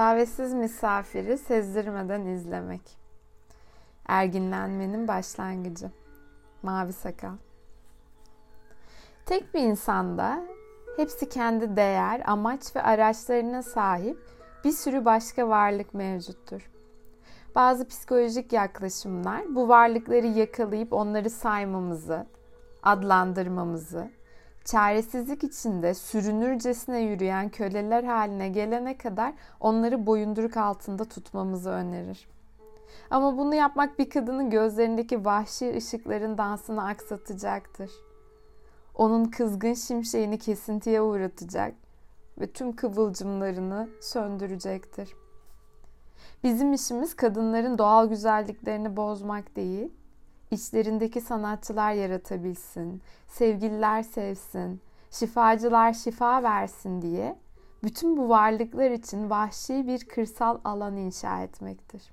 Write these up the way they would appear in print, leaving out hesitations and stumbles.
Davetsiz misafiri sezdirmeden izlemek. Erginlenmenin başlangıcı. Mavi sakal. Tek bir insanda hepsi kendi değer, amaç ve araçlarına sahip bir sürü başka varlık mevcuttur. Bazı psikolojik yaklaşımlar bu varlıkları yakalayıp onları saymamızı, adlandırmamızı, çaresizlik içinde sürünürcesine yürüyen köleler haline gelene kadar onları boyunduruk altında tutmamızı önerir. Ama bunu yapmak bir kadının gözlerindeki vahşi ışıkların dansını aksatacaktır. Onun kızgın şimşeğini kesintiye uğratacak ve tüm kıvılcımlarını söndürecektir. Bizim işimiz kadınların doğal güzelliklerini bozmak değil, İçlerindeki sanatçılar yaratabilsin, sevgililer sevsin, şifacılar şifa versin diye bütün bu varlıklar için vahşi bir kırsal alan inşa etmektir.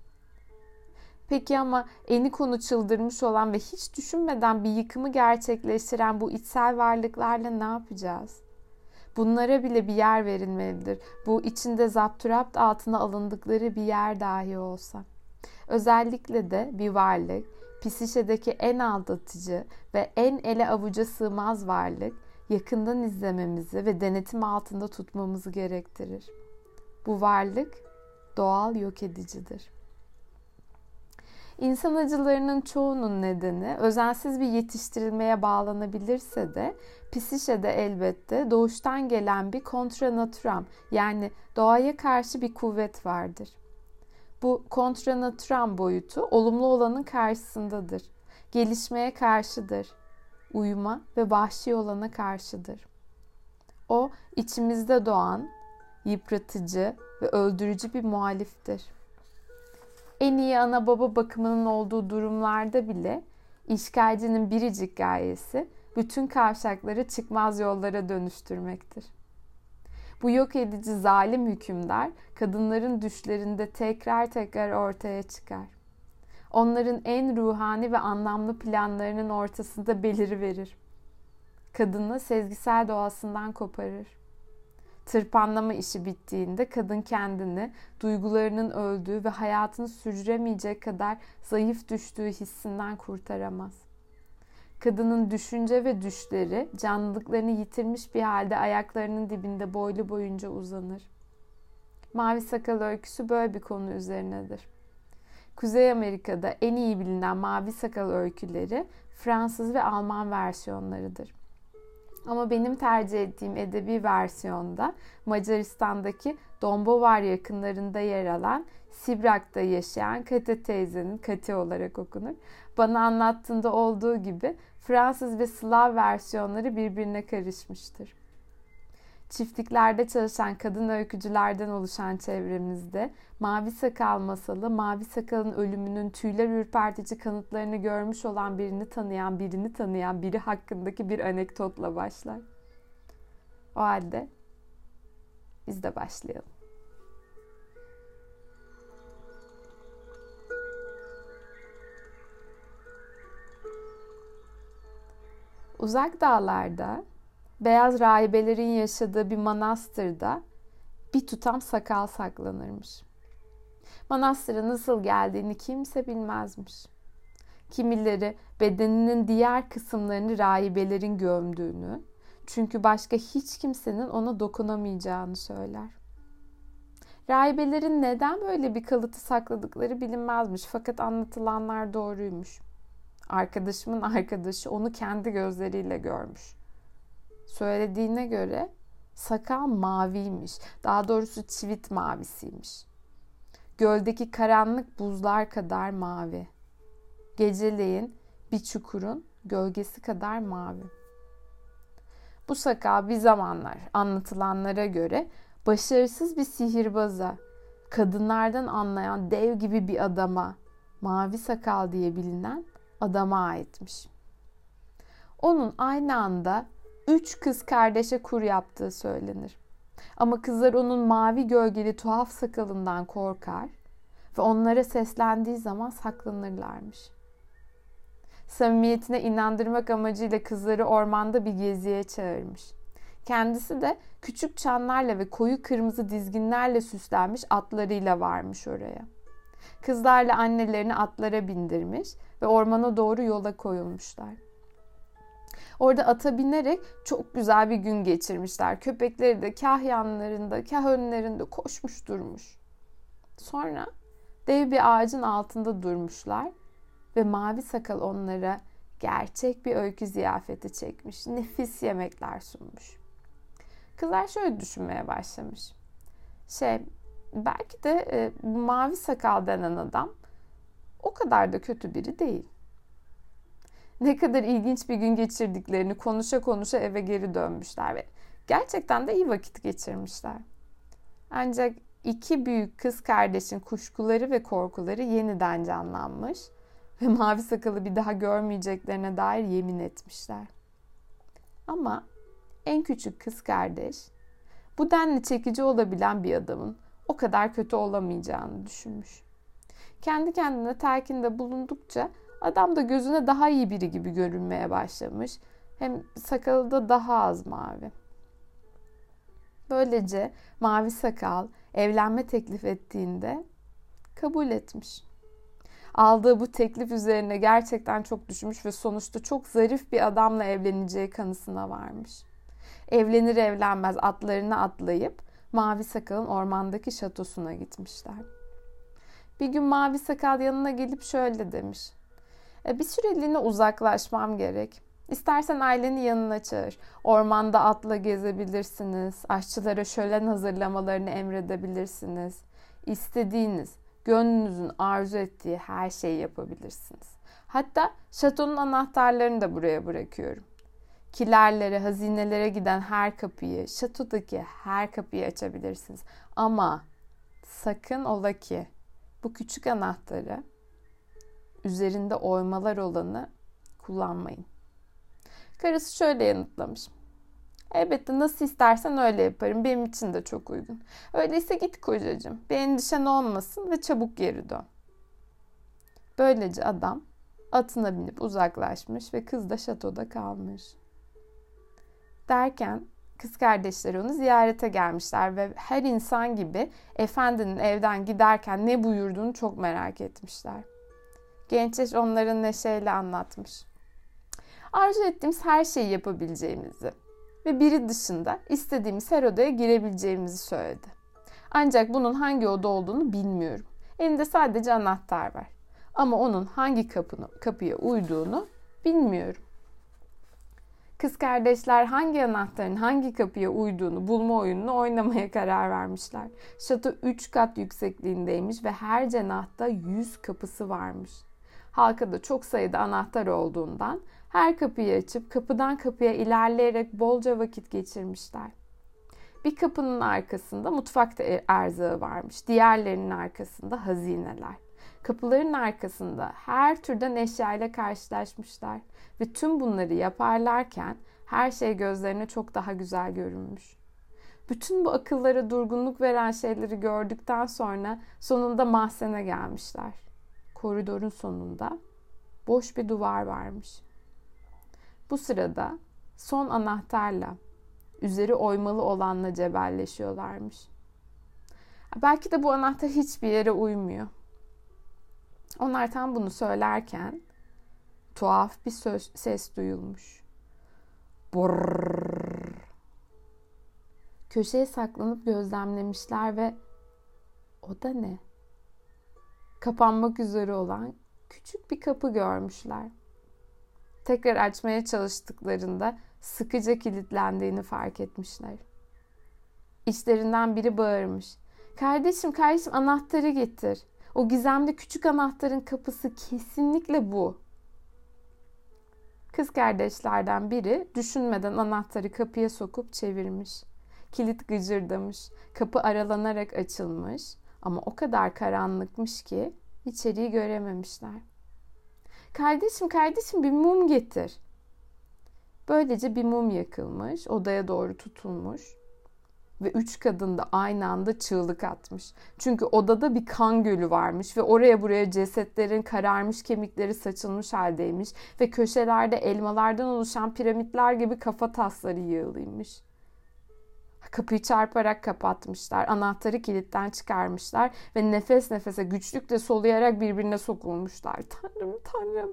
Peki ama eni konu çıldırmış olan ve hiç düşünmeden bir yıkımı gerçekleştiren bu içsel varlıklarla ne yapacağız? Bunlara bile bir yer verilmelidir. Bu içinde zapturapt altına alındıkları bir yer dahi olsa. Özellikle de bir varlık, psişedeki en aldatıcı ve en ele avuca sığmaz varlık yakından izlememizi ve denetim altında tutmamızı gerektirir. Bu varlık doğal yok edicidir. İnsan acılarının çoğunun nedeni özensiz bir yetiştirilmeye bağlanabilirse de psişede elbette doğuştan gelen bir kontranaturam yani doğaya karşı bir kuvvet vardır. Bu kontranaturam boyutu olumlu olanın karşısındadır. Gelişmeye karşıdır. Uyuma ve vahşi olana karşıdır. O içimizde doğan, yıpratıcı ve öldürücü bir muhaliftir. En iyi ana baba bakımının olduğu durumlarda bile işgalcinin biricik gayesi bütün kavşakları çıkmaz yollara dönüştürmektir. Bu yok edici zalim hükümdar kadınların düşlerinde tekrar ortaya çıkar. Onların en ruhani ve anlamlı planlarının ortasında beliriverir. Kadını sezgisel doğasından koparır. Tırpanlama işi bittiğinde kadın kendini duygularının öldüğü ve hayatını sürdüremeyecek kadar zayıf düştüğü hissinden kurtaramaz. Kadının düşünce ve düşleri canlılıklarını yitirmiş bir halde ayaklarının dibinde boylu boyunca uzanır. Mavi Sakal öyküsü böyle bir konu üzerinedir. Kuzey Amerika'da en iyi bilinen Mavi Sakal öyküleri Fransız ve Alman versiyonlarıdır. Ama benim tercih ettiğim edebi versiyonda Macaristan'daki Dombovar yakınlarında yer alan Sibrak'ta yaşayan Kate teyzenin, Kate olarak okunur, bana anlattığında olduğu gibi Fransız ve Slav versiyonları birbirine karışmıştır. Çiftliklerde çalışan kadın öykücülerden oluşan çevremizde Mavi Sakal masalı, Mavi Sakal'ın ölümünün tüyler ürpertici kanıtlarını görmüş olan birini tanıyan biri hakkındaki bir anekdotla başlar. O halde biz de başlayalım. Uzak dağlarda, beyaz rahibelerin yaşadığı bir manastırda bir tutam sakal saklanırmış. Manastıra nasıl geldiğini kimse bilmezmiş. Kimileri bedeninin diğer kısımlarını rahibelerin gömdüğünü, çünkü başka hiç kimsenin ona dokunamayacağını söyler. Rahibelerin neden böyle bir kalıtı sakladıkları bilinmezmiş, fakat anlatılanlar doğruymuş. Arkadaşımın arkadaşı onu kendi gözleriyle görmüş. Söylediğine göre sakal maviymiş. Daha doğrusu çivit mavisiymiş. Göldeki karanlık buzlar kadar mavi. Geceleyin bir çukurun gölgesi kadar mavi. Bu sakal bir zamanlar anlatılanlara göre başarısız bir sihirbaza, kadınlardan anlayan dev gibi bir adama, Mavi Sakal diye bilinen adama aitmiş. Onun aynı anda 3 kız kardeşe kur yaptığı söylenir. Ama kızlar onun mavi gölgeli tuhaf sakalından korkar ve onlara seslendiği zaman saklanırlarmış. Samimiyetine inandırmak amacıyla kızları ormanda bir geziye çağırmış. Kendisi de küçük çanlarla ve koyu kırmızı dizginlerle süslenmiş atlarıyla varmış oraya. Kızlarla annelerini atlara bindirmiş ve ormana doğru yola koyulmuşlar. Orada ata binerek çok güzel bir gün geçirmişler. Köpekleri de kah yanlarında, kah önlerinde koşmuş durmuş. Sonra dev bir ağacın altında durmuşlar ve Mavi Sakal onlara gerçek bir öykü ziyafeti çekmiş. Nefis yemekler sunmuş. Kızlar şöyle düşünmeye başlamış. Belki de Mavi Sakal denen adam o kadar da kötü biri değil. Ne kadar ilginç bir gün geçirdiklerini konuşa konuşa eve geri dönmüşler ve gerçekten de iyi vakit geçirmişler. Ancak iki büyük kız kardeşin kuşkuları ve korkuları yeniden canlanmış ve Mavi Sakal'ı bir daha görmeyeceklerine dair yemin etmişler. Ama en küçük kız kardeş bu denli çekici olabilen bir adamın o kadar kötü olamayacağını düşünmüş. Kendi kendine telkinde bulundukça adam da gözüne daha iyi biri gibi görünmeye başlamış. Hem sakalı da daha az mavi. Böylece Mavi Sakal evlenme teklif ettiğinde kabul etmiş. Aldığı bu teklif üzerine gerçekten çok düşmüş ve sonuçta çok zarif bir adamla evleneceği kanısına varmış. Evlenir evlenmez atlarını atlayıp Mavi Sakal'ın ormandaki şatosuna gitmişler. Bir gün Mavi Sakal yanına gelip şöyle demiş. Bir süreliğine uzaklaşmam gerek. İstersen aileni yanına çağır. Ormanda atla gezebilirsiniz. Aşçılara şölen hazırlamalarını emredebilirsiniz. İstediğiniz, gönlünüzün arzu ettiği her şeyi yapabilirsiniz. Hatta şatonun anahtarlarını da buraya bırakıyorum. Kilerlere, hazinelere giden her kapıyı, şatodaki her kapıyı açabilirsiniz. Ama sakın ola ki bu küçük anahtarı üzerinde oymalar olanı kullanmayın. Karısı şöyle yanıtlamış. Elbette nasıl istersen öyle yaparım. Benim için de çok uygun. Öyleyse git kocacığım. Bir endişen olmasın ve çabuk geri dön. Böylece adam atına binip uzaklaşmış ve kız da şatoda kalmış. Derken kız kardeşleri onu ziyarete gelmişler ve her insan gibi efendinin evden giderken ne buyurduğunu çok merak etmişler. Genç eş onların neşeyle anlatmış. Arzu ettiğimiz her şeyi yapabileceğimizi ve biri dışında istediğimiz her odaya girebileceğimizi söyledi. Ancak bunun hangi oda olduğunu bilmiyorum. Elimde sadece anahtar var. Ama onun hangi kapıya uyduğunu bilmiyorum. Kız kardeşler hangi anahtarın hangi kapıya uyduğunu bulma oyununu oynamaya karar vermişler. Şato 3 kat yüksekliğindeymiş ve her cenahta 100 kapısı varmış. Halkada çok sayıda anahtar olduğundan her kapıyı açıp kapıdan kapıya ilerleyerek bolca vakit geçirmişler. Bir kapının arkasında mutfakta erzağı varmış. Diğerlerinin arkasında hazineler. Kapıların arkasında her türden eşyayla karşılaşmışlar. Ve tüm bunları yaparlarken her şey gözlerine çok daha güzel görünmüş. Bütün bu akıllara durgunluk veren şeyleri gördükten sonra sonunda mahzene gelmişler. Koridorun sonunda boş bir duvar varmış. Bu sırada son anahtarla, üzeri oymalı olanla cebelleşiyorlarmış. Belki de bu anahtar hiçbir yere uymuyor. Onlar tam bunu söylerken tuhaf bir ses duyulmuş. Borrrr. Köşeye saklanıp gözlemlemişler ve o da ne? Kapanmak üzere olan küçük bir kapı görmüşler. Tekrar açmaya çalıştıklarında sıkıca kilitlendiğini fark etmişler. İçlerinden biri bağırmış. Kardeşim anahtarı getir. O gizemli küçük anahtarın kapısı kesinlikle bu. Kız kardeşlerden biri düşünmeden anahtarı kapıya sokup çevirmiş. Kilit gıcırdamış. Kapı aralanarak açılmış ama o kadar karanlıkmış ki içeriği görememişler. Kardeşim bir mum getir. Böylece bir mum yakılmış, odaya doğru tutulmuş ve 3 kadın da aynı anda çığlık atmış. Çünkü odada bir kan gölü varmış ve oraya buraya cesetlerin kararmış kemikleri saçılmış haldeymiş ve köşelerde elmalardan oluşan piramitler gibi kafa tasları yığılıymış. Kapıyı çarparak kapatmışlar. Anahtarı kilitten çıkarmışlar ve nefes nefese güçlükle soluyarak birbirine sokulmuşlar. Tanrım, Tanrım.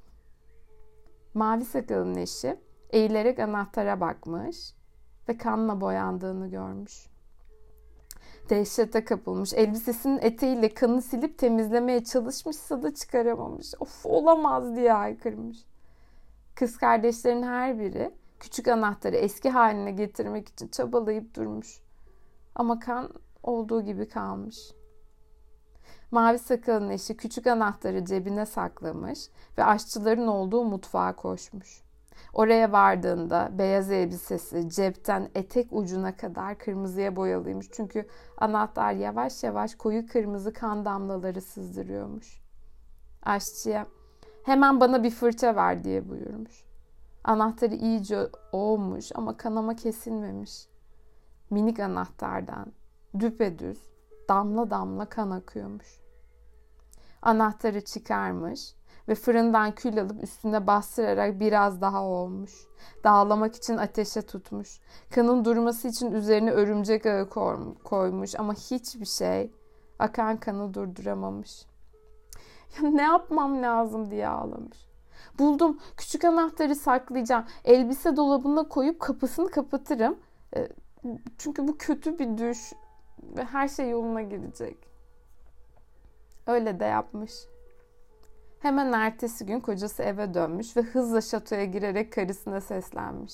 Mavi sakalın eşi eğilerek anahtara bakmış ve kanla boyandığını görmüş. Dehşete kapılmış. Elbisesinin eteğiyle kanı silip temizlemeye çalışmışsa da çıkaramamış. Of, olamaz diye haykırmış. Kız kardeşlerin her biri küçük anahtarı eski haline getirmek için çabalayıp durmuş. Ama kan olduğu gibi kalmış. Mavi sakalın eşi küçük anahtarı cebine saklamış ve aşçıların olduğu mutfağa koşmuş. Oraya vardığında beyaz elbisesi cepten etek ucuna kadar kırmızıya boyalıymış. Çünkü anahtar yavaş yavaş koyu kırmızı kan damlaları sızdırıyormuş. Aşçıya hemen bana bir fırça ver diye buyurmuş. Anahtarı iyice ovmuş ama kanama kesilmemiş. Minik anahtardan düpedüz damla damla kan akıyormuş. Anahtarı çıkarmış ve fırından kül alıp üstüne bastırarak biraz daha ovmuş. Dağlamak için ateşe tutmuş. Kanın durması için üzerine örümcek ağı koymuş ama hiçbir şey akan kanı durduramamış. Ya ne yapmam lazım diye ağlamış. Buldum. Küçük anahtarı saklayacağım. Elbise dolabına koyup kapısını kapatırım. Çünkü bu kötü bir düş ve her şey yoluna girecek. Öyle de yapmış. Hemen ertesi gün kocası eve dönmüş ve hızla şatoya girerek karısına seslenmiş.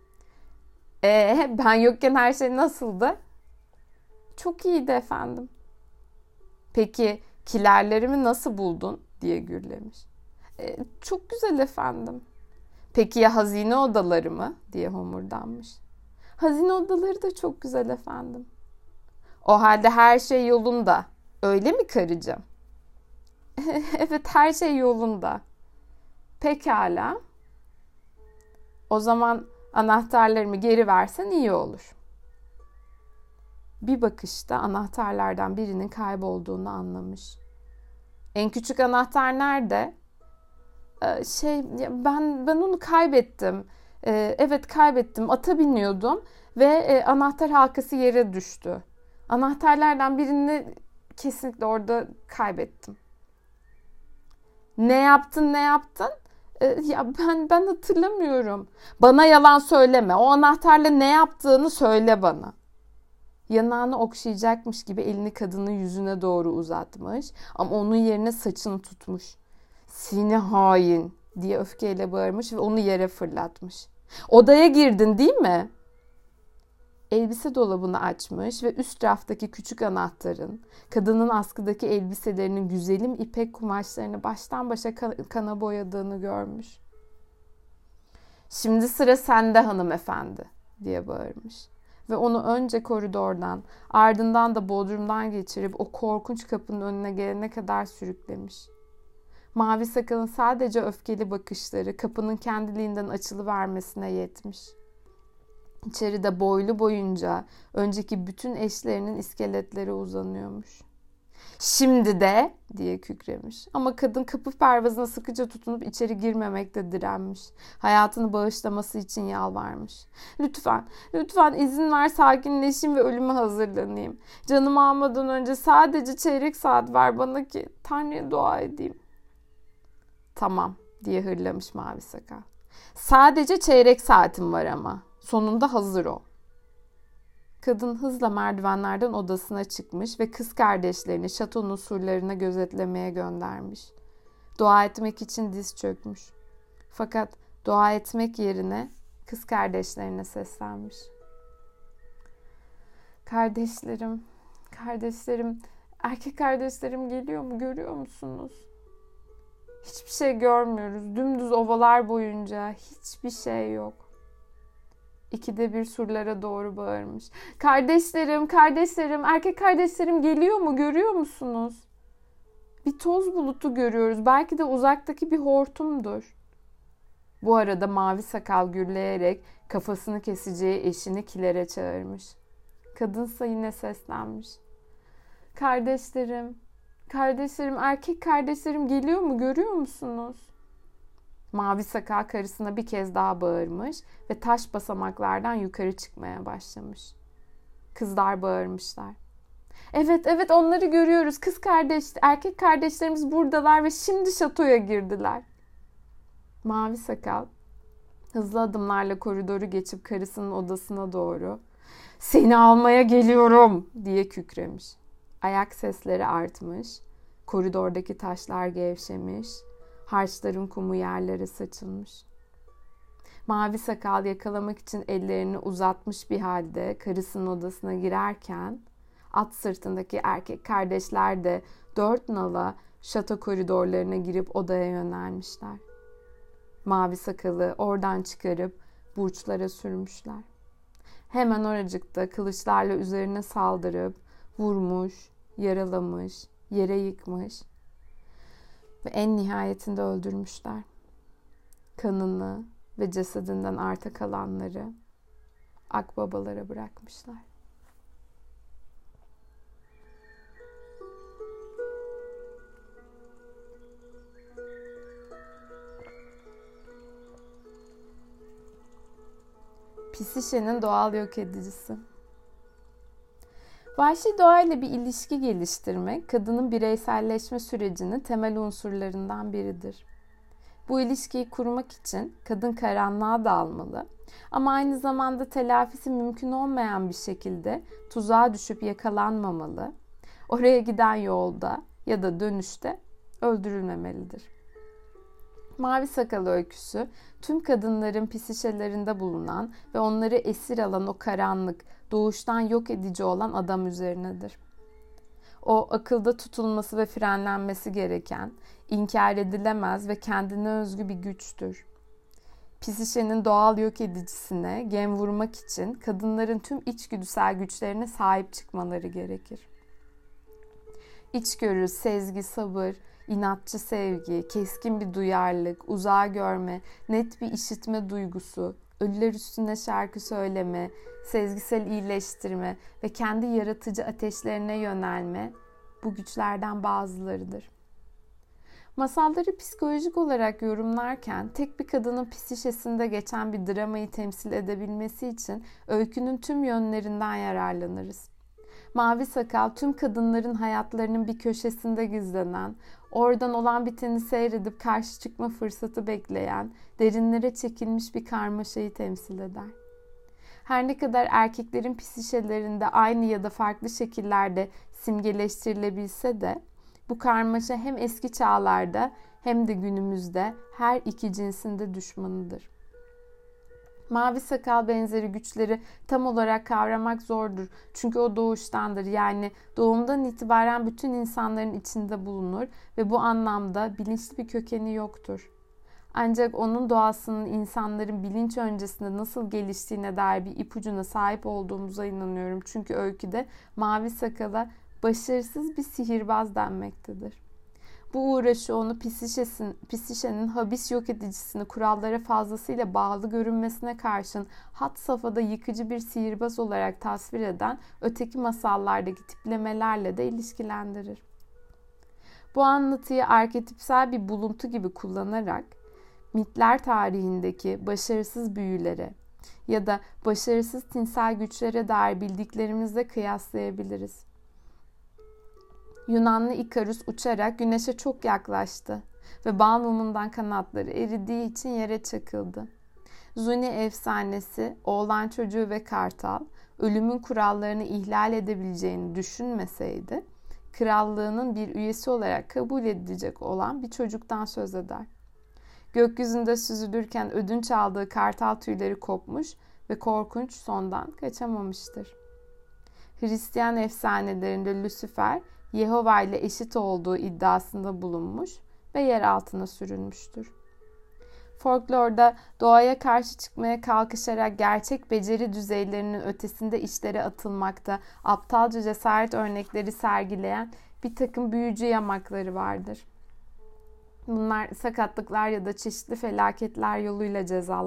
Ben yokken her şey nasıldı? Çok iyiydi efendim. Peki kilerlerimi nasıl buldun? Diye gürlemiş. Çok güzel efendim. Peki ya hazine odaları mı? Diye homurdanmış. Hazine odaları da çok güzel efendim. O halde her şey yolunda. Öyle mi karıcığım? Evet, her şey yolunda. Pekala. O zaman anahtarlarımı geri versen iyi olur. Bir bakışta anahtarlardan birinin kaybolduğunu anlamış. En küçük anahtar nerede? Ben onu kaybettim. Evet, kaybettim. Ata biniyordum ve anahtar halkası yere düştü. Anahtarlardan birini kesinlikle orada kaybettim. Ne yaptın? Ben hatırlamıyorum. Bana yalan söyleme. O anahtarla ne yaptığını söyle bana. Yanağını okşayacakmış gibi elini kadının yüzüne doğru uzatmış ama onun yerine saçını tutmuş. Seni hain diye öfkeyle bağırmış ve onu yere fırlatmış. Odaya girdin değil mi? Elbise dolabını açmış ve üst raftaki küçük anahtarın, kadının askıdaki elbiselerinin güzelim ipek kumaşlarını baştan başa kana boyadığını görmüş. Şimdi sıra sende hanımefendi diye bağırmış. Ve onu önce koridordan, ardından da bodrumdan geçirip o korkunç kapının önüne gelene kadar sürüklemiş. Mavi sakalın sadece öfkeli bakışları kapının kendiliğinden açılıvermesine yetmiş. İçeride boylu boyunca önceki bütün eşlerinin iskeletleri uzanıyormuş. Şimdi de diye kükremiş. Ama kadın kapı pervazına sıkıca tutunup içeri girmemekte direnmiş. Hayatını bağışlaması için yalvarmış. Lütfen izin ver sakinleşeyim ve ölüme hazırlanayım. Canımı almadan önce sadece çeyrek saat ver bana ki Tanrı'ya dua edeyim. Tamam diye hırlamış Mavi Sakal. Sadece çeyrek saatim var ama. Sonunda hazır ol. Kadın hızla merdivenlerden odasına çıkmış ve kız kardeşlerini şatonun surlarına gözetlemeye göndermiş. Dua etmek için diz çökmüş. Fakat dua etmek yerine kız kardeşlerine seslenmiş. Kardeşlerim, erkek kardeşlerim geliyor mu, görüyor musunuz? Hiçbir şey görmüyoruz. Dümdüz ovalar boyunca hiçbir şey yok. İkide bir surlara doğru bağırmış. Kardeşlerim, erkek kardeşlerim geliyor mu, görüyor musunuz? Bir toz bulutu görüyoruz. Belki de uzaktaki bir hortumdur. Bu arada Mavi Sakal gürleyerek kafasını keseceği eşini kilere çağırmış. Kadınsa yine seslenmiş. Kardeşlerim, erkek kardeşlerim geliyor mu, görüyor musunuz? Mavi Sakal karısına bir kez daha bağırmış ve taş basamaklardan yukarı çıkmaya başlamış. Kızlar bağırmışlar. Evet, evet, onları görüyoruz. Erkek kardeşlerimiz buradalar ve şimdi şatoya girdiler. Mavi sakal hızlı adımlarla koridoru geçip karısının odasına doğru "Seni almaya geliyorum!" diye kükremiş. Ayak sesleri artmış, koridordaki taşlar gevşemiş, harçların kumu yerlere saçılmış. Mavi sakal yakalamak için ellerini uzatmış bir halde karısının odasına girerken at sırtındaki erkek kardeşler de 4 nala şato koridorlarına girip odaya yönelmişler. Mavi sakalı oradan çıkarıp burçlara sürmüşler. Hemen oracıkta kılıçlarla üzerine saldırıp vurmuş, yaralamış, yere yıkmış ve en nihayetinde öldürmüşler. Kanını ve cesedinden arta kalanları akbabalara bırakmışlar. Psişe'nin doğal yok edicisi. Vahşi doğayla bir ilişki geliştirmek, kadının bireyselleşme sürecinin temel unsurlarından biridir. Bu ilişkiyi kurmak için kadın karanlığa dalmalı ama aynı zamanda telafisi mümkün olmayan bir şekilde tuzağa düşüp yakalanmamalı, oraya giden yolda ya da dönüşte öldürülmemelidir. Mavi Sakal öyküsü, tüm kadınların psişelerinde bulunan ve onları esir alan o karanlık, doğuştan yok edici olan adam üzerinedir. O akılda tutulması ve frenlenmesi gereken, inkar edilemez ve kendine özgü bir güçtür. Psişenin doğal yok edicisine gem vurmak için kadınların tüm içgüdüsel güçlerine sahip çıkmaları gerekir. İçgörü, sezgi, sabır, inatçı sevgi, keskin bir duyarlılık, uzağı görme, net bir işitme duygusu, ölüler üstüne şarkı söyleme, sezgisel iyileştirme ve kendi yaratıcı ateşlerine yönelme bu güçlerden bazılarıdır. Masalları psikolojik olarak yorumlarken tek bir kadının psişesinde geçen bir dramayı temsil edebilmesi için öykünün tüm yönlerinden yararlanırız. Mavi Sakal tüm kadınların hayatlarının bir köşesinde gizlenen, oradan olan biteni seyredip karşı çıkma fırsatı bekleyen, derinlere çekilmiş bir karmaşayı temsil eder. Her ne kadar erkeklerin psişelerinde aynı ya da farklı şekillerde simgeleştirilebilse de, bu karmaşa hem eski çağlarda hem de günümüzde her iki cinsin de düşmanıdır. Mavi Sakal benzeri güçleri tam olarak kavramak zordur. Çünkü o doğuştandır. Yani doğumdan itibaren bütün insanların içinde bulunur ve bu anlamda bilinçli bir kökeni yoktur. Ancak onun doğasının insanların bilinç öncesinde nasıl geliştiğine dair bir ipucuna sahip olduğumuza inanıyorum. Çünkü öyküde Mavi Sakal'a başarısız bir sihirbaz denmektedir. Bu uğraşı onu psişenin habis yok edicisini kurallara fazlasıyla bağlı görünmesine karşın had safhada yıkıcı bir sihirbaz olarak tasvir eden öteki masallardaki tiplemelerle de ilişkilendirir. Bu anlatıyı arketipsel bir buluntu gibi kullanarak mitler tarihindeki başarısız büyülere ya da başarısız tinsel güçlere dair bildiklerimizle kıyaslayabiliriz. Yunanlı Ikarus uçarak güneşe çok yaklaştı ve bal mumundan kanatları eridiği için yere çakıldı. Zuni efsanesi, oğlan çocuğu ve kartal, ölümün kurallarını ihlal edebileceğini düşünmeseydi, krallığının bir üyesi olarak kabul edilecek olan bir çocuktan söz eder. Gökyüzünde süzülürken ödünç aldığı kartal tüyleri kopmuş ve korkunç sondan kaçamamıştır. Hristiyan efsanelerinde Lucifer, Yehova ile eşit olduğu iddiasında bulunmuş ve yer altına sürülmüştür. Folklorda doğaya karşı çıkmaya kalkışarak gerçek beceri düzeylerinin ötesinde işlere atılmakta aptalca cesaret örnekleri sergileyen bir takım büyücü yamakları vardır. Bunlar sakatlıklar ya da çeşitli felaketler yoluyla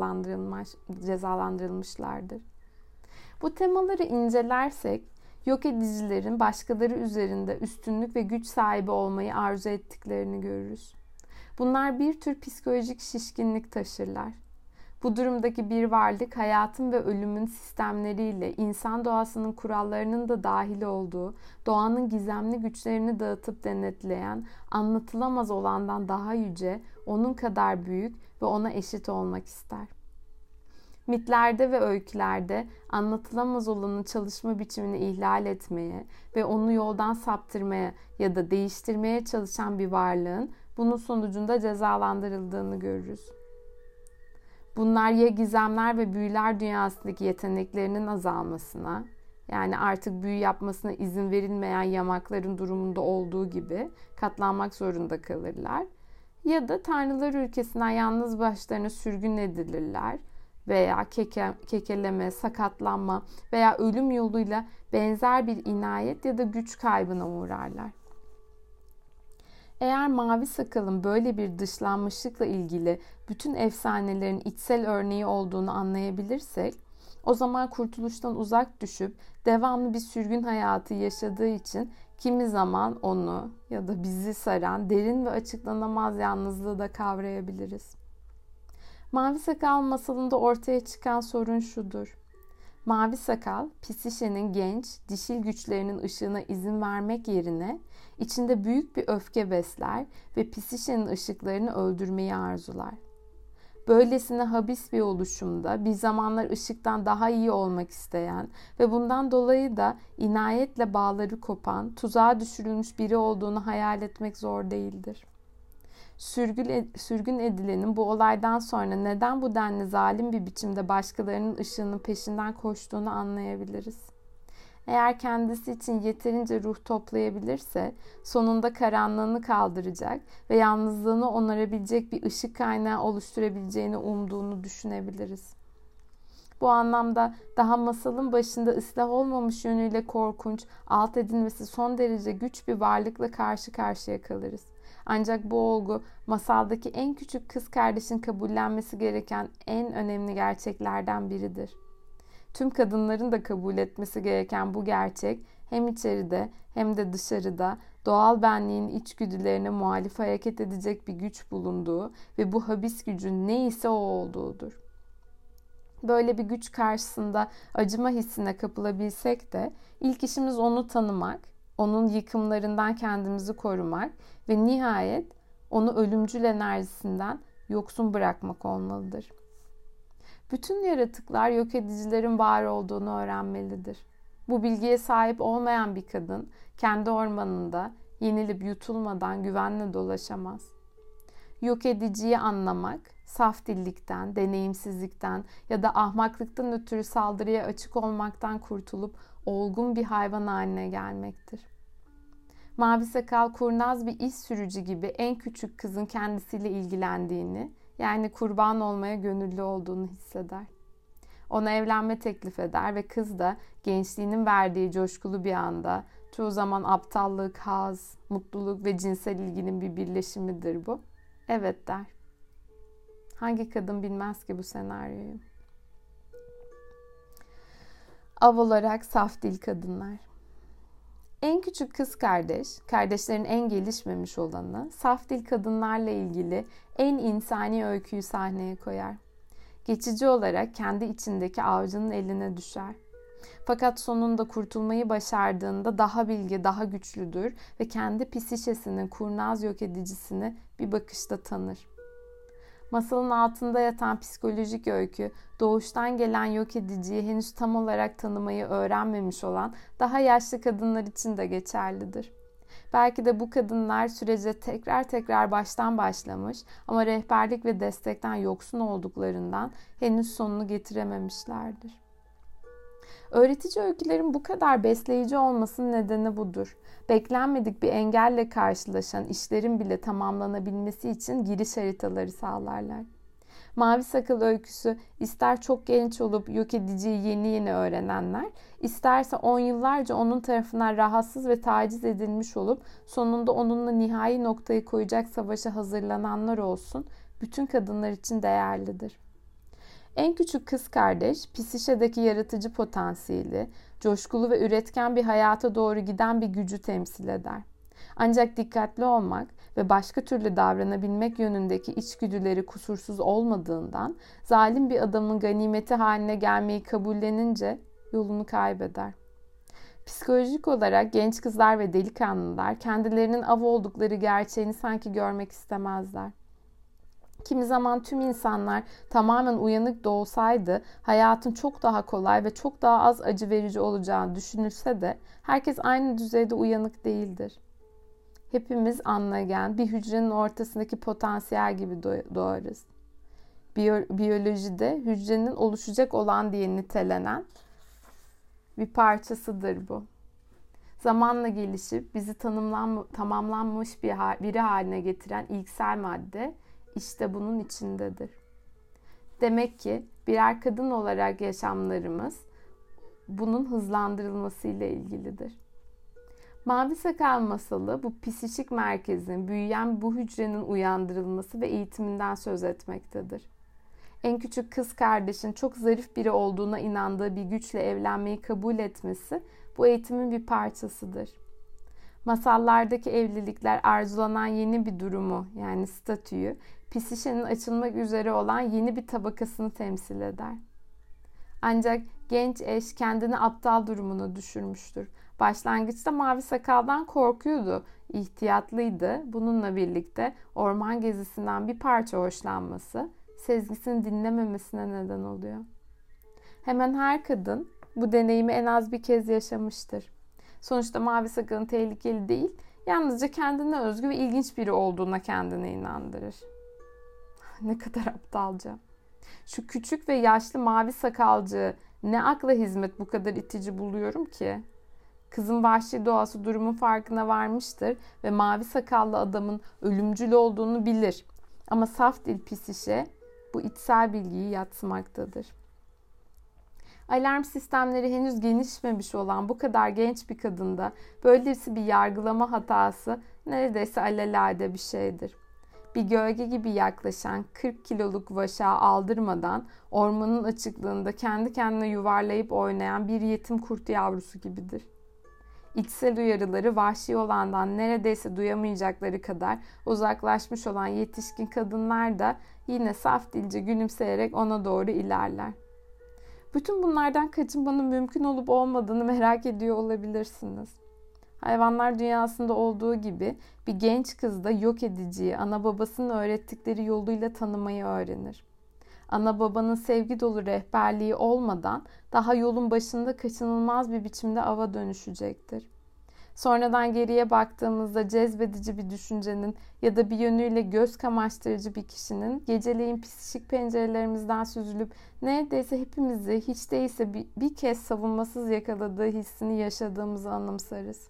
cezalandırılmışlardır. Bu temaları incelersek, yok edicilerin başkaları üzerinde üstünlük ve güç sahibi olmayı arzu ettiklerini görürüz. Bunlar bir tür psikolojik şişkinlik taşırlar. Bu durumdaki bir varlık hayatın ve ölümün sistemleriyle insan doğasının kurallarının da dahil olduğu, doğanın gizemli güçlerini dağıtıp denetleyen, anlatılamaz olandan daha yüce, onun kadar büyük ve ona eşit olmak ister. Mitlerde ve öykülerde anlatılamaz olanın çalışma biçimini ihlal etmeye ve onu yoldan saptırmaya ya da değiştirmeye çalışan bir varlığın bunun sonucunda cezalandırıldığını görürüz. Bunlar ya gizemler ve büyüler dünyasındaki yeteneklerinin azalmasına, yani artık büyü yapmasına izin verilmeyen yamakların durumunda olduğu gibi katlanmak zorunda kalırlar, ya da tanrılar ülkesinden yalnız başlarına sürgün edilirler veya kekeleme, sakatlanma veya ölüm yoluyla benzer bir inayet ya da güç kaybına uğrarlar. Eğer Mavi Sakal'ın böyle bir dışlanmışlıkla ilgili bütün efsanelerin içsel örneği olduğunu anlayabilirsek, o zaman kurtuluştan uzak düşüp devamlı bir sürgün hayatı yaşadığı için kimi zaman onu ya da bizi saran derin ve açıklanamaz yalnızlığı da kavrayabiliriz. Mavi Sakal masalında ortaya çıkan sorun şudur. Mavi Sakal, Pisişe'nin genç, dişil güçlerinin ışığına izin vermek yerine içinde büyük bir öfke besler ve Pisişe'nin ışıklarını öldürmeyi arzular. Böylesine habis bir oluşumda bir zamanlar ışıktan daha iyi olmak isteyen ve bundan dolayı da inayetle bağları kopan, tuzağa düşürülmüş biri olduğunu hayal etmek zor değildir. Sürgün edilenin bu olaydan sonra neden bu denli zalim bir biçimde başkalarının ışığının peşinden koştuğunu anlayabiliriz. Eğer kendisi için yeterince ruh toplayabilirse sonunda karanlığını kaldıracak ve yalnızlığını onarabilecek bir ışık kaynağı oluşturabileceğini umduğunu düşünebiliriz. Bu anlamda daha masalın başında ıslah olmamış yönüyle korkunç, alt edilmesi son derece güç bir varlıkla karşı karşıya kalırız. Ancak bu olgu masaldaki en küçük kız kardeşin kabullenmesi gereken en önemli gerçeklerden biridir. Tüm kadınların da kabul etmesi gereken bu gerçek hem içeride hem de dışarıda doğal benliğin içgüdülerine muhalif hareket edecek bir güç bulunduğu ve bu habis gücün neyse o olduğudur. Böyle bir güç karşısında acıma hissine kapılabilsek de ilk işimiz onu tanımak, onun yıkımlarından kendimizi korumak ve nihayet onu ölümcül enerjisinden yoksun bırakmak olmalıdır. Bütün yaratıklar yok edicilerin var olduğunu öğrenmelidir. Bu bilgiye sahip olmayan bir kadın kendi ormanında yenilip yutulmadan güvenle dolaşamaz. Yok ediciyi anlamak, saf dillikten, deneyimsizlikten ya da ahmaklıktan ötürü saldırıya açık olmaktan kurtulup olgun bir hayvan haline gelmektir. Mavi Sakal kurnaz bir iş sürücü gibi en küçük kızın kendisiyle ilgilendiğini, yani kurban olmaya gönüllü olduğunu hisseder. Ona evlenme teklif eder ve kız da gençliğinin verdiği coşkulu bir anda, çoğu zaman aptallık, haz, mutluluk ve cinsel ilginin bir birleşimidir bu. Evet der. Hangi kadın bilmez ki bu senaryoyu? Av olarak saf dil kadınlar. En küçük kız kardeş, kardeşlerin en gelişmemiş olanı, saf dil kadınlarla ilgili en insani öyküyü sahneye koyar. Geçici olarak kendi içindeki avcının eline düşer. Fakat sonunda kurtulmayı başardığında daha bilge, daha güçlüdür ve kendi psişesinin kurnaz yok edicisini bir bakışta tanır. Masalın altında yatan psikolojik öykü, doğuştan gelen yok ediciyi henüz tam olarak tanımayı öğrenmemiş olan daha yaşlı kadınlar için de geçerlidir. Belki de bu kadınlar sürece tekrar baştan başlamış ama rehberlik ve destekten yoksun olduklarından henüz sonunu getirememişlerdir. Öğretici öykülerin bu kadar besleyici olmasının nedeni budur. Beklenmedik bir engelle karşılaşan işlerin bile tamamlanabilmesi için giriş haritaları sağlarlar. Mavi Sakal öyküsü ister çok genç olup yok ediciyi yeni öğrenenler, isterse 10 yıllarca onun tarafından rahatsız ve taciz edilmiş olup sonunda onunla nihai noktayı koyacak savaşa hazırlananlar olsun, bütün kadınlar için değerlidir. En küçük kız kardeş, Pisişe'deki yaratıcı potansiyeli, coşkulu ve üretken bir hayata doğru giden bir gücü temsil eder. Ancak dikkatli olmak ve başka türlü davranabilmek yönündeki içgüdüleri kusursuz olmadığından zalim bir adamın ganimeti haline gelmeyi kabullenince yolunu kaybeder. Psikolojik olarak genç kızlar ve delikanlılar kendilerinin av oldukları gerçeğini sanki görmek istemezler. Kimi zaman tüm insanlar tamamen uyanık da olsaydı hayatın çok daha kolay ve çok daha az acı verici olacağını düşünülse de herkes aynı düzeyde uyanık değildir. Hepimiz anlayan bir hücrenin ortasındaki potansiyel gibi doğarız. Biyolojide hücrenin oluşacak olan diye nitelenen bir parçasıdır bu. Zamanla gelişip bizi tamamlanmış biri haline getiren ilksel madde işte bunun içindedir. Demek ki birer kadın olarak yaşamlarımız bunun hızlandırılması ile ilgilidir. Mavi Sakal masalı bu psikik merkezin, büyüyen bu hücrenin uyandırılması ve eğitiminden söz etmektedir. En küçük kız kardeşin çok zarif biri olduğuna inandığı bir güçle evlenmeyi kabul etmesi bu eğitimin bir parçasıdır. Masallardaki evlilikler arzulanan yeni bir durumu yani statüyü, psişenin açılmak üzere olan yeni bir tabakasını temsil eder. Ancak genç eş kendini aptal durumuna düşürmüştür. Başlangıçta Mavi Sakal'dan korkuyordu, ihtiyatlıydı. Bununla birlikte orman gezisinden bir parça hoşlanması, sezgisini dinlememesine neden oluyor. Hemen her kadın bu deneyimi en az bir kez yaşamıştır. Sonuçta Mavi Sakal'ın tehlikeli değil, yalnızca kendine özgü ve ilginç biri olduğuna kendine inandırır. Ne kadar aptalca. Şu küçük ve yaşlı mavi sakalcı ne akla hizmet bu kadar itici buluyorum ki? Kızın vahşi doğası durumun farkına varmıştır ve mavi sakallı adamın ölümcül olduğunu bilir. Ama saf dil psişe bu içsel bilgiyi yadsımaktadır. Alarm sistemleri henüz gelişmemiş olan bu kadar genç bir kadında böylesi bir yargılama hatası neredeyse alelade bir şeydir. Bir gölge gibi yaklaşan 40 kiloluk vaşağı aldırmadan ormanın açıklığında kendi kendine yuvarlayıp oynayan bir yetim kurt yavrusu gibidir. İçsel uyarıları vahşi olandan neredeyse duyamayacakları kadar uzaklaşmış olan yetişkin kadınlar da yine saf dilce gülümseyerek ona doğru ilerler. Bütün bunlardan kaçınmanın mümkün olup olmadığını merak ediyor olabilirsiniz. Hayvanlar dünyasında olduğu gibi bir genç kız da yok ediciyi ana babasının öğrettikleri yoluyla tanımayı öğrenir. Ana babanın sevgi dolu rehberliği olmadan daha yolun başında kaçınılmaz bir biçimde ava dönüşecektir. Sonradan geriye baktığımızda cezbedici bir düşüncenin ya da bir yönüyle göz kamaştırıcı bir kişinin geceleyin psikik pencerelerimizden süzülüp neredeyse hepimizi hiç değilse bir kez savunmasız yakaladığı hissini yaşadığımızı anımsarız.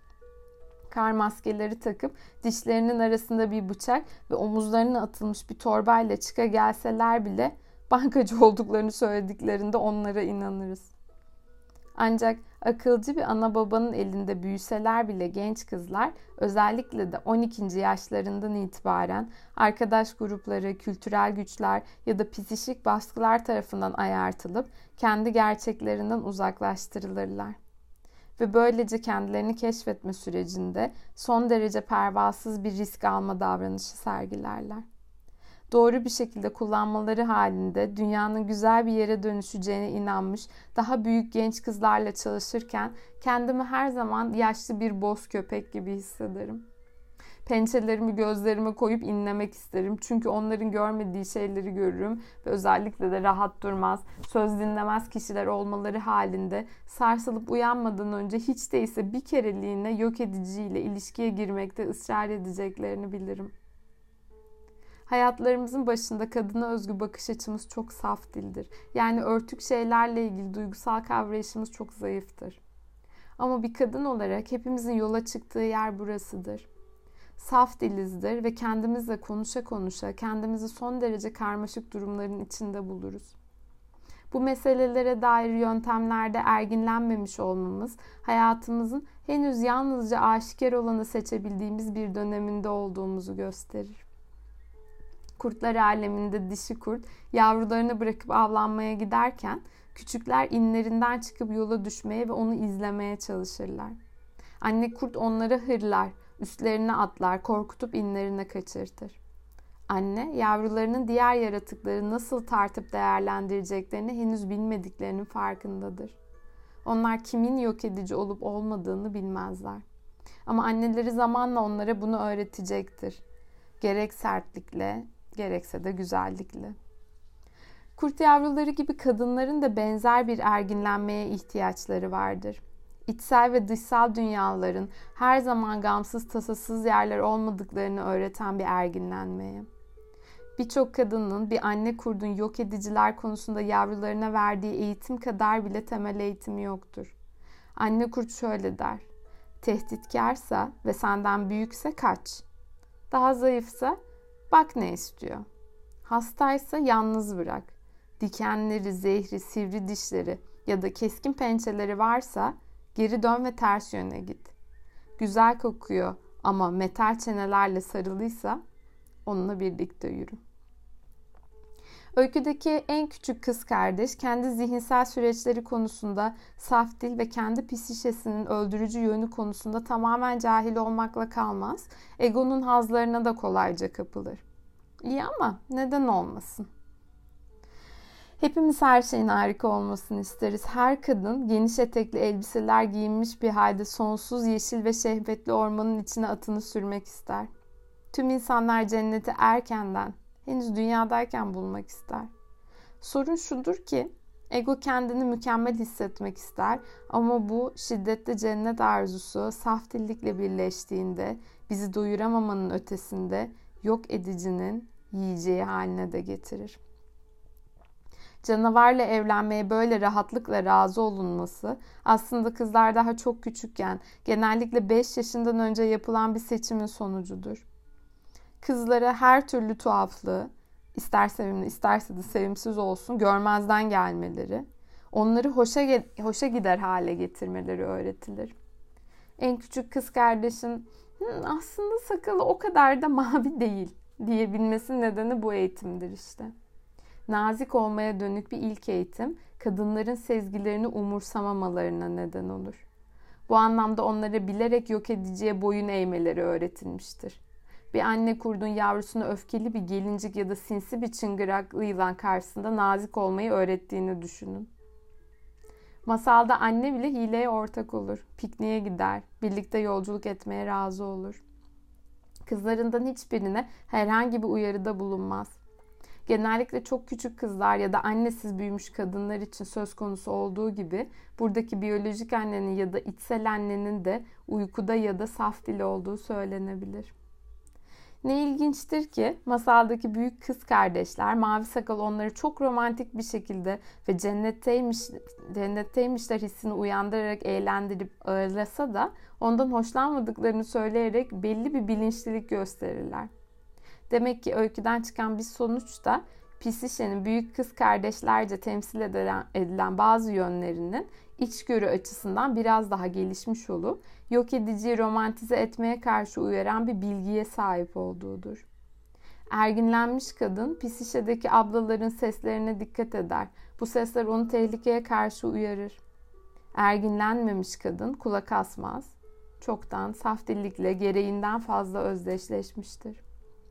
Kar maskeleri takıp dişlerinin arasında bir bıçak ve omuzlarına atılmış bir torbayla çıka gelseler bile bankacı olduklarını söylediklerinde onlara inanırız. Ancak akılcı bir ana babanın elinde büyüseler bile genç kızlar özellikle de 12. yaşlarından itibaren arkadaş grupları, kültürel güçler ya da psikik baskılar tarafından ayartılıp kendi gerçeklerinden uzaklaştırılırlar. Ve böylece kendilerini keşfetme sürecinde son derece pervasız bir risk alma davranışı sergilerler. Doğru bir şekilde kullanmaları halinde dünyanın güzel bir yere dönüşeceğine inanmış daha büyük genç kızlarla çalışırken kendimi her zaman yaşlı bir boz köpek gibi hissederim. Pençelerimi gözlerime koyup inlemek isterim. Çünkü onların görmediği şeyleri görürüm ve özellikle de rahat durmaz, söz dinlemez kişiler olmaları halinde sarsılıp uyanmadan önce hiç değilse bir kereliğine yok ediciyle ilişkiye girmekte ısrar edeceklerini bilirim. Hayatlarımızın başında kadına özgü bakış açımız çok saf dildir. Yani örtük şeylerle ilgili duygusal kavrayışımız çok zayıftır. Ama bir kadın olarak hepimizin yola çıktığı yer burasıdır. Saf dilizdir ve kendimizle konuşa konuşa kendimizi son derece karmaşık durumların içinde buluruz. Bu meselelere dair yöntemlerde erginlenmemiş olmamız, hayatımızın henüz yalnızca aşikar olanı seçebildiğimiz bir döneminde olduğumuzu gösterir. Kurtlar aleminde dişi kurt yavrularını bırakıp avlanmaya giderken küçükler inlerinden çıkıp yola düşmeye ve onu izlemeye çalışırlar. Anne kurt onları hırlar, Üstlerine atlar, korkutup inlerine kaçırtır. Anne, yavrularının diğer yaratıkları nasıl tartıp değerlendireceklerini henüz bilmediklerinin farkındadır. Onlar kimin yok edici olup olmadığını bilmezler. Ama anneleri zamanla onlara bunu öğretecektir. Gerek sertlikle, gerekse de güzellikle. Kurt yavruları gibi kadınların da benzer bir erginlenmeye ihtiyaçları vardır. İçsel ve dışsal dünyaların her zaman gamsız tasasız yerler olmadıklarını öğreten bir erginlenmeye. Birçok kadının bir anne kurdun yok ediciler konusunda yavrularına verdiği eğitim kadar bile temel eğitimi yoktur. Anne kurt şöyle der: tehditkarsa ve senden büyükse kaç. Daha zayıfsa bak ne istiyor. Hastaysa yalnız bırak. Dikenleri, zehri, sivri dişleri ya da keskin pençeleri varsa geri dön ve ters yöne git. Güzel kokuyor ama metal çenelerle sarılıysa onunla birlikte yürü. Öyküdeki en küçük kız kardeş kendi zihinsel süreçleri konusunda saf dil ve kendi psişesinin öldürücü yönü konusunda tamamen cahil olmakla kalmaz, egonun hazlarına da kolayca kapılır. İyi ama neden olmasın? Hepimiz her şeyin harika olmasını isteriz. Her kadın geniş etekli elbiseler giyinmiş bir halde sonsuz yeşil ve şehvetli ormanın içine atını sürmek ister. Tüm insanlar cenneti erkenden, henüz dünyadayken bulmak ister. Sorun şudur ki, ego kendini mükemmel hissetmek ister ama bu şiddetli cennet arzusu saf dillikle birleştiğinde bizi doyuramamanın ötesinde yok edicinin yiyeceği haline de getirir. Canavarla evlenmeye böyle rahatlıkla razı olunması aslında kızlar daha çok küçükken genellikle 5 yaşından önce yapılan bir seçimin sonucudur. Kızlara her türlü tuhaflığı, ister sevimli isterse de sevimsiz olsun, görmezden gelmeleri, onları hoşa gider hale getirmeleri öğretilir. En küçük kız kardeşin aslında sakalı o kadar da mavi değil diyebilmesinin nedeni bu eğitimdir işte. Nazik olmaya dönük bir ilk eğitim, kadınların sezgilerini umursamamalarına neden olur. Bu anlamda onlara bilerek yok ediciye boyun eğmeleri öğretilmiştir. Bir anne kurdun yavrusuna öfkeli bir gelincik ya da sinsi bir çıngıraklı yılan karşısında nazik olmayı öğrettiğini düşünün. Masalda anne bile hileye ortak olur, pikniğe gider, birlikte yolculuk etmeye razı olur. Kızlarından hiçbirine herhangi bir uyarıda bulunmaz. Genellikle çok küçük kızlar ya da annesiz büyümüş kadınlar için söz konusu olduğu gibi buradaki biyolojik annenin ya da içsel annenin de uykuda ya da saf dili olduğu söylenebilir. Ne ilginçtir ki masaldaki büyük kız kardeşler mavi sakal onları çok romantik bir şekilde ve cennetteymişler hissini uyandırarak eğlendirip ağırlasa da ondan hoşlanmadıklarını söyleyerek belli bir bilinçlilik gösterirler. Demek ki öyküden çıkan bir sonuç da Psişe'nin büyük kız kardeşlerce temsil edilen bazı yönlerinin içgörü açısından biraz daha gelişmiş olup yok ediciyi romantize etmeye karşı uyaran bir bilgiye sahip olduğudur. Erginlenmiş kadın Psişe'deki ablaların seslerine dikkat eder. Bu sesler onu tehlikeye karşı uyarır. Erginlenmemiş kadın kulak asmaz. Çoktan saf dillikle gereğinden fazla özdeşleşmiştir.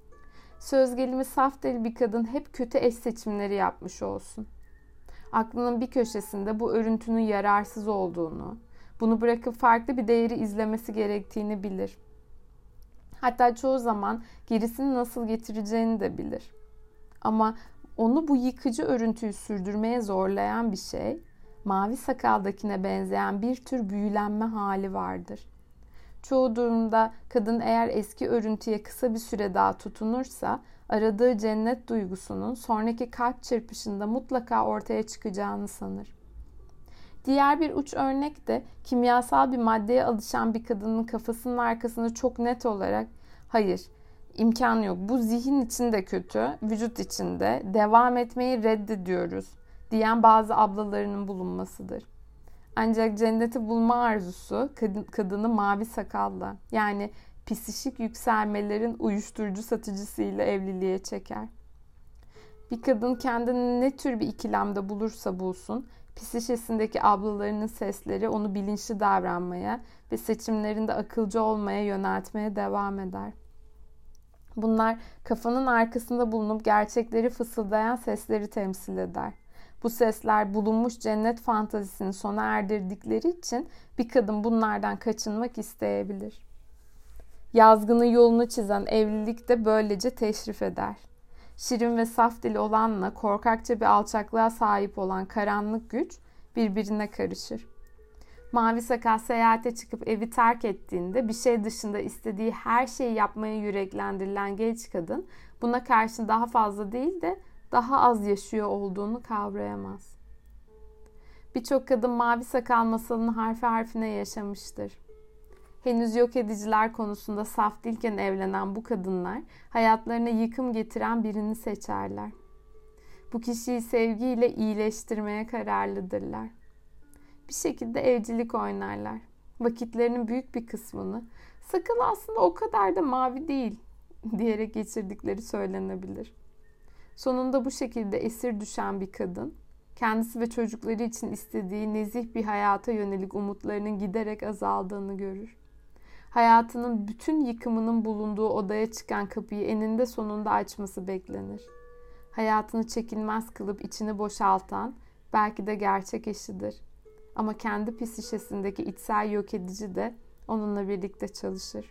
Söz gelimi saf deli bir kadın hep kötü eş seçimleri yapmış olsun. Aklının bir köşesinde bu örüntünün yararsız olduğunu, bunu bırakıp farklı bir değeri izlemesi gerektiğini bilir. Hatta çoğu zaman gerisini nasıl getireceğini de bilir. Ama onu bu yıkıcı örüntüyü sürdürmeye zorlayan bir şey, mavi sakaldakine benzeyen bir tür büyülenme hali vardır. Çoğu durumda kadın eğer eski örüntüye kısa bir süre daha tutunursa aradığı cennet duygusunun sonraki kalp çırpışında mutlaka ortaya çıkacağını sanır. Diğer bir uç örnek de kimyasal bir maddeye alışan bir kadının kafasının arkasında çok net olarak hayır, imkan yok, bu zihin için de kötü, vücut için de, devam etmeyi reddediyoruz diyen bazı ablalarının bulunmasıdır. Ancak cenneti bulma arzusu kadını mavi sakalla, yani psişik yükselmelerin uyuşturucu satıcısıyla evliliğe çeker. Bir kadın kendini ne tür bir ikilemde bulursa bulsun, Psişesindeki ablalarının sesleri onu bilinçli davranmaya ve seçimlerinde akılcı olmaya yöneltmeye devam eder. Bunlar kafanın arkasında bulunup gerçekleri fısıldayan sesleri temsil eder. Bu sesler bulunmuş cennet fantazisini sona erdirdikleri için bir kadın bunlardan kaçınmak isteyebilir. Yazgının yolunu çizen evlilik de böylece teşrif eder. Şirin ve saf dili olanla korkakça bir alçaklığa sahip olan karanlık güç birbirine karışır. Mavi Sakal seyahate çıkıp evi terk ettiğinde bir şey dışında istediği her şeyi yapmaya yüreklendirilen genç kadın buna karşı daha fazla değil de daha az yaşıyor olduğunu kavrayamaz. Birçok kadın Mavi Sakal masalını harfi harfine yaşamıştır. Henüz yok ediciler konusunda saf değilken evlenen bu kadınlar hayatlarına yıkım getiren birini seçerler. Bu kişiyi sevgiyle iyileştirmeye kararlıdırlar. Bir şekilde evcilik oynarlar. Vakitlerinin büyük bir kısmını sakal aslında o kadar da mavi değil diyerek geçirdikleri söylenebilir. Sonunda bu şekilde esir düşen bir kadın, kendisi ve çocukları için istediği nezih bir hayata yönelik umutlarının giderek azaldığını görür. Hayatının bütün yıkımının bulunduğu odaya çıkan kapıyı eninde sonunda açması beklenir. Hayatını çekilmez kılıp içini boşaltan belki de gerçek eşidir. Ama kendi psişesindeki içsel yok edici de onunla birlikte çalışır.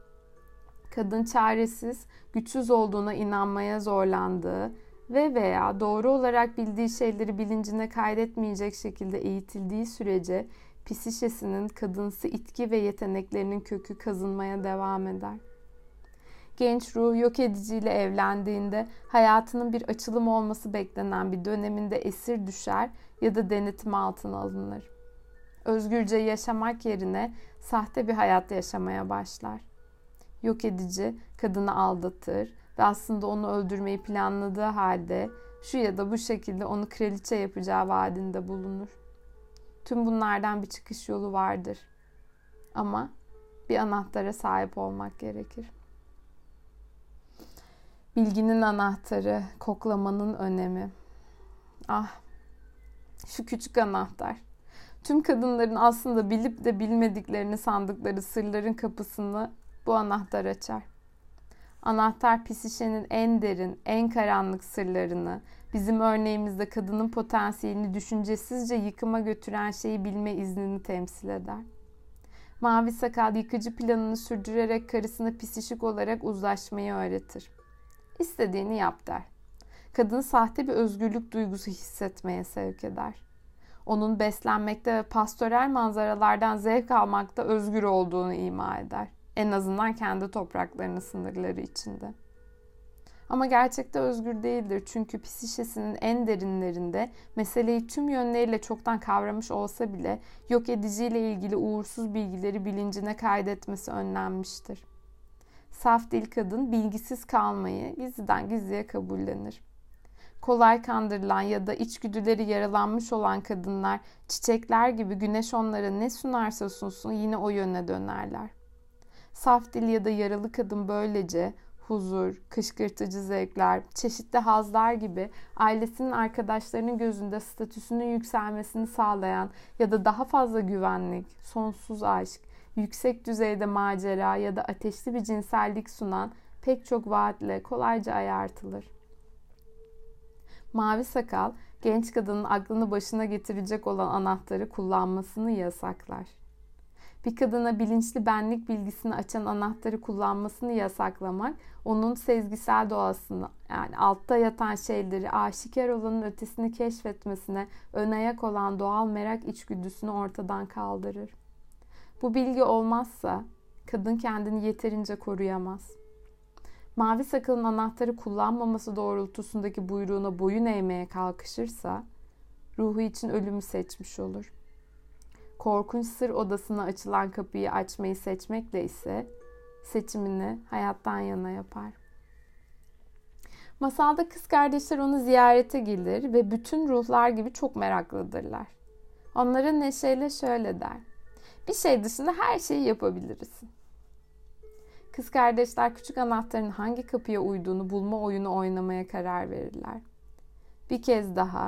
Kadın çaresiz, güçsüz olduğuna inanmaya zorlandığı ve veya doğru olarak bildiği şeyleri bilincine kaydetmeyecek şekilde eğitildiği sürece psişesinin kadınsı itki ve yeteneklerinin kökü kazınmaya devam eder. Genç ruh yok ediciyle evlendiğinde hayatının bir açılım olması beklenen bir döneminde esir düşer ya da denetim altına alınır. Özgürce yaşamak yerine sahte bir hayat yaşamaya başlar. Yok edici kadını aldatır ve aslında onu öldürmeyi planladığı halde şu ya da bu şekilde onu kraliçe yapacağı vaadinde bulunur. Tüm bunlardan bir çıkış yolu vardır. Ama bir anahtara sahip olmak gerekir. Bilginin anahtarı, koklamanın önemi. Ah, şu küçük anahtar. Tüm kadınların aslında bilip de bilmediklerini sandıkları sırların kapısını bu anahtar açar. Anahtar psişenin en derin, en karanlık sırlarını, bizim örneğimizde kadının potansiyelini düşüncesizce yıkıma götüren şeyi bilme iznini temsil eder. Mavi Sakal yıkıcı planını sürdürerek karısına psişik olarak uzlaşmayı öğretir. İstediğini yap der. Kadını sahte bir özgürlük duygusu hissetmeye sevk eder. Onun beslenmekte ve pastoral manzaralardan zevk almakta özgür olduğunu ima eder. En azından kendi topraklarının sınırları içinde. Ama gerçekte özgür değildir. Çünkü psişesinin en derinlerinde meseleyi tüm yönleriyle çoktan kavramış olsa bile yok ediciyle ilgili uğursuz bilgileri bilincine kaydetmesi önlenmiştir. Saf dil kadın bilgisiz kalmayı gizliden gizliye kabullenir. Kolay kandırılan ya da içgüdüleri yaralanmış olan kadınlar çiçekler gibi güneş onlara ne sunarsa sunsun yine o yöne dönerler. Saf dil ya da yaralı kadın böylece huzur, kışkırtıcı zevkler, çeşitli hazlar gibi ailesinin arkadaşlarının gözünde statüsünün yükselmesini sağlayan ya da daha fazla güvenlik, sonsuz aşk, yüksek düzeyde macera ya da ateşli bir cinsellik sunan pek çok vaatle kolayca ayartılır. Mavi Sakal, genç kadının aklını başına getirecek olan anahtarı kullanmasını yasaklar. Bir kadına bilinçli benlik bilgisini açan anahtarı kullanmasını yasaklamak, onun sezgisel doğasını, yani altta yatan şeyleri aşikar olanın ötesini keşfetmesine ön ayak olan doğal merak içgüdüsünü ortadan kaldırır. Bu bilgi olmazsa kadın kendini yeterince koruyamaz. Mavi Sakal'ın anahtarı kullanmaması doğrultusundaki buyruğuna boyun eğmeye kalkışırsa ruhu için ölümü seçmiş olur. Korkunç sır odasına açılan kapıyı açmayı seçmekle ise seçimini hayattan yana yapar. Masalda kız kardeşler onu ziyarete gelir ve bütün ruhlar gibi çok meraklıdırlar. Onlara neşeyle şöyle der: "Bir şey dışında her şeyi yapabiliriz." Kız kardeşler küçük anahtarın hangi kapıya uyduğunu bulma oyunu oynamaya karar verirler. Bir kez daha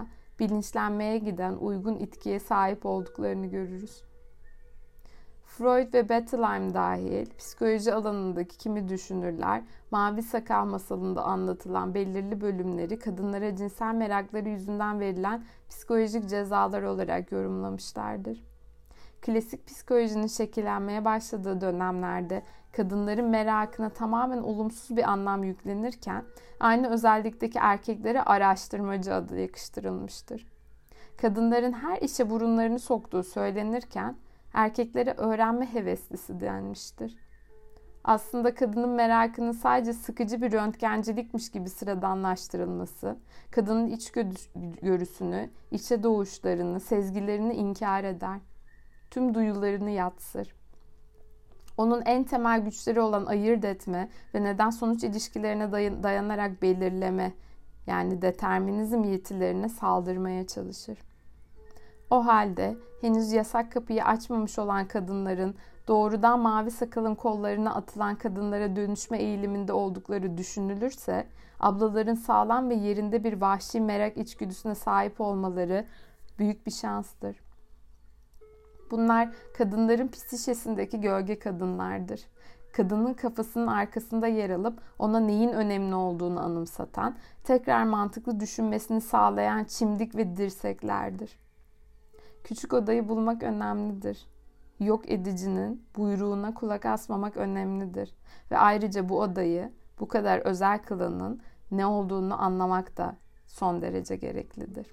bilinçlenmeye giden uygun itkiye sahip olduklarını görürüz. Freud ve Bettelheim dahil psikoloji alanındaki kimi düşünürler, Mavi Sakal masalında anlatılan belirli bölümleri kadınlara cinsel merakları yüzünden verilen psikolojik cezalar olarak yorumlamışlardır. Klasik psikolojinin şekillenmeye başladığı dönemlerde kadınların merakına tamamen olumsuz bir anlam yüklenirken, aynı özellikteki erkeklere araştırmacı adı yakıştırılmıştır. Kadınların her işe burunlarını soktuğu söylenirken, erkeklere öğrenme heveslisi denmiştir. Aslında kadının merakının sadece sıkıcı bir röntgencilikmiş gibi sıradanlaştırılması, kadının içgörüsünü, içe doğuşlarını, sezgilerini inkar eder. Tüm duyularını yatsır. Onun en temel güçleri olan ayırt etme ve neden-sonuç ilişkilerine dayanarak belirleme, yani determinizm yetilerine saldırmaya çalışır. O halde henüz yasak kapıyı açmamış olan kadınların doğrudan Mavi Sakal'ın kollarına atılan kadınlara dönüşme eğiliminde oldukları düşünülürse, ablaların sağlam ve yerinde bir vahşi merak içgüdüsüne sahip olmaları büyük bir şanstır. Bunlar kadınların psişesindeki gölge kadınlardır. Kadının kafasının arkasında yer alıp ona neyin önemli olduğunu anımsatan, tekrar mantıklı düşünmesini sağlayan çimdik ve dirseklerdir. Küçük odayı bulmak önemlidir. Yok edicinin buyruğuna kulak asmamak önemlidir. Ve ayrıca bu odayı bu kadar özel kılanın ne olduğunu anlamak da son derece gereklidir.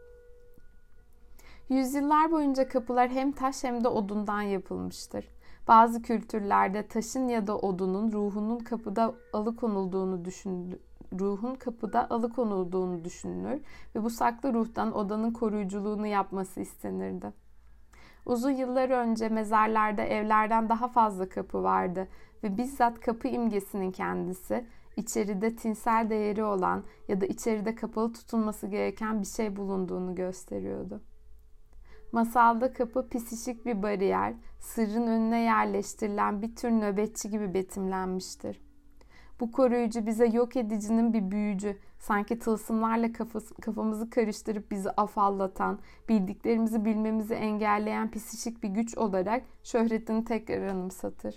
Yüzyıllar boyunca kapılar hem taş hem de odundan yapılmıştır. Bazı kültürlerde taşın ya da odunun ruhun kapıda alıkonulduğunu düşünülür ve bu saklı ruhtan odanın koruyuculuğunu yapması istenirdi. Uzun yıllar önce mezarlarda evlerden daha fazla kapı vardı ve bizzat kapı imgesinin kendisi içeride tinsel değeri olan ya da içeride kapalı tutulması gereken bir şey bulunduğunu gösteriyordu. Masalda kapı psişik bir bariyer, sırrın önüne yerleştirilen bir tür nöbetçi gibi betimlenmiştir. Bu koruyucu bize yok edicinin bir büyücü, sanki tılsımlarla kafamızı karıştırıp bizi afallatan, bildiklerimizi bilmemizi engelleyen psişik bir güç olarak şöhretini tekrar anımsatır.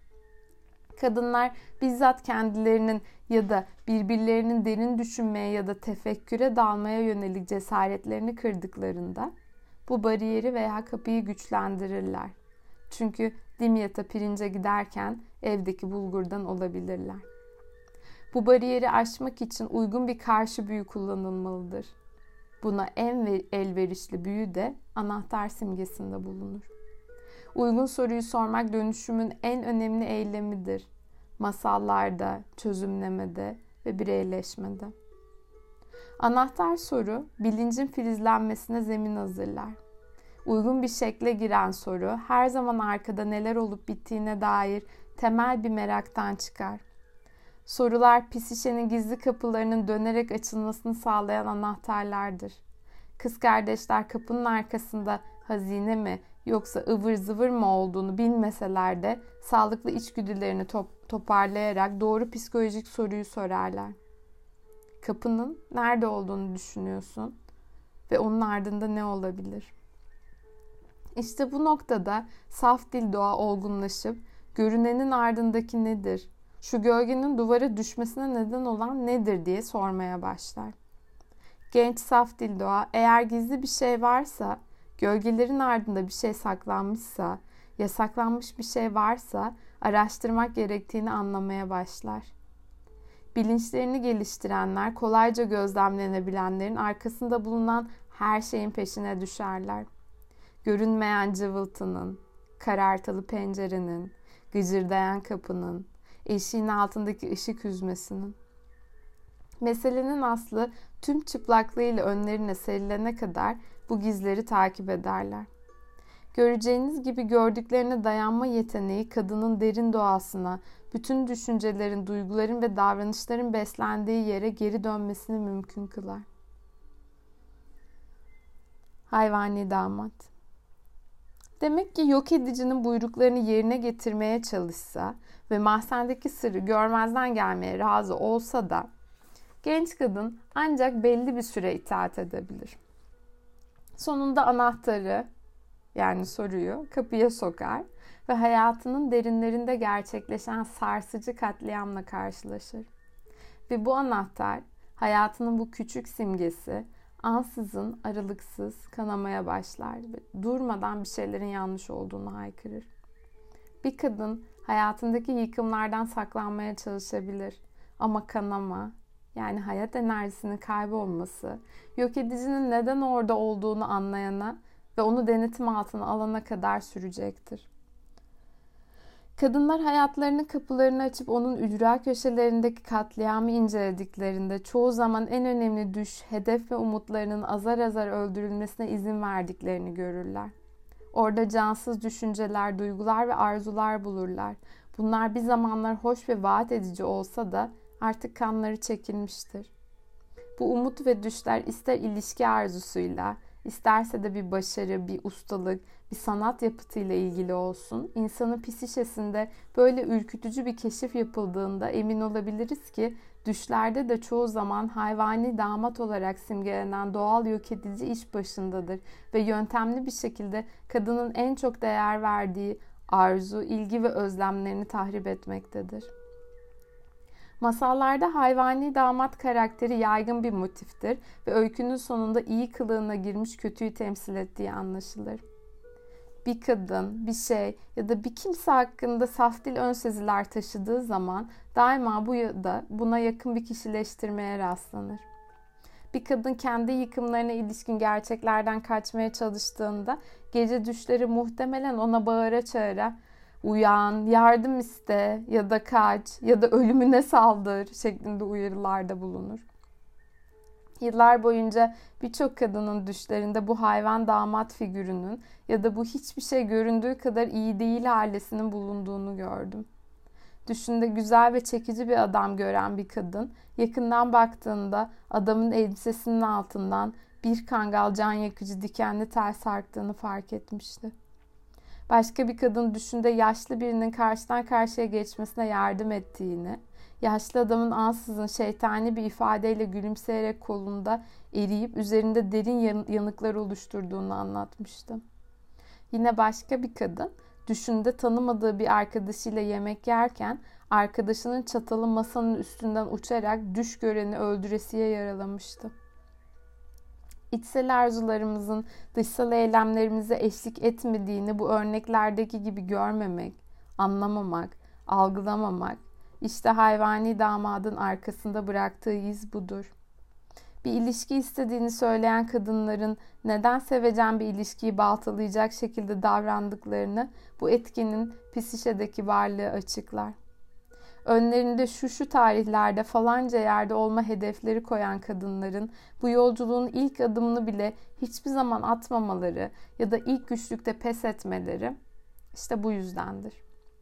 Kadınlar bizzat kendilerinin ya da birbirlerinin derin düşünmeye ya da tefekküre dalmaya yönelik cesaretlerini kırdıklarında, bu bariyeri veya kapıyı güçlendirirler. Çünkü Dimyat'a pirince giderken evdeki bulgurdan olabilirler. Bu bariyeri aşmak için uygun bir karşı büyü kullanılmalıdır. Buna en elverişli büyü de anahtar simgesinde bulunur. Uygun soruyu sormak dönüşümün en önemli eylemidir. Masallarda, çözümlemede ve bireyleşmede. Anahtar soru, bilincin filizlenmesine zemin hazırlar. Uygun bir şekle giren soru, her zaman arkada neler olup bittiğine dair temel bir meraktan çıkar. Sorular, psişenin gizli kapılarının dönerek açılmasını sağlayan anahtarlardır. Kız kardeşler kapının arkasında hazine mi yoksa ıvır zıvır mı olduğunu bilmeseler de sağlıklı içgüdülerini toparlayarak doğru psikolojik soruyu sorarlar. Kapının nerede olduğunu düşünüyorsun ve onun ardında ne olabilir? İşte bu noktada saf dil doğa olgunlaşıp görünenin ardındaki nedir? Şu gölgenin duvara düşmesine neden olan nedir diye sormaya başlar. Genç saf dil doğa eğer gizli bir şey varsa, gölgelerin ardında bir şey saklanmışsa, yasaklanmış bir şey varsa araştırmak gerektiğini anlamaya başlar. Bilinçlerini geliştirenler, kolayca gözlemlenebilenlerin arkasında bulunan her şeyin peşine düşerler. Görünmeyen cıvıltının, karartılı pencerenin, gıcırdayan kapının, eşiğin altındaki ışık hüzmesinin. Meselenin aslı tüm çıplaklığıyla önlerine serilene kadar bu gizleri takip ederler. Göreceğiniz gibi gördüklerine dayanma yeteneği kadının derin doğasına, bütün düşüncelerin, duyguların ve davranışların beslendiği yere geri dönmesini mümkün kılar. Hayvani damat. Demek ki yok edicinin buyruklarını yerine getirmeye çalışsa ve mahzendeki sırrı görmezden gelmeye razı olsa da genç kadın ancak belli bir süre itaat edebilir. Sonunda anahtarı, yani soruyu kapıya sokar ve hayatının derinlerinde gerçekleşen sarsıcı katliamla karşılaşır. Ve bu anahtar, hayatının bu küçük simgesi ansızın aralıksız kanamaya başlar ve durmadan bir şeylerin yanlış olduğunu haykırır. Bir kadın hayatındaki yıkımlardan saklanmaya çalışabilir ama kanama, yani hayat enerjisinin kaybolması, yok edicinin neden orada olduğunu anlayana ve onu denetim altına alana kadar sürecektir. Kadınlar hayatlarının kapılarını açıp onun ücra köşelerindeki katliamı incelediklerinde çoğu zaman en önemli düş, hedef ve umutlarının azar azar öldürülmesine izin verdiklerini görürler. Orada cansız düşünceler, duygular ve arzular bulurlar. Bunlar bir zamanlar hoş ve vaat edici olsa da artık kanları çekilmiştir. Bu umut ve düşler ister ilişki arzusuyla, isterse de bir başarı, bir ustalık, bir sanat yapıtıyla ilgili olsun, insanın psişesinde böyle ürkütücü bir keşif yapıldığında emin olabiliriz ki düşlerde de çoğu zaman hayvani damat olarak simgelenen doğal yok edici iş başındadır ve yöntemli bir şekilde kadının en çok değer verdiği arzu, ilgi ve özlemlerini tahrip etmektedir. Masallarda hayvani damat karakteri yaygın bir motiftir ve öykünün sonunda iyi kılığına girmiş kötüyü temsil ettiği anlaşılır. Bir kadın, bir şey ya da bir kimse hakkında saf dil ön seziler taşıdığı zaman daima bu ya da buna yakın bir kişileştirmeye rastlanır. Bir kadın kendi yıkımlarına ilişkin gerçeklerden kaçmaya çalıştığında gece düşleri muhtemelen ona bağıra çağıra uyan, yardım iste ya da kaç ya da ölümüne saldır şeklinde uyarılarda bulunur. Yıllar boyunca birçok kadının düşlerinde bu hayvan damat figürünün ya da bu hiçbir şey göründüğü kadar iyi değil ailesinin bulunduğunu gördüm. Düşünde güzel ve çekici bir adam gören bir kadın yakından baktığında adamın elbisesinin altından bir kangal can yakıcı dikenli tel sarktığını fark etmişti. Başka bir kadın düşünde yaşlı birinin karşıdan karşıya geçmesine yardım ettiğini, yaşlı adamın ansızın şeytani bir ifadeyle gülümseyerek kolunda eriyip üzerinde derin yanıklar oluşturduğunu anlatmıştı. Yine başka bir kadın düşünde tanımadığı bir arkadaşıyla yemek yerken arkadaşının çatalı masanın üstünden uçarak düş göreni öldüresiye yaralamıştı. İçsel arzularımızın dışsal eylemlerimize eşlik etmediğini bu örneklerdeki gibi görmemek, anlamamak, algılamamak, işte hayvani damadın arkasında bıraktığı iz budur. Bir ilişki istediğini söyleyen kadınların neden sevecen bir ilişkiyi baltalayacak şekilde davrandıklarını bu etkinin psişedeki varlığı açıklar. Önlerinde şu tarihlerde falanca yerde olma hedefleri koyan kadınların bu yolculuğun ilk adımını bile hiçbir zaman atmamaları ya da ilk güçlükte pes etmeleri işte bu yüzdendir.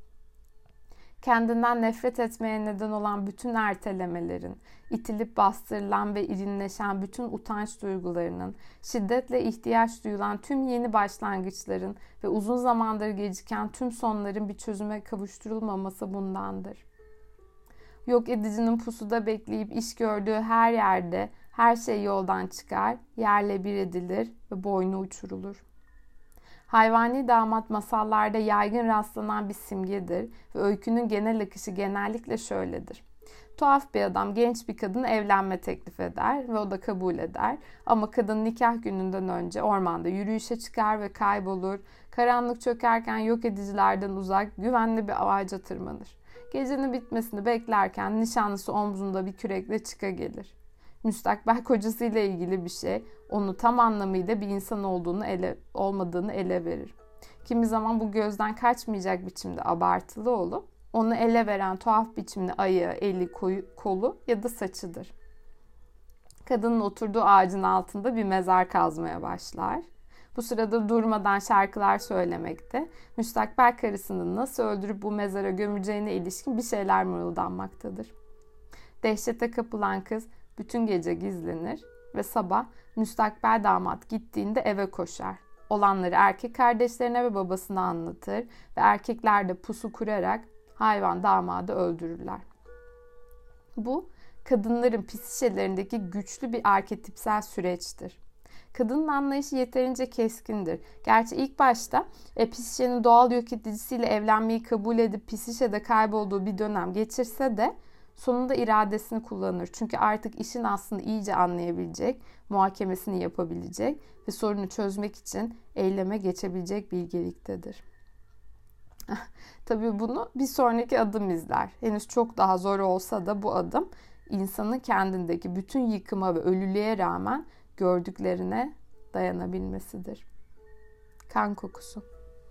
Kendinden nefret etmeye neden olan bütün ertelemelerin, itilip bastırılan ve irinleşen bütün utanç duygularının, şiddetle ihtiyaç duyulan tüm yeni başlangıçların ve uzun zamandır geciken tüm sonların bir çözüme kavuşturulmaması bundandır. Yok edicinin pusuda bekleyip iş gördüğü her yerde her şey yoldan çıkar, yerle bir edilir ve boynu uçurulur. Hayvani damat masallarda yaygın rastlanan bir simgedir ve öykünün genel akışı genellikle şöyledir. Tuhaf bir adam genç bir kadın evlenme teklif eder ve o da kabul eder. Ama kadın nikah gününden önce ormanda yürüyüşe çıkar ve kaybolur. Karanlık çökerken yok edicilerden uzak güvenli bir ağaca tırmanır. Gecenin bitmesini beklerken nişanlısı omzunda bir kürekle çıka gelir. Müstakbel kocasıyla ilgili bir şey onu tam anlamıyla bir insan olmadığını ele verir. Kimi zaman bu gözden kaçmayacak biçimde abartılı olup onu ele veren tuhaf biçimde ayağı, eli, kolu ya da saçıdır. Kadının oturduğu ağacın altında bir mezar kazmaya başlar. Bu sırada durmadan şarkılar söylemekte, müstakbel karısını nasıl öldürüp bu mezara gömeceğine ilişkin bir şeyler mırıldanmaktadır. Dehşete kapılan kız bütün gece gizlenir ve sabah müstakbel damat gittiğinde eve koşar. Olanları erkek kardeşlerine ve babasına anlatır ve erkekler de pusu kurarak hayvan damadı öldürürler. Bu, kadınların psişelerindeki güçlü bir arketipsel süreçtir. Kadının anlayışı yeterince keskindir. Gerçi ilk başta Psişe'nin doğal yok edicisiyle evlenmeyi kabul edip Psişe'de kaybolduğu bir dönem geçirse de sonunda iradesini kullanır. Çünkü artık işin aslını iyice anlayabilecek, muhakemesini yapabilecek ve sorunu çözmek için eyleme geçebilecek bilgeliktedir. Tabii bunu bir sonraki adım izler. Henüz çok daha zor olsa da bu adım insanın kendindeki bütün yıkıma ve ölülüğe rağmen gördüklerine dayanabilmesidir. Kan kokusu.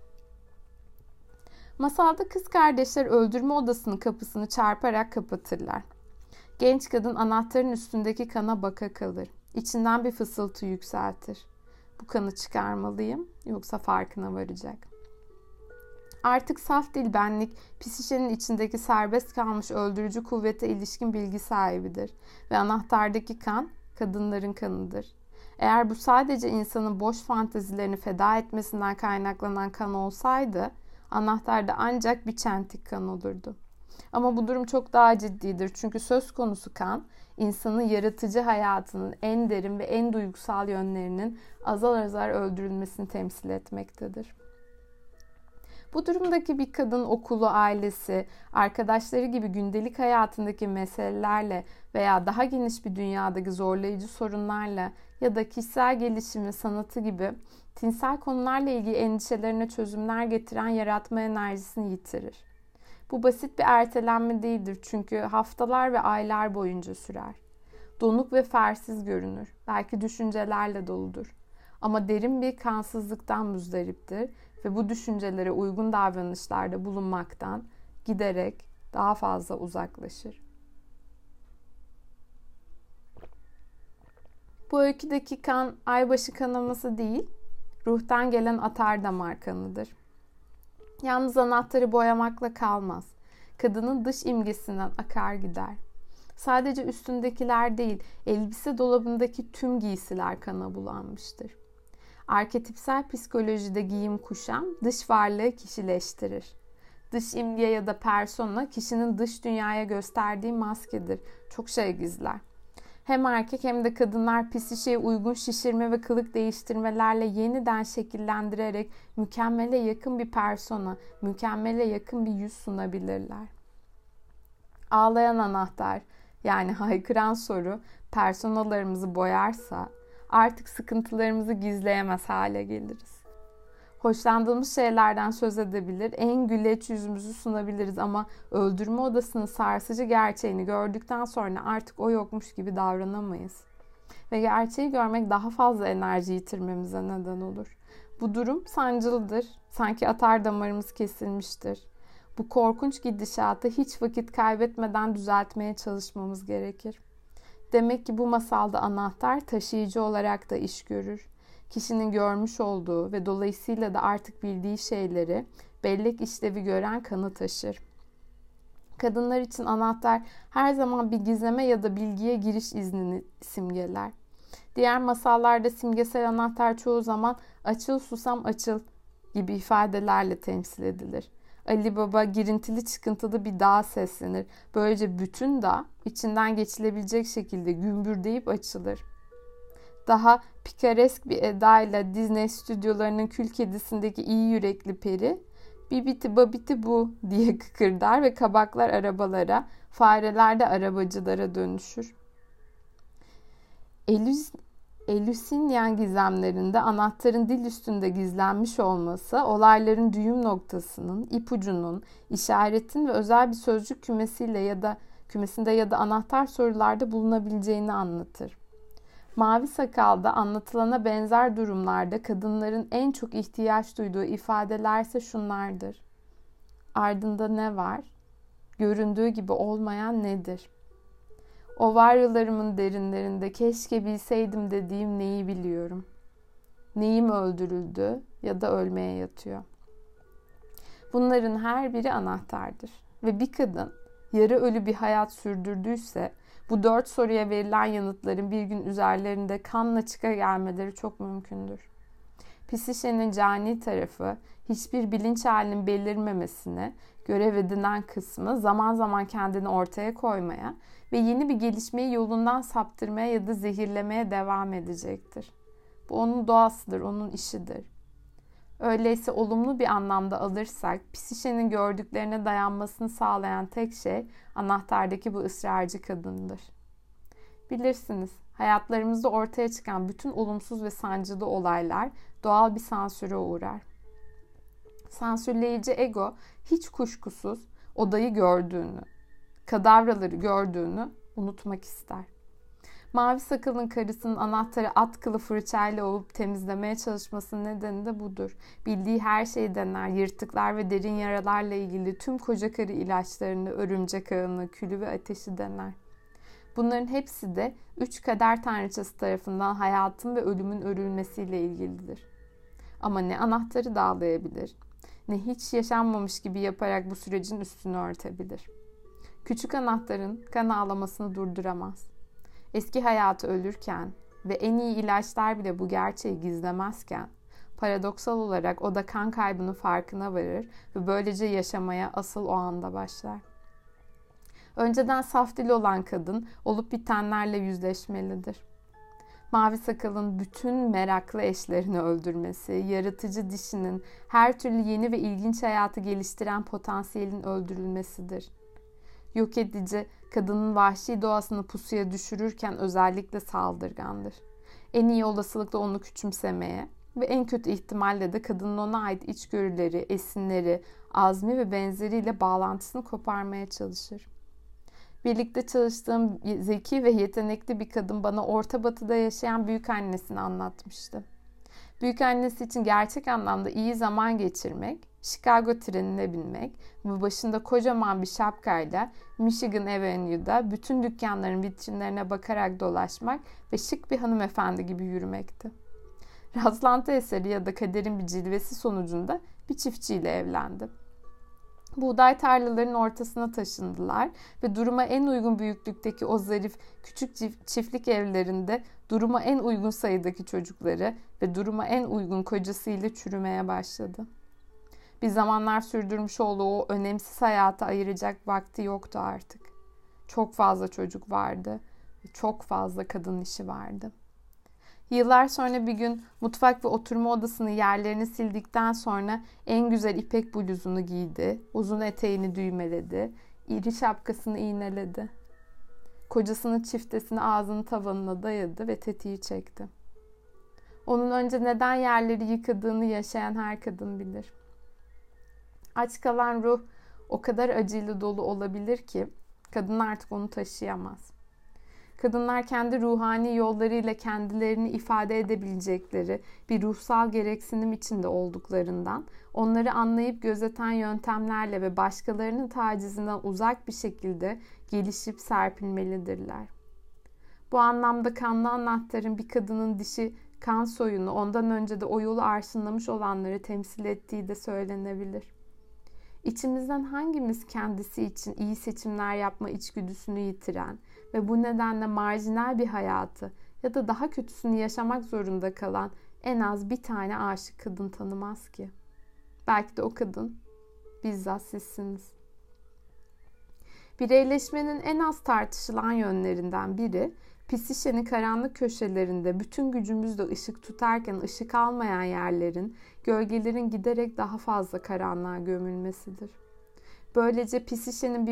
Masalda kız kardeşler öldürme odasının kapısını çarparak kapatırlar. Genç kadın anahtarın üstündeki kana baka kalır. İçinden bir fısıltı yükseltir. Bu kanı çıkarmalıyım, yoksa farkına varacak. Artık saf dil benlik, Psişe'nin içindeki serbest kalmış öldürücü kuvvete ilişkin bilgi sahibidir ve anahtardaki kan, kadınların kanıdır. Eğer bu sadece insanın boş fantezilerini feda etmesinden kaynaklanan kan olsaydı, anahtarda ancak bir çentik kan olurdu. Ama bu durum çok daha ciddidir, çünkü söz konusu kan, insanın yaratıcı hayatının en derin ve en duygusal yönlerinin azar azar öldürülmesini temsil etmektedir. Bu durumdaki bir kadın okulu, ailesi, arkadaşları gibi gündelik hayatındaki meselelerle veya daha geniş bir dünyadaki zorlayıcı sorunlarla ya da kişisel gelişimi, sanatı gibi tinsel konularla ilgili endişelerine çözümler getiren yaratma enerjisini yitirir. Bu basit bir ertelenme değildir, çünkü haftalar ve aylar boyunca sürer. Donuk ve fersiz görünür, belki düşüncelerle doludur. Ama derin bir kansızlıktan müzdariptir ve bu düşüncelere uygun davranışlarda bulunmaktan giderek daha fazla uzaklaşır. Bu öyküdeki kan aybaşı kanaması değil, ruhtan gelen atardamar kanıdır. Yalnız anahtarı boyamakla kalmaz. Kadının dış imgesinden akar gider. Sadece üstündekiler değil, elbise dolabındaki tüm giysiler kana bulanmıştır. Arketipsel psikolojide giyim kuşam dış varlığı kişileştirir. Dış imge ya da persona kişinin dış dünyaya gösterdiği maskedir. Çok şey gizler. Hem erkek hem de kadınlar psişeye uygun şişirme ve kılık değiştirmelerle yeniden şekillendirerek mükemmele yakın bir persona, mükemmele yakın bir yüz sunabilirler. Ağlayan anahtar, yani haykıran soru personalarımızı boyarsa artık sıkıntılarımızı gizleyemez hale geliriz. Hoşlandığımız şeylerden söz edebilir, en güleç yüzümüzü sunabiliriz ama öldürme odasının sarsıcı gerçeğini gördükten sonra artık o yokmuş gibi davranamayız. Ve gerçeği görmek daha fazla enerji yitirmemize neden olur. Bu durum sancılıdır, sanki atar damarımız kesilmiştir. Bu korkunç gidişatı hiç vakit kaybetmeden düzeltmeye çalışmamız gerekir. Demek ki bu masalda anahtar taşıyıcı olarak da iş görür. Kişinin görmüş olduğu ve dolayısıyla da artık bildiği şeyleri bellek işlevi gören kanı taşır. Kadınlar için anahtar her zaman bir gizeme ya da bilgiye giriş iznini simgeler. Diğer masallarda simgesel anahtar çoğu zaman açıl susam açıl gibi ifadelerle temsil edilir. Ali Baba girintili çıkıntılı bir dağa seslenir. Böylece bütün dağ içinden geçilebilecek şekilde gümbürdeyip açılır. Daha pikaresk bir edayla Disney stüdyolarının Kül Kedisi'ndeki iyi yürekli peri "Bibiti babiti bu" diye kıkırdar ve kabaklar arabalara, fareler de arabacılara dönüşür. Elüsinyen gizemlerinde anahtarın dil üstünde gizlenmiş olması, olayların düğüm noktasının, ipucunun, işaretin ve özel bir sözcük kümesinde ya da anahtar sorularda bulunabileceğini anlatır. Mavi Sakal'da anlatılana benzer durumlarda kadınların en çok ihtiyaç duyduğu ifadelerse şunlardır. Ardında ne var? Göründüğü gibi olmayan nedir? Ovaryolarımın derinlerinde keşke bilseydim dediğim neyi biliyorum? Neyim öldürüldü ya da ölmeye yatıyor? Bunların her biri anahtardır. Ve bir kadın yarı ölü bir hayat sürdürdüyse bu 4 soruya verilen yanıtların bir gün üzerlerinde kanla çıka gelmeleri çok mümkündür. Psişe'nin cani tarafı hiçbir bilinç halinin belirmemesini, görev edinen kısmı zaman zaman kendini ortaya koymaya ve yeni bir gelişmeyi yolundan saptırmaya ya da zehirlemeye devam edecektir. Bu onun doğasıdır, onun işidir. Öyleyse olumlu bir anlamda alırsak, psişenin gördüklerine dayanmasını sağlayan tek şey anahtardaki bu ısrarcı kadındır. Bilirsiniz, hayatlarımızda ortaya çıkan bütün olumsuz ve sancılı olaylar doğal bir sansüre uğrar. Sansürleyici ego hiç kuşkusuz odayı gördüğünü, kadavraları gördüğünü unutmak ister. Mavi sakalın karısının anahtarı at kılı fırçayla ovup temizlemeye çalışmasının nedeni de budur. Bildiği her şeyi dener, yırtıklar ve derin yaralarla ilgili tüm koca karı ilaçlarını, örümcek ağını, külü ve ateşi dener. Bunların hepsi de 3 kader tanrıçası tarafından hayatın ve ölümün örülmesiyle ilgilidir. Ama ne anahtarı dağlayabilir, ne hiç yaşanmamış gibi yaparak bu sürecin üstünü örtebilir. Küçük anahtarın kan ağlamasını durduramaz. Eski hayatı ölürken ve en iyi ilaçlar bile bu gerçeği gizlemezken, paradoksal olarak o da kan kaybının farkına varır ve böylece yaşamaya asıl o anda başlar. Önceden saf dil olan kadın olup bitenlerle yüzleşmelidir. Mavi sakalın bütün meraklı eşlerini öldürmesi, yaratıcı dişinin her türlü yeni ve ilginç hayatı geliştiren potansiyelin öldürülmesidir. Yok edici, kadının vahşi doğasını pusuya düşürürken özellikle saldırgandır. En iyi olasılıkla onu küçümsemeye ve en kötü ihtimalle de kadının ona ait içgörüleri, esinleri, azmi ve benzeriyle bağlantısını koparmaya çalışır. Birlikte çalıştığım zeki ve yetenekli bir kadın bana Orta Batı'da yaşayan büyükannesini anlatmıştı. Büyükannesi için gerçek anlamda iyi zaman geçirmek, Chicago trenine binmek ve başında kocaman bir şapkayla Michigan Avenue'da bütün dükkanların vitrinlerine bakarak dolaşmak ve şık bir hanımefendi gibi yürümekti. Rastlantı eseri ya da kaderin bir cilvesi sonucunda bir çiftçiyle evlendi. Buğday tarlalarının ortasına taşındılar ve duruma en uygun büyüklükteki o zarif küçük çiftlik evlerinde duruma en uygun sayıdaki çocukları ve duruma en uygun kocasıyla çürümeye başladı. Bir zamanlar sürdürmüş olduğu o önemsiz hayata ayıracak vakti yoktu artık. Çok fazla çocuk vardı ve çok fazla kadın işi vardı. Yıllar sonra bir gün mutfak ve oturma odasının yerlerini sildikten sonra en güzel ipek bluzunu giydi, uzun eteğini düğmeledi, iri şapkasını iğneledi. Kocasının çiftesini ağzının tavanına dayadı ve tetiği çekti. Onun önce neden yerleri yıkadığını yaşayan her kadın bilir. Aç kalan ruh o kadar acıyla dolu olabilir ki kadın artık onu taşıyamaz. Kadınlar kendi ruhani yollarıyla kendilerini ifade edebilecekleri bir ruhsal gereksinim içinde olduklarından onları anlayıp gözeten yöntemlerle ve başkalarının tacizinden uzak bir şekilde gelişip serpilmelidirler. Bu anlamda kanlı anahtarın bir kadının dişi kan soyunu ondan önce de o yolu arşınlamış olanları temsil ettiği de söylenebilir. İçimizden hangimiz kendisi için iyi seçimler yapma içgüdüsünü yitiren ve bu nedenle marjinal bir hayatı ya da daha kötüsünü yaşamak zorunda kalan en az bir tane aşık kadın tanımaz ki? Belki de o kadın bizzat sizsiniz. Bireyleşmenin en az tartışılan yönlerinden biri, psişenin karanlık köşelerinde bütün gücümüzle ışık tutarken ışık almayan yerlerin, gölgelerin giderek daha fazla karanlığa gömülmesidir. Böylece psişenin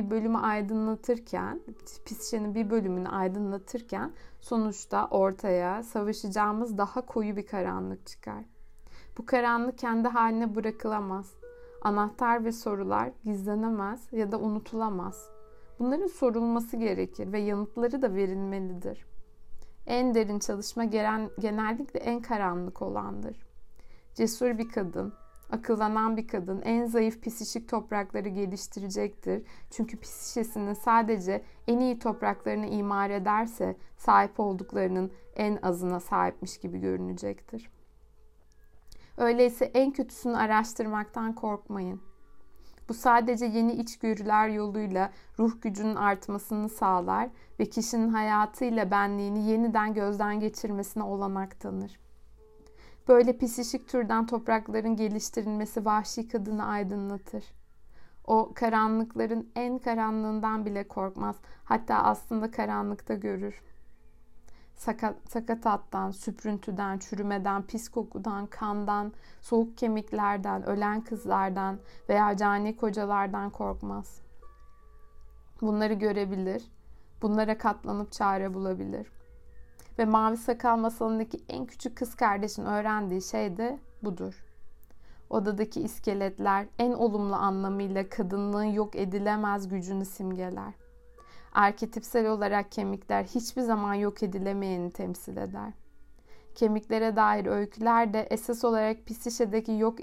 bir bölümünü aydınlatırken sonuçta ortaya savaşacağımız daha koyu bir karanlık çıkar. Bu karanlık kendi haline bırakılamaz. Anahtar ve sorular gizlenemez ya da unutulamaz. Bunların sorulması gerekir ve yanıtları da verilmelidir. En derin çalışma genellikle en karanlık olandır. Cesur bir kadın, akıllanan bir kadın en zayıf psişik toprakları geliştirecektir. Çünkü psişesinin sadece en iyi topraklarını imar ederse sahip olduklarının en azına sahipmiş gibi görünecektir. Öyleyse en kötüsünü araştırmaktan korkmayın. Bu sadece yeni içgörüler yoluyla ruh gücünün artmasını sağlar ve kişinin hayatıyla benliğini yeniden gözden geçirmesine olanak tanır. Böyle psişik türden toprakların geliştirilmesi vahşi kadını aydınlatır. O karanlıkların en karanlığından bile korkmaz, hatta aslında karanlıkta görür. sakatattan, süprüntüden, çürümeden, pis kokudan, kandan, soğuk kemiklerden, ölen kızlardan veya cani kocalardan korkmaz. Bunları görebilir, bunlara katlanıp çare bulabilir. Ve Mavi Sakal masalındaki en küçük kız kardeşin öğrendiği şey de budur. Odadaki iskeletler en olumlu anlamıyla kadınlığın yok edilemez gücünü simgeler. Arketipsel olarak kemikler hiçbir zaman yok edilemeyeni temsil eder. Kemiklere dair öyküler de esas olarak psişedeki yok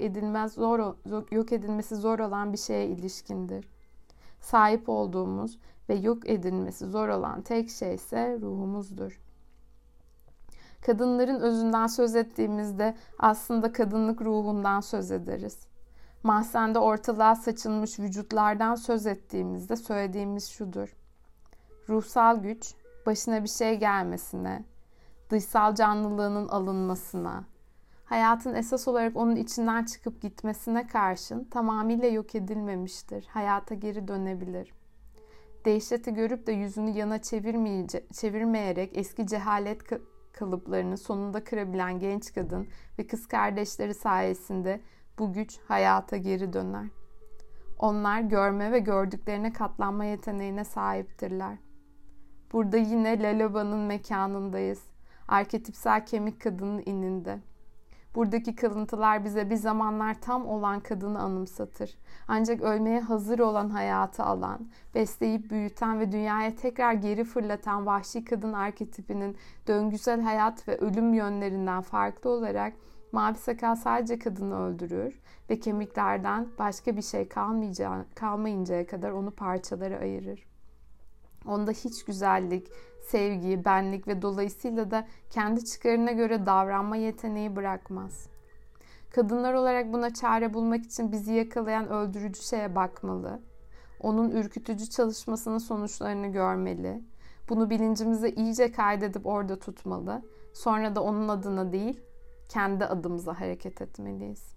edilmesi zor olan bir şeye ilişkindir. Sahip olduğumuz ve yok edilmesi zor olan tek şey ise ruhumuzdur. Kadınların özünden söz ettiğimizde aslında kadınlık ruhundan söz ederiz. Mahzende ortalığa saçılmış vücutlardan söz ettiğimizde söylediğimiz şudur: ruhsal güç, başına bir şey gelmesine, dışsal canlılığının alınmasına, hayatın esas olarak onun içinden çıkıp gitmesine karşın tamamıyla yok edilmemiştir. Hayata geri dönebilir. Dehşeti görüp de yüzünü yana çevirmeyerek eski cehalet kalıplarını sonunda kırabilen genç kadın ve kız kardeşleri sayesinde bu güç hayata geri döner. Onlar görme ve gördüklerine katlanma yeteneğine sahiptirler. Burada yine Laloba'nın mekanındayız. Arketipsel kemik kadının ininde. Buradaki kalıntılar bize bir zamanlar tam olan kadını anımsatır. Ancak ölmeye hazır olan hayatı alan, besleyip büyüten ve dünyaya tekrar geri fırlatan vahşi kadın arketipinin döngüsel hayat ve ölüm yönlerinden farklı olarak Mavi Sakal sadece kadını öldürür ve kemiklerden başka bir şey kalmayıncaya kadar onu parçalara ayırır. Onda hiç güzellik, sevgi, benlik ve dolayısıyla da kendi çıkarına göre davranma yeteneği bırakmaz. Kadınlar olarak buna çare bulmak için bizi yakalayan öldürücü şeye bakmalı. Onun ürkütücü çalışmasının sonuçlarını görmeli. Bunu bilincimize iyice kaydedip orada tutmalı. Sonra da onun adına değil, kendi adımıza hareket etmeliyiz.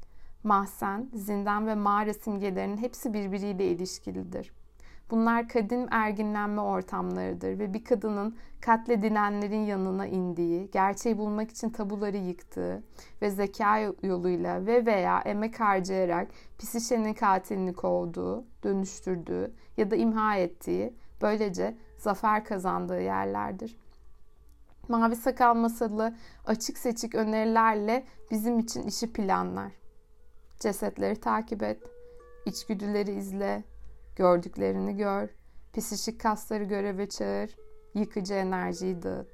Mahzen, zindan ve mağara simgelerinin hepsi birbiriyle ilişkilidir. Bunlar kadim erginlenme ortamlarıdır ve bir kadının katledilenlerin yanına indiği, gerçeği bulmak için tabuları yıktığı ve zeka yoluyla veya emek harcayarak psişenin katilini kovduğu, dönüştürdüğü ya da imha ettiği, böylece zafer kazandığı yerlerdir. Mavi Sakal masalı açık seçik önerilerle bizim için işi planlar. Cesetleri takip et, içgüdüleri izle, gördüklerini gör, psişik kasları göreve çağır, yıkıcı enerjiyi dağıt.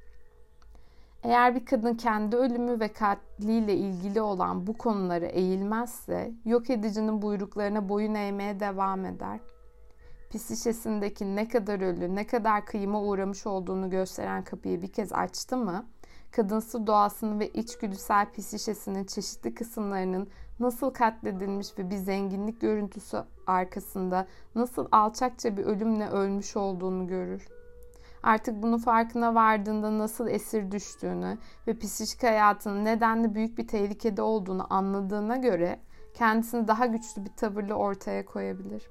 Eğer bir kadın kendi ölümü ve katliyle ilgili olan bu konulara eğilmezse, yok edicinin buyruklarına boyun eğmeye devam eder. Psişesindeki ne kadar ölü, ne kadar kıyıma uğramış olduğunu gösteren kapıyı bir kez açtı mı, kadınsı doğasını ve içgüdüsel psişesinin çeşitli kısımlarının nasıl katledilmiş ve bir zenginlik görüntüsü arkasında nasıl alçakça bir ölümle ölmüş olduğunu görür. Artık bunun farkına vardığında nasıl esir düştüğünü ve psikik hayatının nedenli büyük bir tehlikede olduğunu anladığına göre kendisini daha güçlü bir tavırla ortaya koyabilir.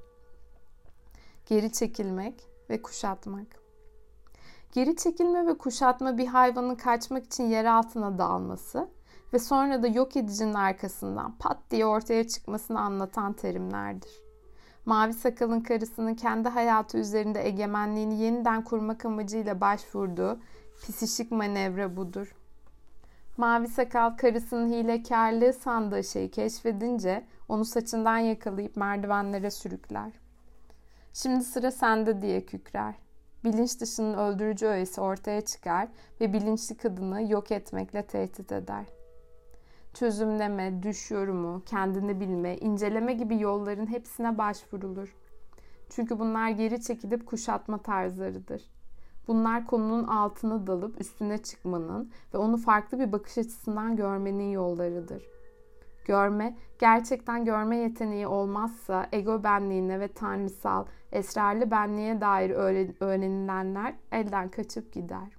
Geri çekilmek ve kuşatmak. Geri çekilme ve kuşatma bir hayvanın kaçmak için yer altına dalması ve sonra da yok edicinin arkasından pat diye ortaya çıkmasını anlatan terimlerdir. Mavi Sakal'ın karısının kendi hayatı üzerinde egemenliğini yeniden kurmak amacıyla başvurduğu psişik manevra budur. Mavi Sakal karısının hilekarlığı sandığı şeyi keşfedince onu saçından yakalayıp merdivenlere sürükler. Şimdi sıra sende diye kükrer. Bilinç dışının öldürücü öğesi ortaya çıkar ve bilinçli kadını yok etmekle tehdit eder. Çözümleme, düş yorumu, kendini bilme, inceleme gibi yolların hepsine başvurulur. Çünkü bunlar geri çekilip kuşatma tarzlarıdır. Bunlar konunun altına dalıp üstüne çıkmanın ve onu farklı bir bakış açısından görmenin yollarıdır. Görme, gerçekten görme yeteneği olmazsa ego benliğine ve tanrısal, esrarlı benliğe dair öğrenilenler elden kaçıp gider.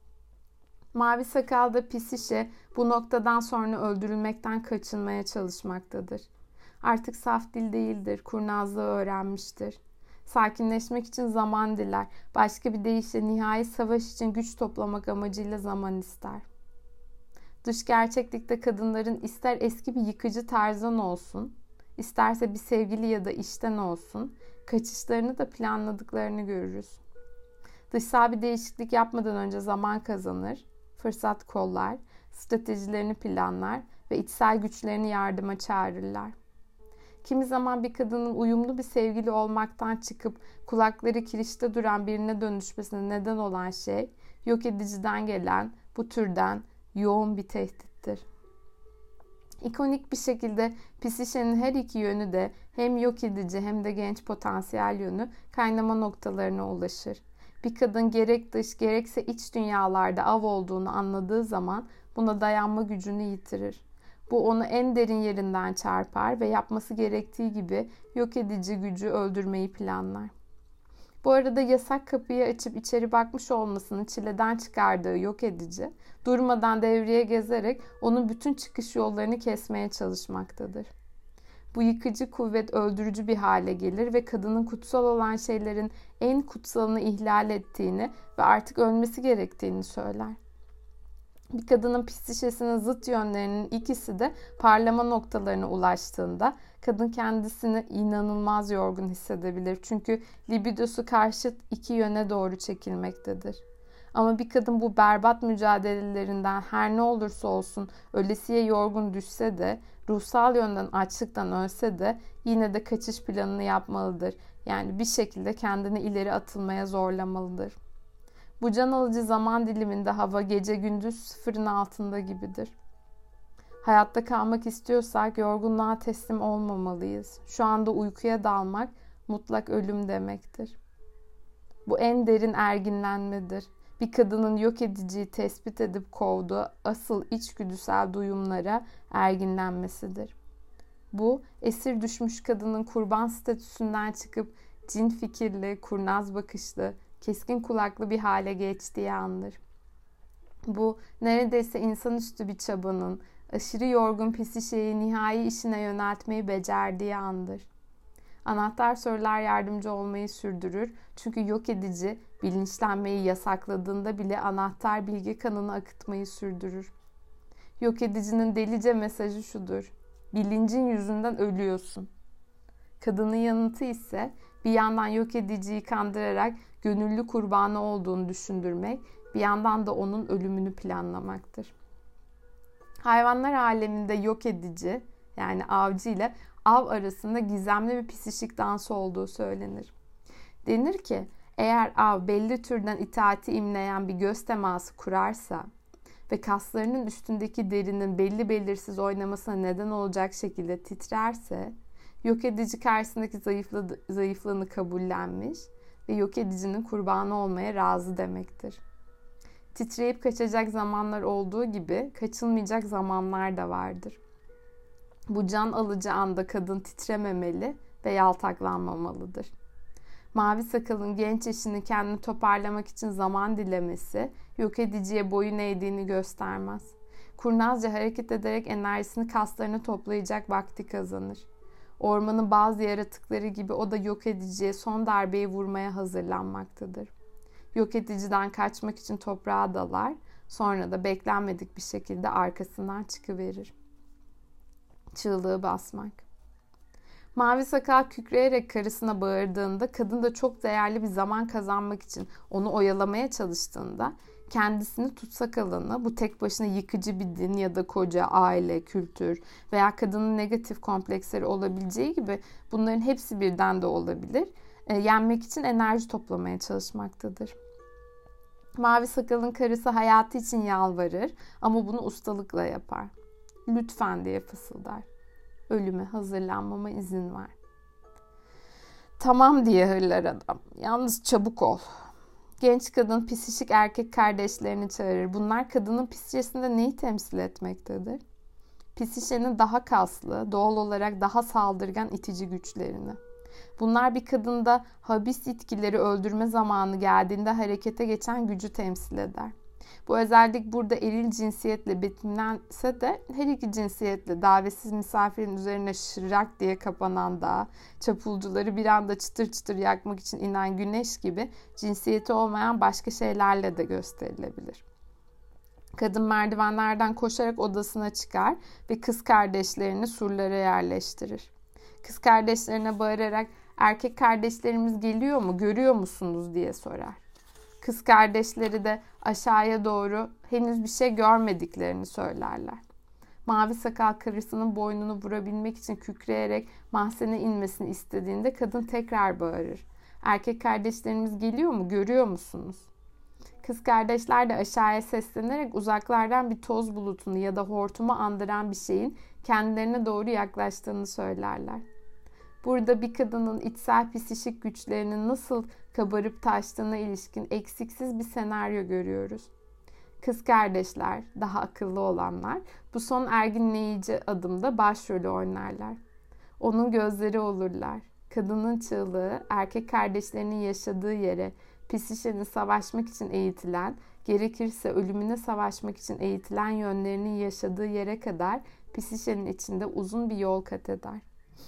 Mavi Sakal'da psişe bu noktadan sonra öldürülmekten kaçınmaya çalışmaktadır. Artık saf dil değildir, kurnazlığı öğrenmiştir. Sakinleşmek için zaman diler. Başka bir deyişle nihai savaş için güç toplamak amacıyla zaman ister. Dış gerçeklikte kadınların ister eski bir yıkıcı tarzdan olsun, isterse bir sevgili ya da işten olsun, kaçışlarını da planladıklarını görürüz. Dışsal bir değişiklik yapmadan önce zaman kazanır, fırsat kollar, stratejilerini planlar ve içsel güçlerini yardıma çağırırlar. Kimi zaman bir kadının uyumlu bir sevgili olmaktan çıkıp kulakları kirişte duran birine dönüşmesine neden olan şey, yok ediciden gelen bu türden yoğun bir tehdittir. İkonik bir şekilde psişenin her iki yönü de hem yok edici hem de genç potansiyel yönü kaynama noktalarına ulaşır. Bir kadın gerek dış gerekse iç dünyalarda av olduğunu anladığı zaman buna dayanma gücünü yitirir. Bu onu en derin yerinden çarpar ve yapması gerektiği gibi yok edici gücü öldürmeyi planlar. Bu arada yasak kapıyı açıp içeri bakmış olmasını çileden çıkardığı yok edici, durmadan devreye gezerek onun bütün çıkış yollarını kesmeye çalışmaktadır. Bu yıkıcı kuvvet öldürücü bir hale gelir ve kadının kutsal olan şeylerin en kutsalını ihlal ettiğini ve artık ölmesi gerektiğini söyler. Bir kadının psişesinin zıt yönlerinin ikisi de parlama noktalarına ulaştığında kadın kendisini inanılmaz yorgun hissedebilir. Çünkü libidosu karşıt iki yöne doğru çekilmektedir. Ama bir kadın bu berbat mücadelelerinden her ne olursa olsun ölesiye yorgun düşse de, ruhsal yönden açlıktan ölse de yine de kaçış planını yapmalıdır. Yani bir şekilde kendini ileri atılmaya zorlamalıdır. Bu can alıcı zaman diliminde hava gece gündüz sıfırın altında gibidir. Hayatta kalmak istiyorsak yorgunluğa teslim olmamalıyız. Şu anda uykuya dalmak mutlak ölüm demektir. Bu en derin erginlenmedir. Bir kadının yok ediciyi tespit edip kovduğu asıl içgüdüsel duyumlara erginlenmesidir. Bu, esir düşmüş kadının kurban statüsünden çıkıp cin fikirli, kurnaz bakışlı, keskin kulaklı bir hale geçtiği andır. Bu, neredeyse insanüstü bir çabanın, aşırı yorgun psişeyi nihai işine yöneltmeyi becerdiği andır. Anahtar sorular yardımcı olmayı sürdürür. Çünkü yok edici bilinçlenmeyi yasakladığında bile anahtar bilgi kanını akıtmayı sürdürür. Yok edicinin delice mesajı şudur: bilincin yüzünden ölüyorsun. Kadının yanıtı ise bir yandan yok ediciyi kandırarak gönüllü kurbanı olduğunu düşündürmek, bir yandan da onun ölümünü planlamaktır. Hayvanlar aleminde yok edici, yani avcı ile av arasında gizemli bir psişik dansı olduğu söylenir. Denir ki, eğer av belli türden itaati imleyen bir göz teması kurarsa ve kaslarının üstündeki derinin belli belirsiz oynamasına neden olacak şekilde titrerse, yok edici karşısındaki zayıflığını kabullenmiş ve yok edicinin kurbanı olmaya razı demektir. Titreyip kaçacak zamanlar olduğu gibi kaçılmayacak zamanlar da vardır. Bu can alıcı anda kadın titrememeli ve yaltaklanmamalıdır. Mavi sakalın genç eşini kendini toparlamak için zaman dilemesi, yok ediciye boyun eğdiğini göstermez. Kurnazca hareket ederek enerjisini kaslarına toplayacak vakti kazanır. Ormanın bazı yaratıkları gibi o da yok ediciye son darbeyi vurmaya hazırlanmaktadır. Yok ediciden kaçmak için toprağa dalar, sonra da beklenmedik bir şekilde arkasından çıkıverir. Çığlığı basmak. Mavi sakal kükreyerek karısına bağırdığında, kadın da çok değerli bir zaman kazanmak için onu oyalamaya çalıştığında, kendisini tutsak alanı, bu tek başına yıkıcı bir din ya da koca, aile, kültür veya kadının negatif kompleksleri olabileceği gibi bunların hepsi birden de olabilir, yenmek için enerji toplamaya çalışmaktadır. Mavi sakalın karısı hayatı için yalvarır ama bunu ustalıkla yapar. Lütfen diye fısıldar. Ölüme hazırlanmama izin ver. Tamam diye hırlar adam. Yalnız çabuk ol. Genç kadın psişik erkek kardeşlerini çağırır. Bunlar kadının psişesinde neyi temsil etmektedir? Psişenin daha kaslı, doğal olarak daha saldırgan itici güçlerini. Bunlar bir kadında habis itkileri öldürme zamanı geldiğinde harekete geçen gücü temsil eder. Bu özellik burada eril cinsiyetle betimlense de her iki cinsiyetle davetsiz misafirin üzerine şırrak diye kapanan dağ, çapulcuları bir anda çıtır çıtır yakmak için inen güneş gibi cinsiyeti olmayan başka şeylerle de gösterilebilir. Kadın merdivenlerden koşarak odasına çıkar ve kız kardeşlerini surlara yerleştirir. Kız kardeşlerine bağırarak erkek kardeşlerimiz geliyor mu, görüyor musunuz diye sorar. Kız kardeşleri de aşağıya doğru henüz bir şey görmediklerini söylerler. Mavi sakal karısının boynunu vurabilmek için kükreyerek mahzene inmesini istediğinde kadın tekrar bağırır. Erkek kardeşlerimiz geliyor mu, görüyor musunuz? Kız kardeşler de aşağıya seslenerek uzaklardan bir toz bulutunu ya da hortumu andıran bir şeyin kendilerine doğru yaklaştığını söylerler. Burada bir kadının içsel psikik güçlerinin nasıl kabarıp taştığına ilişkin eksiksiz bir senaryo görüyoruz. Kız kardeşler, daha akıllı olanlar, bu son erginleyici adımda başrolü oynarlar. Onun gözleri olurlar. Kadının çığlığı, erkek kardeşlerinin yaşadığı yere, psişenin savaşmak için eğitilen, gerekirse ölümüne savaşmak için eğitilen yönlerinin yaşadığı yere kadar psişenin içinde uzun bir yol kat eder.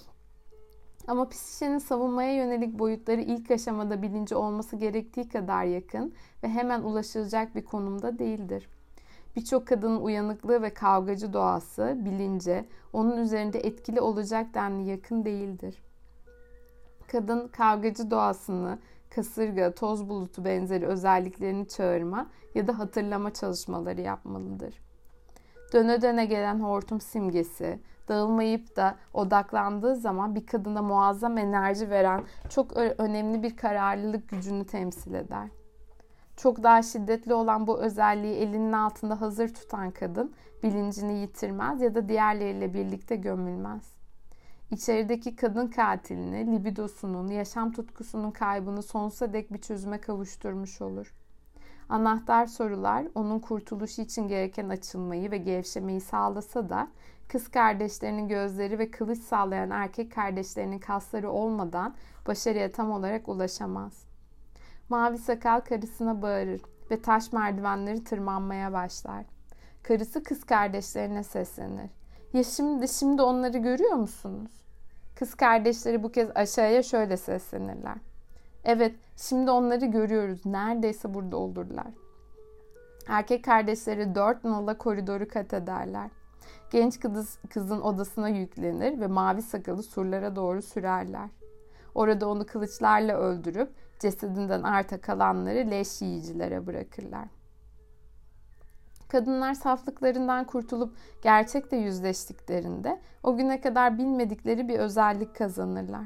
Ama psişenin savunmaya yönelik boyutları ilk aşamada bilinci olması gerektiği kadar yakın ve hemen ulaşılacak bir konumda değildir. Birçok kadının uyanıklığı ve kavgacı doğası, bilince, onun üzerinde etkili olacak denli yakın değildir. Kadın kavgacı doğasını, kasırga, toz bulutu benzeri özelliklerini çağırma ya da hatırlama çalışmaları yapmalıdır. Döne döne gelen hortum simgesi, dağılmayıp da odaklandığı zaman bir kadına muazzam enerji veren çok önemli bir kararlılık gücünü temsil eder. Çok daha şiddetli olan bu özelliği elinin altında hazır tutan kadın bilincini yitirmez ya da diğerleriyle birlikte gömülmez. İçerideki kadın katilini, libidosunun, yaşam tutkusunun kaybını sonsuza dek bir çözüme kavuşturmuş olur. Anahtar sorular onun kurtuluşu için gereken açılmayı ve gevşemeyi sağlasa da kız kardeşlerinin gözleri ve kılıç sallayan erkek kardeşlerinin kasları olmadan başarıya tam olarak ulaşamaz. Mavi sakal karısına bağırır ve taş merdivenleri tırmanmaya başlar. Karısı kız kardeşlerine seslenir. Ya şimdi onları görüyor musunuz? Kız kardeşleri bu kez aşağıya şöyle seslenirler. Evet, şimdi onları görüyoruz. Neredeyse burada olurlar. Erkek kardeşleri 4 nala koridoru kat ederler. Genç kızın odasına yüklenir ve mavi sakalı surlara doğru sürerler. Orada onu kılıçlarla öldürüp cesedinden arta kalanları leş yiyicilere bırakırlar. Kadınlar saflıklarından kurtulup gerçekle yüzleştiklerinde o güne kadar bilmedikleri bir özellik kazanırlar.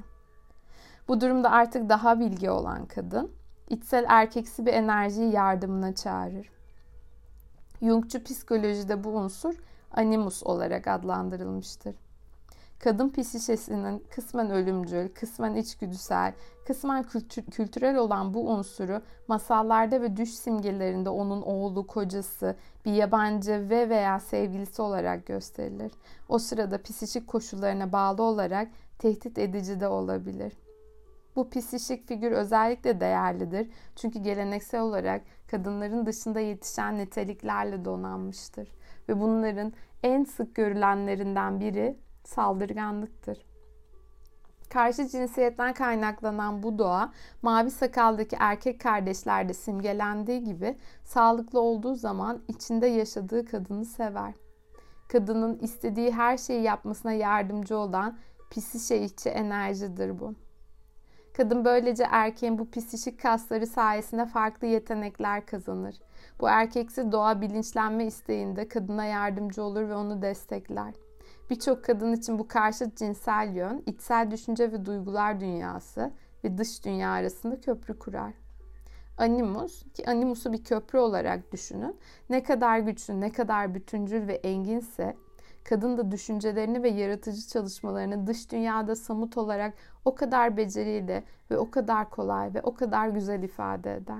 Bu durumda artık daha bilgi olan kadın, içsel erkeksi bir enerjiyi yardımına çağırır. Jungçu psikolojide bu unsur animus olarak adlandırılmıştır. Kadın psişesinin kısmen ölümcül, kısmen içgüdüsel, kısmen kültürel olan bu unsuru masallarda ve düş simgelerinde onun oğlu, kocası, bir yabancı veya sevgilisi olarak gösterilir. O sırada psişik koşullarına bağlı olarak tehdit edici de olabilir. Bu psişik figür özellikle değerlidir çünkü geleneksel olarak kadınların dışında yetişen niteliklerle donanmıştır ve bunların en sık görülenlerinden biri saldırganlıktır. Karşı cinsiyetten kaynaklanan bu doğa, mavi sakaldaki erkek kardeşlerde simgelendiği gibi sağlıklı olduğu zaman içinde yaşadığı kadını sever. Kadının istediği her şeyi yapmasına yardımcı olan psişe içi enerjidir bu. Kadın böylece erkeğin bu psişik kasları sayesinde farklı yetenekler kazanır. Bu erkeksi doğa bilinçlenme isteğinde kadına yardımcı olur ve onu destekler. Birçok kadın için bu karşıt cinsel yön, içsel düşünce ve duygular dünyası ve dış dünya arasında köprü kurar. Animus, ki animusu bir köprü olarak düşünün, ne kadar güçlü, ne kadar bütüncül ve enginse, kadın da düşüncelerini ve yaratıcı çalışmalarını dış dünyada somut olarak o kadar beceriyle ve o kadar kolay ve o kadar güzel ifade eder.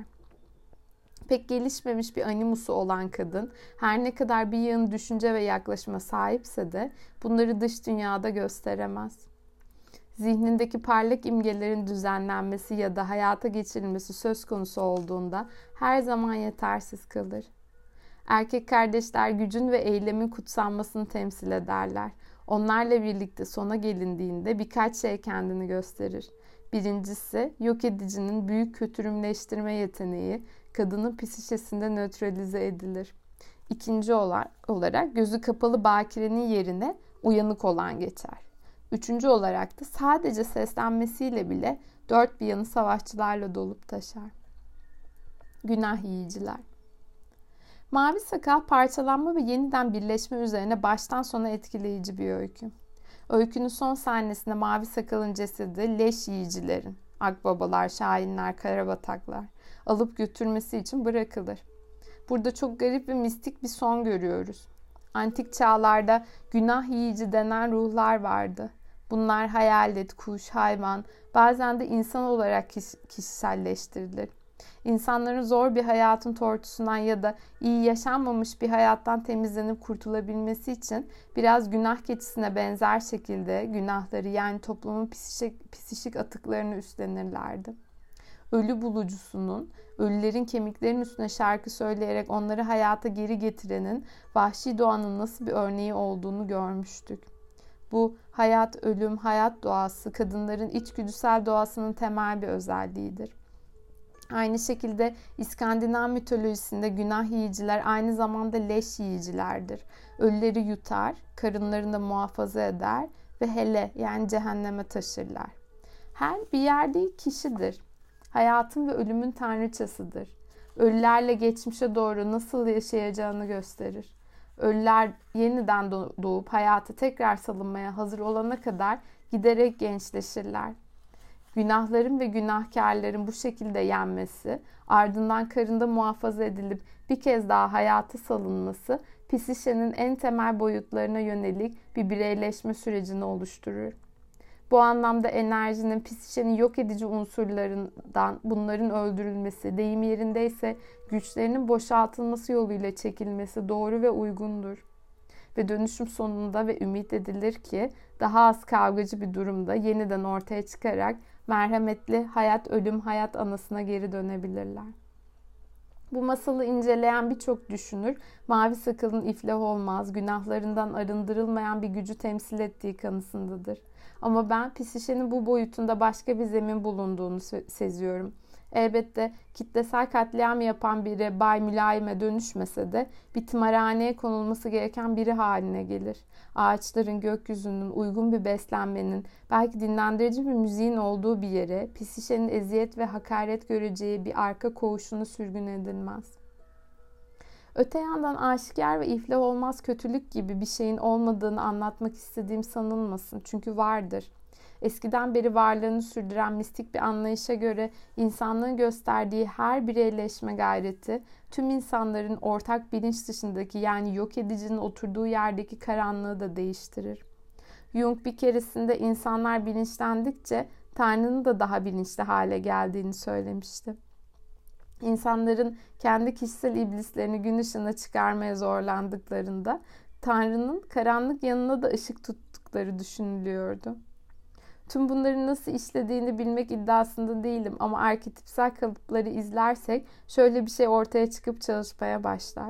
Pek gelişmemiş bir animusu olan kadın, her ne kadar bir yığın düşünce ve yaklaşıma sahipse de bunları dış dünyada gösteremez. Zihnindeki parlak imgelerin düzenlenmesi ya da hayata geçirilmesi söz konusu olduğunda her zaman yetersiz kalır. Erkek kardeşler gücün ve eylemin kutsanmasını temsil ederler. Onlarla birlikte sona gelindiğinde birkaç şey kendini gösterir. Birincisi, yok edicinin büyük kötürümleştirme yeteneği kadının psişesinde nötralize edilir. İkinci olarak gözü kapalı bakirenin yerine uyanık olan geçer. Üçüncü olarak da sadece seslenmesiyle bile dört bir yanı savaşçılarla dolup taşar. Günah yiyiciler. Mavi Sakal parçalanma ve yeniden birleşme üzerine baştan sona etkileyici bir öykü. Öykünün son sahnesinde Mavi Sakal'ın cesedi leş yiyicilerin, akbabalar, şahinler, karabataklar alıp götürmesi için bırakılır. Burada çok garip ve mistik bir son görüyoruz. Antik çağlarda günah yiyici denen ruhlar vardı. Bunlar hayalet, kuş, hayvan, bazen de insan olarak kişiselleştirilir. İnsanların zor bir hayatın tortusundan ya da iyi yaşanmamış bir hayattan temizlenip kurtulabilmesi için biraz günah keçisine benzer şekilde günahları, yani toplumun psişik atıklarını üstlenirlerdi. Ölü bulucusunun, ölülerin kemiklerinin üstüne şarkı söyleyerek onları hayata geri getirenin vahşi doğanın nasıl bir örneği olduğunu görmüştük. Bu hayat, ölüm, hayat doğası kadınların içgüdüsel doğasının temel bir özelliğidir. Aynı şekilde İskandinav mitolojisinde günah yiyiciler aynı zamanda leş yiyicilerdir. Ölüleri yutar, karınlarını da muhafaza eder ve hele, yani cehenneme taşırlar. Her bir yer değil, kişidir. Hayatın ve ölümün tanrıçasıdır. Ölülerle geçmişe doğru nasıl yaşayacağını gösterir. Ölüler yeniden doğup hayata tekrar salınmaya hazır olana kadar giderek gençleşirler. Günahların ve günahkarların bu şekilde yenmesi, ardından karında muhafaza edilip bir kez daha hayata salınması, psişenin en temel boyutlarına yönelik bir bireyleşme sürecini oluşturur. Bu anlamda enerjinin psişenin yok edici unsurlarından bunların öldürülmesi, deyim yerindeyse güçlerinin boşaltılması yoluyla çekilmesi doğru ve uygundur. Ve dönüşüm sonunda ve ümit edilir ki daha az kavgacı bir durumda yeniden ortaya çıkarak merhametli hayat ölüm hayat anasına geri dönebilirler. Bu masalı inceleyen birçok düşünür Mavi Sakal'ın iflah olmaz, günahlarından arındırılmayan bir gücü temsil ettiği kanısındadır. Ama ben psişenin bu boyutunda başka bir zemin bulunduğunu seziyorum. Elbette kitlesel katliam yapan biri Bay Mülayim'e dönüşmese de bir tımarhaneye konulması gereken biri haline gelir. Ağaçların, gökyüzünün, uygun bir beslenmenin, belki dinlendirici bir müziğin olduğu bir yere psişenin eziyet ve hakaret göreceği bir arka koğuşunu sürgün edilmez. Öte yandan aşikar ve iflah olmaz kötülük gibi bir şeyin olmadığını anlatmak istediğim sanılmasın. Çünkü vardır. Eskiden beri varlığını sürdüren mistik bir anlayışa göre insanlığın gösterdiği her bireyleşme gayreti tüm insanların ortak bilinç dışındaki, yani yok edicinin oturduğu yerdeki karanlığı da değiştirir. Jung bir keresinde insanlar bilinçlendikçe Tanrı'nın da daha bilinçli hale geldiğini söylemişti. İnsanların kendi kişisel iblislerini gün ışığına çıkarmaya zorlandıklarında Tanrı'nın karanlık yanına da ışık tuttukları düşünülüyordu. Tüm bunların nasıl işlediğini bilmek iddiasında değilim ama arketipsel kalıpları izlersek şöyle bir şey ortaya çıkıp çalışmaya başlar.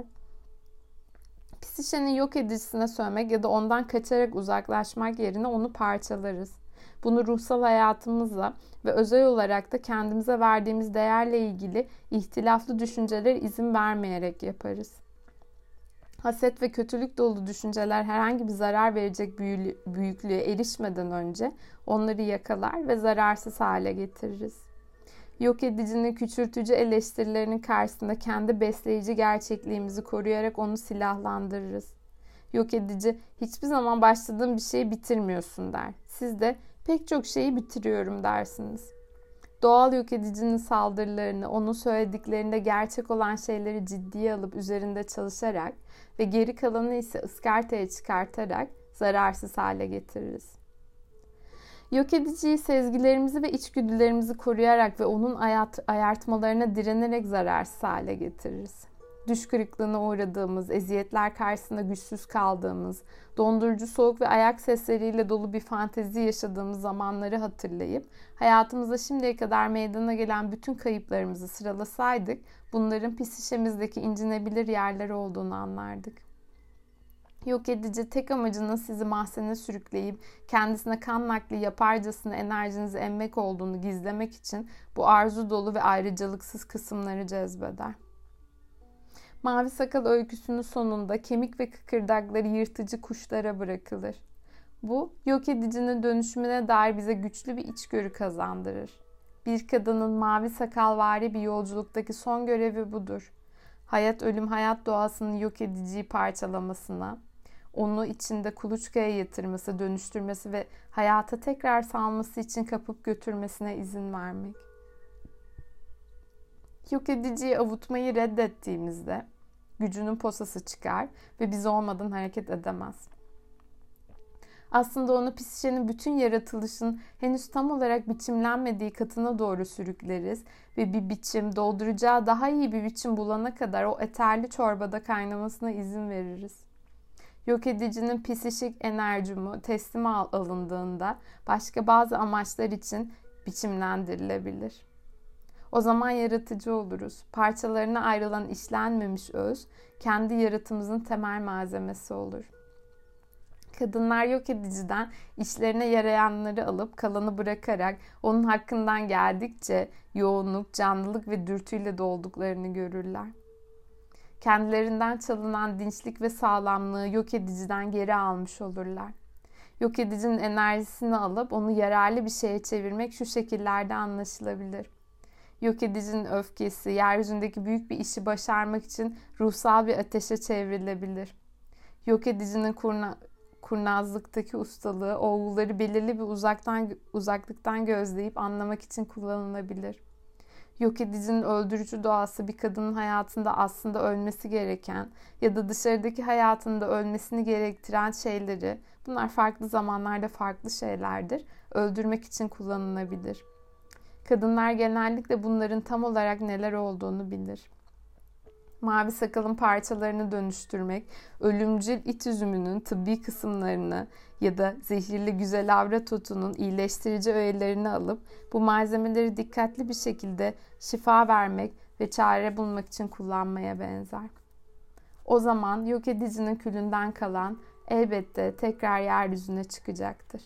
Psişenin yok edicisine sövmek ya da ondan kaçarak uzaklaşmak yerine onu parçalarız. Bunu ruhsal hayatımızla ve özel olarak da kendimize verdiğimiz değerle ilgili ihtilaflı düşüncelere izin vermeyerek yaparız. Haset ve kötülük dolu düşünceler herhangi bir zarar verecek büyüklüğe erişmeden önce onları yakalar ve zararsız hale getiririz. Yok edicinin küçültücü eleştirilerinin karşısında kendi besleyici gerçekliğimizi koruyarak onu silahlandırırız. Yok edici hiçbir zaman başladığın bir şeyi bitirmiyorsun der. Siz de pek çok şeyi bitiriyorum dersiniz. Doğal yok edicinin saldırılarını, onun söylediklerinde gerçek olan şeyleri ciddiye alıp üzerinde çalışarak ve geri kalanı ise ıskartaya çıkartarak zararsız hale getiririz. Yok ediciyi sezgilerimizi ve içgüdülerimizi koruyarak ve onun ayartmalarına direnerek zararsız hale getiririz. Düş kırıklığına uğradığımız, eziyetler karşısında güçsüz kaldığımız, dondurucu soğuk ve ayak sesleriyle dolu bir fantezi yaşadığımız zamanları hatırlayıp hayatımızda şimdiye kadar meydana gelen bütün kayıplarımızı sıralasaydık, bunların psişemizdeki incinebilir yerler olduğunu anlardık. Yok edici tek amacının sizi mahzene sürükleyip kendisine kan nakli yaparcasına enerjinizi emmek olduğunu gizlemek için bu arzu dolu ve ayrıcalıksız kısımları cezbeder. Mavi Sakal öyküsünün sonunda kemik ve kıkırdakları yırtıcı kuşlara bırakılır. Bu, yok edicinin dönüşümüne dair bize güçlü bir içgörü kazandırır. Bir kadının mavi sakalvari bir yolculuktaki son görevi budur. Hayat ölüm hayat doğasının yok ediciyi parçalamasına, onu içinde kuluçkaya yatırması, dönüştürmesi ve hayata tekrar salması için kapıp götürmesine izin vermek. Yok ediciyi avutmayı reddettiğimizde gücünün posası çıkar ve biz olmadan hareket edemez. Aslında onu psişenin bütün yaratılışın henüz tam olarak biçimlenmediği katına doğru sürükleriz ve bir biçim, dolduracağı daha iyi bir biçim bulana kadar o eterli çorbada kaynamasına izin veririz. Yok edicinin psişik enerjumu teslim alındığında başka bazı amaçlar için biçimlendirilebilir. O zaman yaratıcı oluruz. Parçalarına ayrılan işlenmemiş öz, kendi yaratımımızın temel malzemesi olur. Kadınlar yok ediciden işlerine yarayanları alıp kalanı bırakarak onun hakkından geldikçe yoğunluk, canlılık ve dürtüyle dolduklarını görürler. Kendilerinden çalınan dinçlik ve sağlamlığı yok ediciden geri almış olurlar. Yok edicinin enerjisini alıp onu yararlı bir şeye çevirmek şu şekillerde anlaşılabilir. Yok edicinin öfkesi, yeryüzündeki büyük bir işi başarmak için ruhsal bir ateşe çevrilebilir. Yok edicinin kurnazlıktaki ustalığı, oğulları belirli bir uzaklıktan gözleyip anlamak için kullanılabilir. Yok edicinin öldürücü doğası bir kadının hayatında aslında ölmesi gereken ya da dışarıdaki hayatında ölmesini gerektiren şeyleri, bunlar farklı zamanlarda farklı şeylerdir, öldürmek için kullanılabilir. Kadınlar genellikle bunların tam olarak neler olduğunu bilir. Mavi sakalın parçalarını dönüştürmek, ölümcül it üzümünün tıbbi kısımlarını ya da zehirli güzel avrat otunun iyileştirici öğelerini alıp bu malzemeleri dikkatli bir şekilde şifa vermek ve çare bulmak için kullanmaya benzer. O zaman yok edicinin külünden kalan elbette tekrar yeryüzüne çıkacaktır.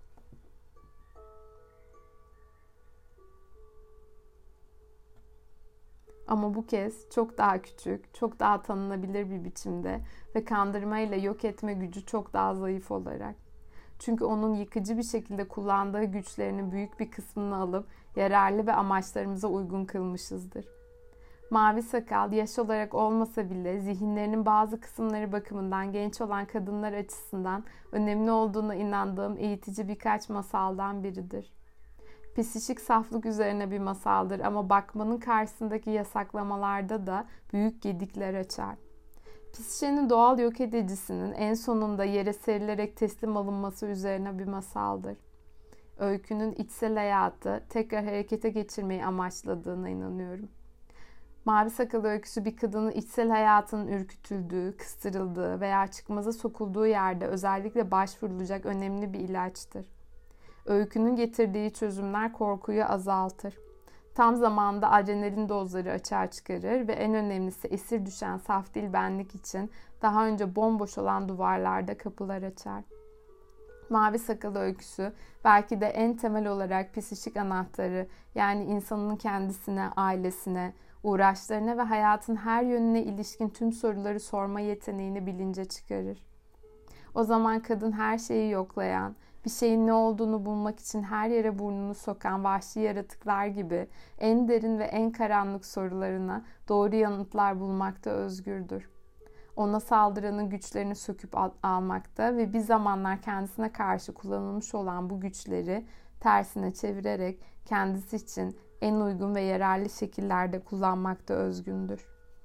Ama bu kez çok daha küçük, çok daha tanınabilir bir biçimde ve kandırmayla yok etme gücü çok daha zayıf olarak. Çünkü onun yıkıcı bir şekilde kullandığı güçlerinin büyük bir kısmını alıp yararlı ve amaçlarımıza uygun kılmışızdır. Mavi sakal yaş olarak olmasa bile zihinlerinin bazı kısımları bakımından genç olan kadınlar açısından önemli olduğuna inandığım eğitici birkaç masaldan biridir. Psişik saflık üzerine bir masaldır ama bakmanın karşısındaki yasaklamalarda da büyük gedikler açar. Psişenin doğal yok edicisinin en sonunda yere serilerek teslim alınması üzerine bir masaldır. Öykünün içsel hayatı tekrar harekete geçirmeyi amaçladığına inanıyorum. Mavi Sakal öyküsü bir kadının içsel hayatının ürkütüldüğü, kıstırıldığı veya çıkmaza sokulduğu yerde özellikle başvurulacak önemli bir ilaçtır. Öykünün getirdiği çözümler korkuyu azaltır. Tam zamanda adrenalin dozları açığa çıkarır ve en önemlisi esir düşen saf dil benlik için daha önce bomboş olan duvarlarda kapılar açar. Mavi Sakal öyküsü belki de en temel olarak psişik anahtarı, yani insanın kendisine, ailesine, uğraşlarına ve hayatın her yönüne ilişkin tüm soruları sorma yeteneğini bilince çıkarır. O zaman kadın her şeyi yoklayan, bir şeyin ne olduğunu bulmak için her yere burnunu sokan vahşi yaratıklar gibi en derin ve en karanlık sorularına doğru yanıtlar bulmakta özgürdür. Ona saldıranın güçlerini söküp almakta ve bir zamanlar kendisine karşı kullanılmış olan bu güçleri tersine çevirerek kendisi için en uygun ve yararlı şekillerde kullanmakta özgündür.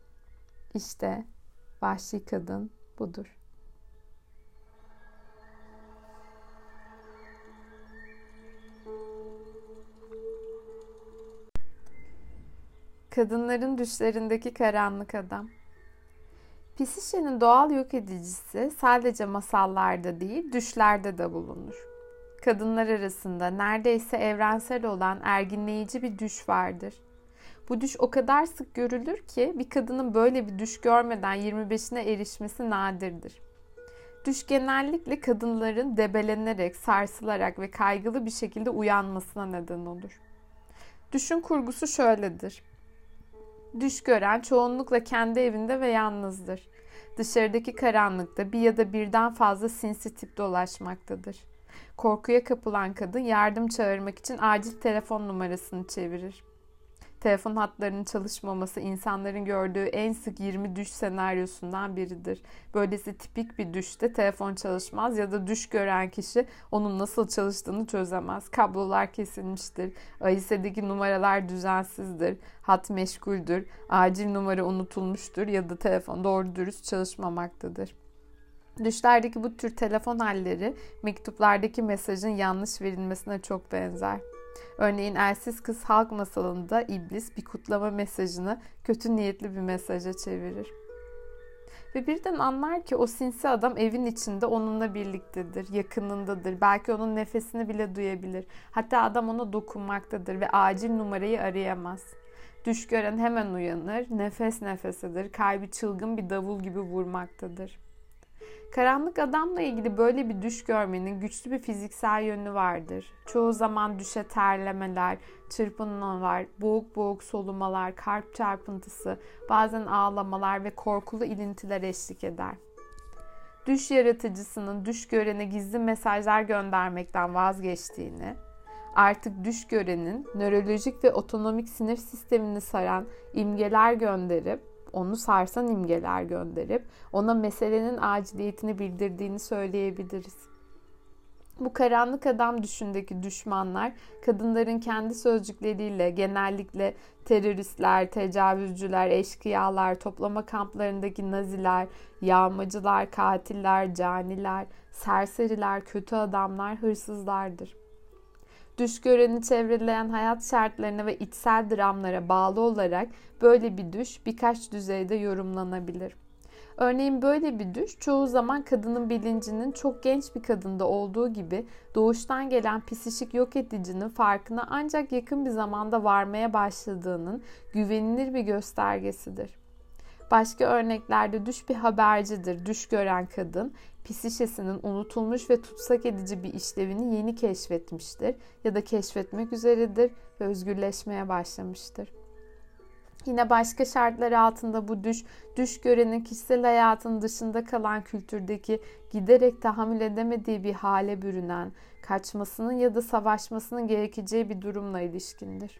İşte vahşi kadın budur. Kadınların düşlerindeki karanlık adam. Pis şişenin doğal yok edicisi sadece masallarda değil, düşlerde de bulunur. Kadınlar arasında neredeyse evrensel olan erginleyici bir düş vardır. Bu düş o kadar sık görülür ki bir kadının böyle bir düş görmeden 25'ine erişmesi nadirdir. Düş genellikle kadınların debelenerek, sarsılarak ve kaygılı bir şekilde uyanmasına neden olur. Düşün kurgusu şöyledir. Düş gören çoğunlukla kendi evinde ve yalnızdır. Dışarıdaki karanlıkta bir ya da birden fazla sinsi tip dolaşmaktadır. Korkuya kapılan kadın yardım çağırmak için acil telefon numarasını çevirir. Telefon hatlarının çalışmaması insanların gördüğü en sık 20 düş senaryosundan biridir. Böylesi tipik bir düşte telefon çalışmaz ya da düş gören kişi onun nasıl çalıştığını çözemez. Kablolar kesilmiştir, AİS'deki numaralar düzensizdir, hat meşguldür, acil numara unutulmuştur ya da telefon doğru dürüst çalışmamaktadır. Düşlerdeki bu tür telefon halleri mektuplardaki mesajın yanlış verilmesine çok benzer. Örneğin Elsiz Kız halk masalında iblis bir kutlama mesajını kötü niyetli bir mesaja çevirir. Ve birden anlar ki o sinsi adam evin içinde onunla birliktedir, yakınındadır. Belki onun nefesini bile duyabilir. Hatta adam ona dokunmaktadır ve acil numarayı arayamaz. Düş gören hemen uyanır, nefes nefesedir, kalbi çılgın bir davul gibi vurmaktadır. Karanlık adamla ilgili böyle bir düş görmenin güçlü bir fiziksel yönü vardır. Çoğu zaman düşe terlemeler, çırpınmalar, boğuk boğuk solumalar, kalp çarpıntısı, bazen ağlamalar ve korkulu ilintiler eşlik eder. Düş yaratıcısının düş görene gizli mesajlar göndermekten vazgeçtiğini, artık düş görenin nörolojik ve otonomik sinir sistemini saran imgeler gönderip, onu sarsan imgeler gönderip ona meselenin aciliyetini bildirdiğini söyleyebiliriz. Bu karanlık adam düşündeki düşmanlar kadınların kendi sözcükleriyle genellikle teröristler, tecavüzcüler, eşkıyalar, toplama kamplarındaki naziler, yağmacılar, katiller, caniler, serseriler, kötü adamlar, hırsızlardır. Düş göreni çevreleyen hayat şartlarına ve içsel dramlara bağlı olarak böyle bir düş birkaç düzeyde yorumlanabilir. Örneğin böyle bir düş çoğu zaman kadının bilincinin çok genç bir kadında olduğu gibi doğuştan gelen psişik yok edicinin farkına ancak yakın bir zamanda varmaya başladığının güvenilir bir göstergesidir. Başka örneklerde düş bir habercidir. Düş gören kadın psişesinin unutulmuş ve tutsak edici bir işlevini yeni keşfetmiştir ya da keşfetmek üzeredir ve özgürleşmeye başlamıştır. Yine başka şartlar altında bu düş görenin kişisel hayatın dışında kalan kültürdeki giderek tahammül edemediği bir hale bürünen, kaçmasının ya da savaşmasının gerekeceği bir durumla ilişkindir.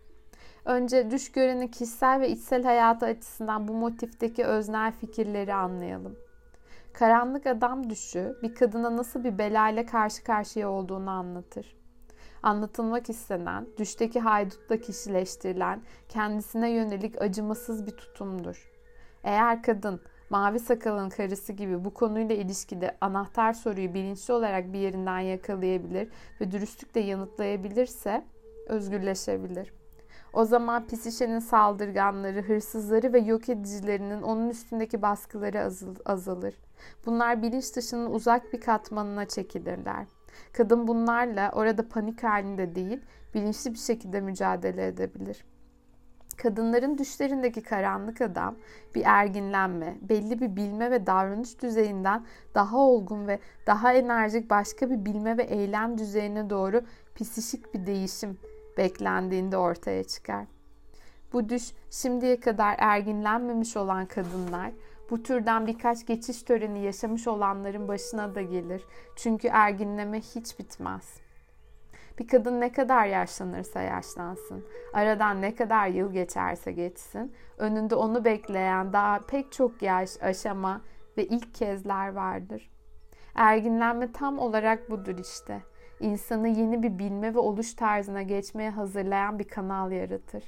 Önce düş görenin kişisel ve içsel hayatı açısından bu motifteki öznel fikirleri anlayalım. Karanlık adam düşü bir kadına nasıl bir belayla karşı karşıya olduğunu anlatır. Anlatılmak istenen, düşteki haydutla kişileştirilen, kendisine yönelik acımasız bir tutumdur. Eğer kadın, mavi sakalın karısı gibi bu konuyla ilişkili anahtar soruyu bilinçli olarak bir yerinden yakalayabilir ve dürüstlükle yanıtlayabilirse özgürleşebilir. O zaman psişenin saldırganları, hırsızları ve yok edicilerinin onun üstündeki baskıları azalır. Bunlar bilinç dışının uzak bir katmanına çekilirler. Kadın bunlarla orada panik halinde değil, bilinçli bir şekilde mücadele edebilir. Kadınların düşlerindeki karanlık adam bir erginlenme, belli bir bilme ve davranış düzeyinden daha olgun ve daha enerjik başka bir bilme ve eylem düzeyine doğru psişik bir değişim beklendiğinde ortaya çıkar. Bu düş şimdiye kadar erginlenmemiş olan kadınlar, bu türden birkaç geçiş töreni yaşamış olanların başına da gelir. Çünkü erginleme hiç bitmez. Bir kadın ne kadar yaşlanırsa yaşlansın, aradan ne kadar yıl geçerse geçsin, önünde onu bekleyen daha pek çok yaş, aşama ve ilk kezler vardır. Erginlenme tam olarak budur işte. İnsanı yeni bir bilme ve oluş tarzına geçmeye hazırlayan bir kanal yaratır.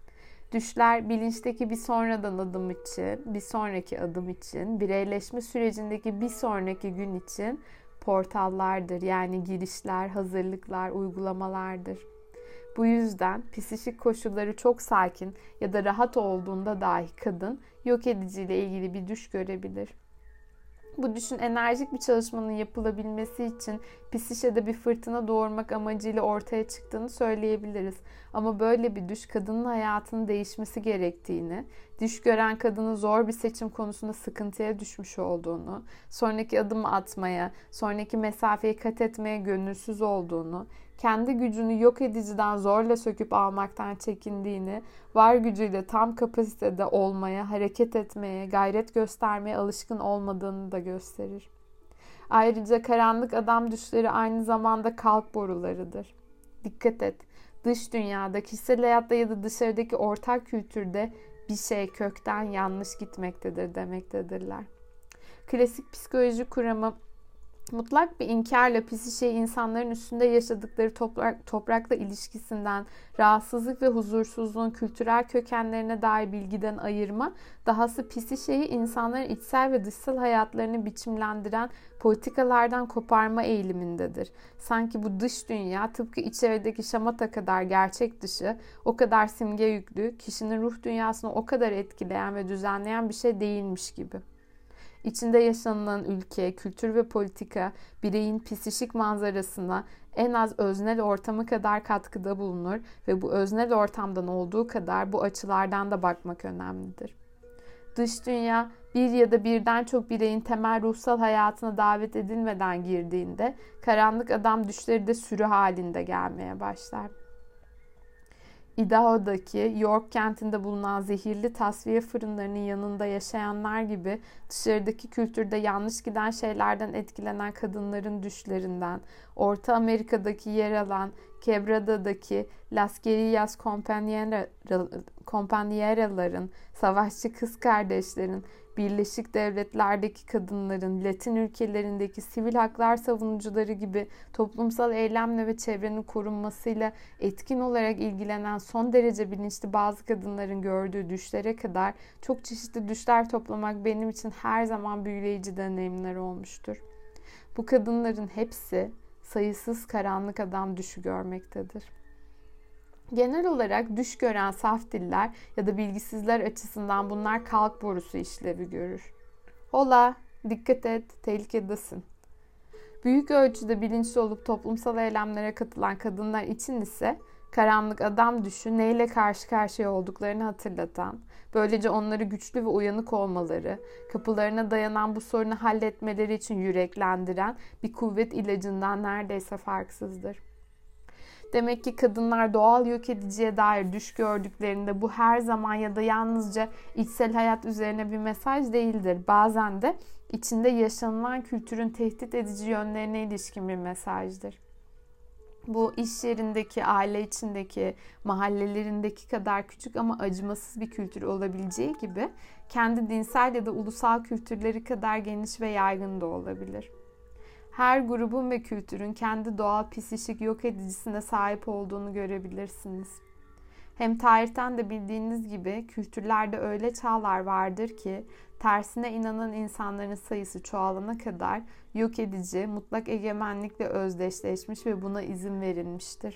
Düşler bilinçteki bir sonradan adım için, bir sonraki adım için, bireyleşme sürecindeki bir sonraki gün için portallardır. Yani girişler, hazırlıklar, uygulamalardır. Bu yüzden psikik koşulları çok sakin ya da rahat olduğunda dahi kadın yok ediciyle ilgili bir düş görebilir. Bu düşün enerjik bir çalışmanın yapılabilmesi için psişede bir fırtına doğurmak amacıyla ortaya çıktığını söyleyebiliriz. Ama böyle bir düş kadının hayatının değişmesi gerektiğini, düş gören kadının zor bir seçim konusunda sıkıntıya düşmüş olduğunu, sonraki adımı atmaya, sonraki mesafeyi kat etmeye gönülsüz olduğunu, kendi gücünü yok ediciden zorla söküp almaktan çekindiğini, var gücüyle tam kapasitede olmaya, hareket etmeye, gayret göstermeye alışkın olmadığını da gösterir. Ayrıca karanlık adam düşleri aynı zamanda kalk borularıdır. Dikkat et, dış dünyada, kişisel hayatta ya da dışarıdaki ortak kültürde bir şey kökten yanlış gitmektedir demektedirler. Klasik psikoloji kuramı mutlak bir inkarla psişeyi insanların üstünde yaşadıkları toprakla ilişkisinden, rahatsızlık ve huzursuzluğun kültürel kökenlerine dair bilgiden ayırma, dahası psişeyi insanların içsel ve dışsal hayatlarını biçimlendiren politikalardan koparma eğilimindedir. Sanki bu dış dünya tıpkı içerideki şamata kadar gerçek dışı, o kadar simge yüklü, kişinin ruh dünyasını o kadar etkileyen ve düzenleyen bir şey değilmiş gibi. İçinde yaşanılan ülke, kültür ve politika bireyin psişik manzarasına en az öznel ortamı kadar katkıda bulunur ve bu öznel ortamdan olduğu kadar bu açılardan da bakmak önemlidir. Dış dünya bir ya da birden çok bireyin temel ruhsal hayatına davet edilmeden girdiğinde karanlık adam düşleri de sürü halinde gelmeye başlar. Idaho'daki York kentinde bulunan zehirli tasfiye fırınlarının yanında yaşayanlar gibi dışarıdaki kültürde yanlış giden şeylerden etkilenen kadınların düşlerinden, Orta Amerika'daki yer alan Quebrada'daki Las Guerrillas Compañeraların, savaşçı kız kardeşlerin, Birleşik Devletler'deki kadınların, Latin ülkelerindeki sivil haklar savunucuları gibi toplumsal eylemle ve çevrenin korunmasıyla etkin olarak ilgilenen son derece bilinçli bazı kadınların gördüğü düşlere kadar çok çeşitli düşler toplamak benim için her zaman büyüleyici deneyimler olmuştur. Bu kadınların hepsi sayısız karanlık adam düşü görmektedir. Genel olarak düş gören saf diller ya da bilgisizler açısından bunlar kalk borusu işlevi görür. Hola, dikkat et, tehlikedesin. Büyük ölçüde bilinçli olup toplumsal eylemlere katılan kadınlar için ise karanlık adam düşü neyle karşı karşıya olduklarını hatırlatan, böylece onları güçlü ve uyanık olmaları, kapılarına dayanan bu sorunu halletmeleri için yüreklendiren bir kuvvet ilacından neredeyse farksızdır. Demek ki kadınlar doğal yok ediciye dair düş gördüklerinde bu her zaman ya da yalnızca içsel hayat üzerine bir mesaj değildir. Bazen de içinde yaşanılan kültürün tehdit edici yönlerine ilişkin bir mesajdır. Bu iş yerindeki, aile içindeki, mahallelerindeki kadar küçük ama acımasız bir kültür olabileceği gibi kendi dinsel ya da ulusal kültürleri kadar geniş ve yaygın da olabilir. Her grubun ve kültürün kendi doğal psişik yok edicisine sahip olduğunu görebilirsiniz. Hem tarihten de bildiğiniz gibi kültürlerde öyle çağlar vardır ki tersine inanan insanların sayısı çoğalana kadar yok edici, mutlak egemenlikle özdeşleşmiş ve buna izin verilmiştir.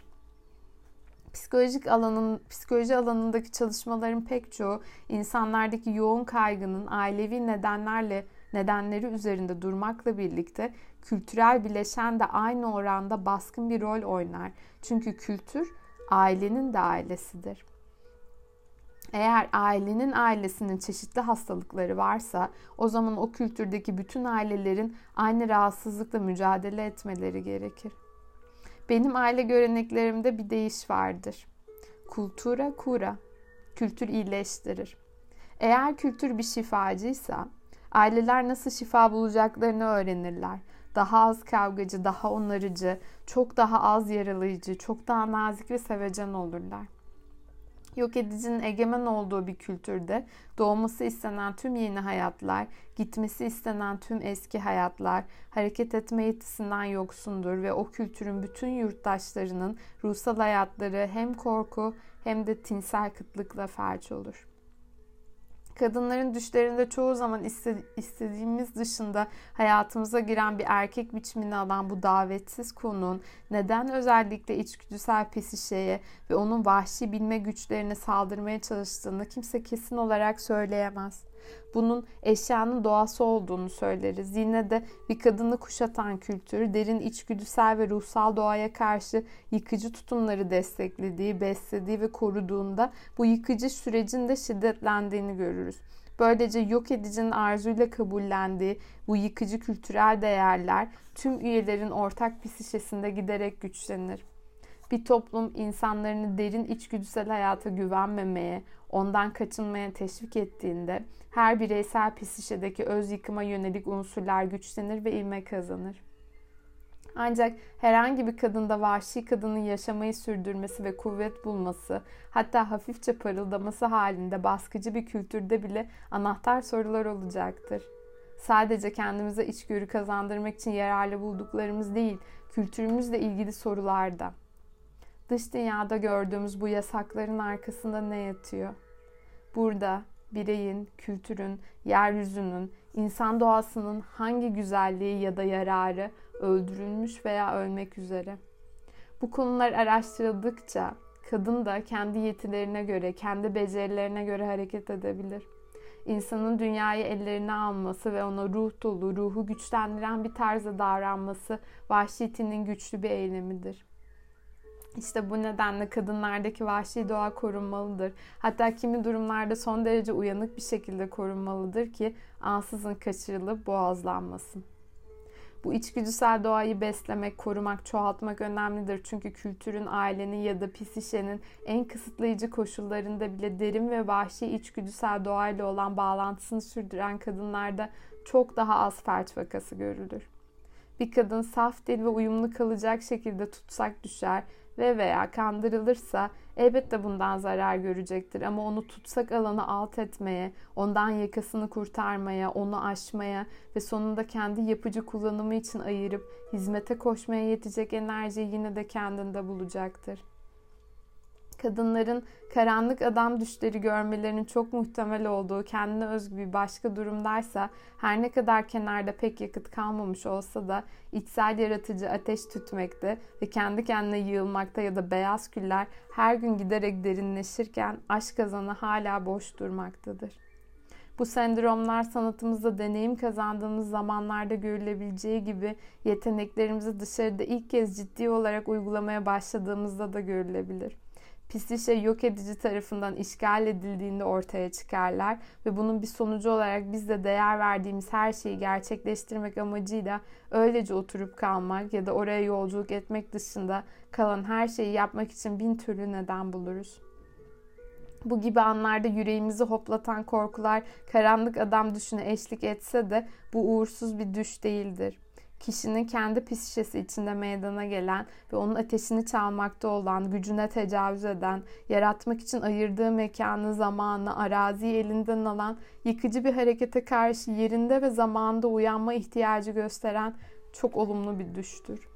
Psikoloji alanındaki çalışmaların pek çoğu insanlardaki yoğun kaygının ailevi nedenleri üzerinde durmakla birlikte kültürel bileşen de aynı oranda baskın bir rol oynar. Çünkü kültür ailenin de ailesidir. Eğer ailenin ailesinin çeşitli hastalıkları varsa o zaman o kültürdeki bütün ailelerin aynı rahatsızlıkla mücadele etmeleri gerekir. Benim aile göreneklerimde bir deyiş vardır. Cultura cura. Kültür iyileştirir. Eğer kültür bir şifacıysa aileler nasıl şifa bulacaklarını öğrenirler. Daha az kavgacı, daha onarıcı, çok daha az yaralayıcı, çok daha nazik ve sevecen olurlar. Yok edicinin egemen olduğu bir kültürde doğması istenen tüm yeni hayatlar, gitmesi istenen tüm eski hayatlar, hareket etme yetisinden yoksundur ve o kültürün bütün yurttaşlarının ruhsal hayatları hem korku hem de tinsel kıtlıkla felç olur. Kadınların düşlerinde çoğu zaman istediğimiz dışında hayatımıza giren bir erkek biçimini alan bu davetsiz konunun neden özellikle içgüdüsel Pisişe'ye ve onun vahşi bilme güçlerine saldırmaya çalıştığını kimse kesin olarak söyleyemez. Bunun eşyanın doğası olduğunu söyleriz. Yine de bir kadını kuşatan kültür, derin içgüdüsel ve ruhsal doğaya karşı yıkıcı tutumları desteklediği, beslediği ve koruduğunda bu yıkıcı sürecin de şiddetlendiğini görürüz. Böylece yok edicinin arzuyla kabullendiği bu yıkıcı kültürel değerler tüm üyelerin ortak psişesinde giderek güçlenir. Bir toplum insanlarını derin içgüdüsel hayata güvenmemeye, ondan kaçınmaya teşvik ettiğinde her bireysel psişedeki öz yıkıma yönelik unsurlar güçlenir ve ivme kazanır. Ancak herhangi bir kadında vahşi kadının yaşamayı sürdürmesi ve kuvvet bulması, hatta hafifçe parıldaması halinde baskıcı bir kültürde bile anahtar sorular olacaktır. Sadece kendimize içgörü kazandırmak için yararlı bulduklarımız değil, kültürümüzle ilgili sorular da. Dış dünyada gördüğümüz bu yasakların arkasında ne yatıyor? Burada bireyin, kültürün, yeryüzünün, insan doğasının hangi güzelliği ya da yararı öldürülmüş veya ölmek üzere? Bu konular araştırıldıkça kadın da kendi yetilerine göre, kendi becerilerine göre hareket edebilir. İnsanın dünyayı ellerine alması ve ona ruh dolu, ruhu güçlendiren bir tarzda davranması vahşetinin güçlü bir eylemidir. İşte bu nedenle kadınlardaki vahşi doğa korunmalıdır. Hatta kimi durumlarda son derece uyanık bir şekilde korunmalıdır ki ansızın kaçırılıp boğazlanmasın. Bu içgüdüsel doğayı beslemek, korumak, çoğaltmak önemlidir. Çünkü kültürün, ailenin ya da psişenin en kısıtlayıcı koşullarında bile derin ve vahşi içgüdüsel doğayla olan bağlantısını sürdüren kadınlarda çok daha az felç vakası görülür. Bir kadın saf dil ve uyumlu kalacak şekilde tutsak düşer ve veya kandırılırsa elbette bundan zarar görecektir. Ama onu tutsak alanı alt etmeye, ondan yakasını kurtarmaya, onu aşmaya ve sonunda kendi yapıcı kullanımı için ayırıp hizmete koşmaya yetecek enerjiyi yine de kendinde bulacaktır. Kadınların karanlık adam düşleri görmelerinin çok muhtemel olduğu kendine özgü bir başka durumdaysa her ne kadar kenarda pek yakıt kalmamış olsa da içsel yaratıcı ateş tütmekte ve kendi kendine yığılmakta ya da beyaz küller her gün giderek derinleşirken aşk kazanı hala boş durmaktadır. Bu sendromlar sanatımızda deneyim kazandığımız zamanlarda görülebileceği gibi yeteneklerimizi dışarıda ilk kez ciddi olarak uygulamaya başladığımızda da görülebilir. Psişe yok edici tarafından işgal edildiğinde ortaya çıkarlar ve bunun bir sonucu olarak biz de değer verdiğimiz her şeyi gerçekleştirmek amacıyla öylece oturup kalmak ya da oraya yolculuk etmek dışında kalan her şeyi yapmak için bin türlü neden buluruz. Bu gibi anlarda yüreğimizi hoplatan korkular karanlık adam düşüne eşlik etse de bu uğursuz bir düş değildir. Kişinin kendi psişesi içinde meydana gelen ve onun ateşini çalmakta olan, gücüne tecavüz eden, yaratmak için ayırdığı mekanı, zamanı, araziyi elinden alan, yıkıcı bir harekete karşı yerinde ve zamanında uyanma ihtiyacı gösteren çok olumlu bir düştür.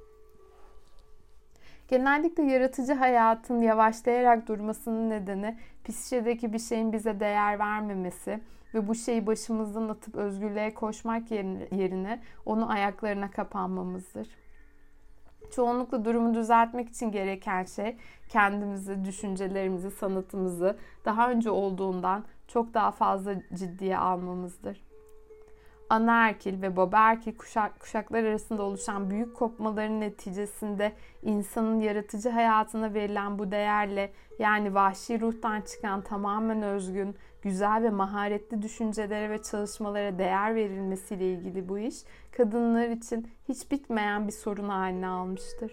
Genellikle yaratıcı hayatın yavaşlayarak durmasının nedeni psişedeki bir şeyin bize değer vermemesi ve bu şeyi başımızdan atıp özgürlüğe koşmak yerine onu ayaklarına kapanmamızdır. Çoğunlukla durumu düzeltmek için gereken şey kendimizi, düşüncelerimizi, sanatımızı daha önce olduğundan çok daha fazla ciddiye almamızdır. Anaerkil ve babaerkil kuşaklar arasında oluşan büyük kopmaların neticesinde insanın yaratıcı hayatına verilen bu değerle, yani vahşi ruhtan çıkan tamamen özgün, güzel ve maharetli düşüncelere ve çalışmalara değer verilmesiyle ilgili bu iş, kadınlar için hiç bitmeyen bir sorun haline almıştır.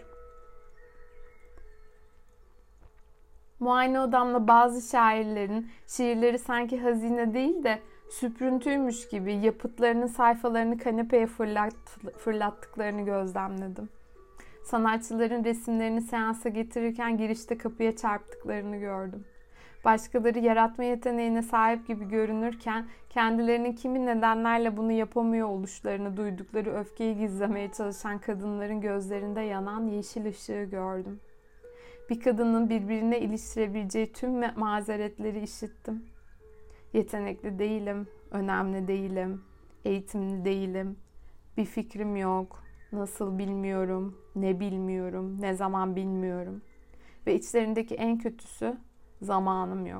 Muayene odamda bazı şairlerin şiirleri sanki hazine değil de süprüntüymüş gibi yapıtlarının sayfalarını kanepeye fırlattıklarını gözlemledim. Sanatçıların resimlerini seansa getirirken girişte kapıya çarptıklarını gördüm. Başkaları yaratma yeteneğine sahip gibi görünürken kendilerinin kimi nedenlerle bunu yapamıyor oluşlarını duydukları öfkeyi gizlemeye çalışan kadınların gözlerinde yanan yeşil ışığı gördüm. Bir kadının birbirine iliştirebileceği tüm mazeretleri işittim. Yetenekli değilim, önemli değilim, eğitimli değilim, bir fikrim yok, nasıl bilmiyorum, ne bilmiyorum, ne zaman bilmiyorum. Ve içlerindeki en kötüsü zamanım yok.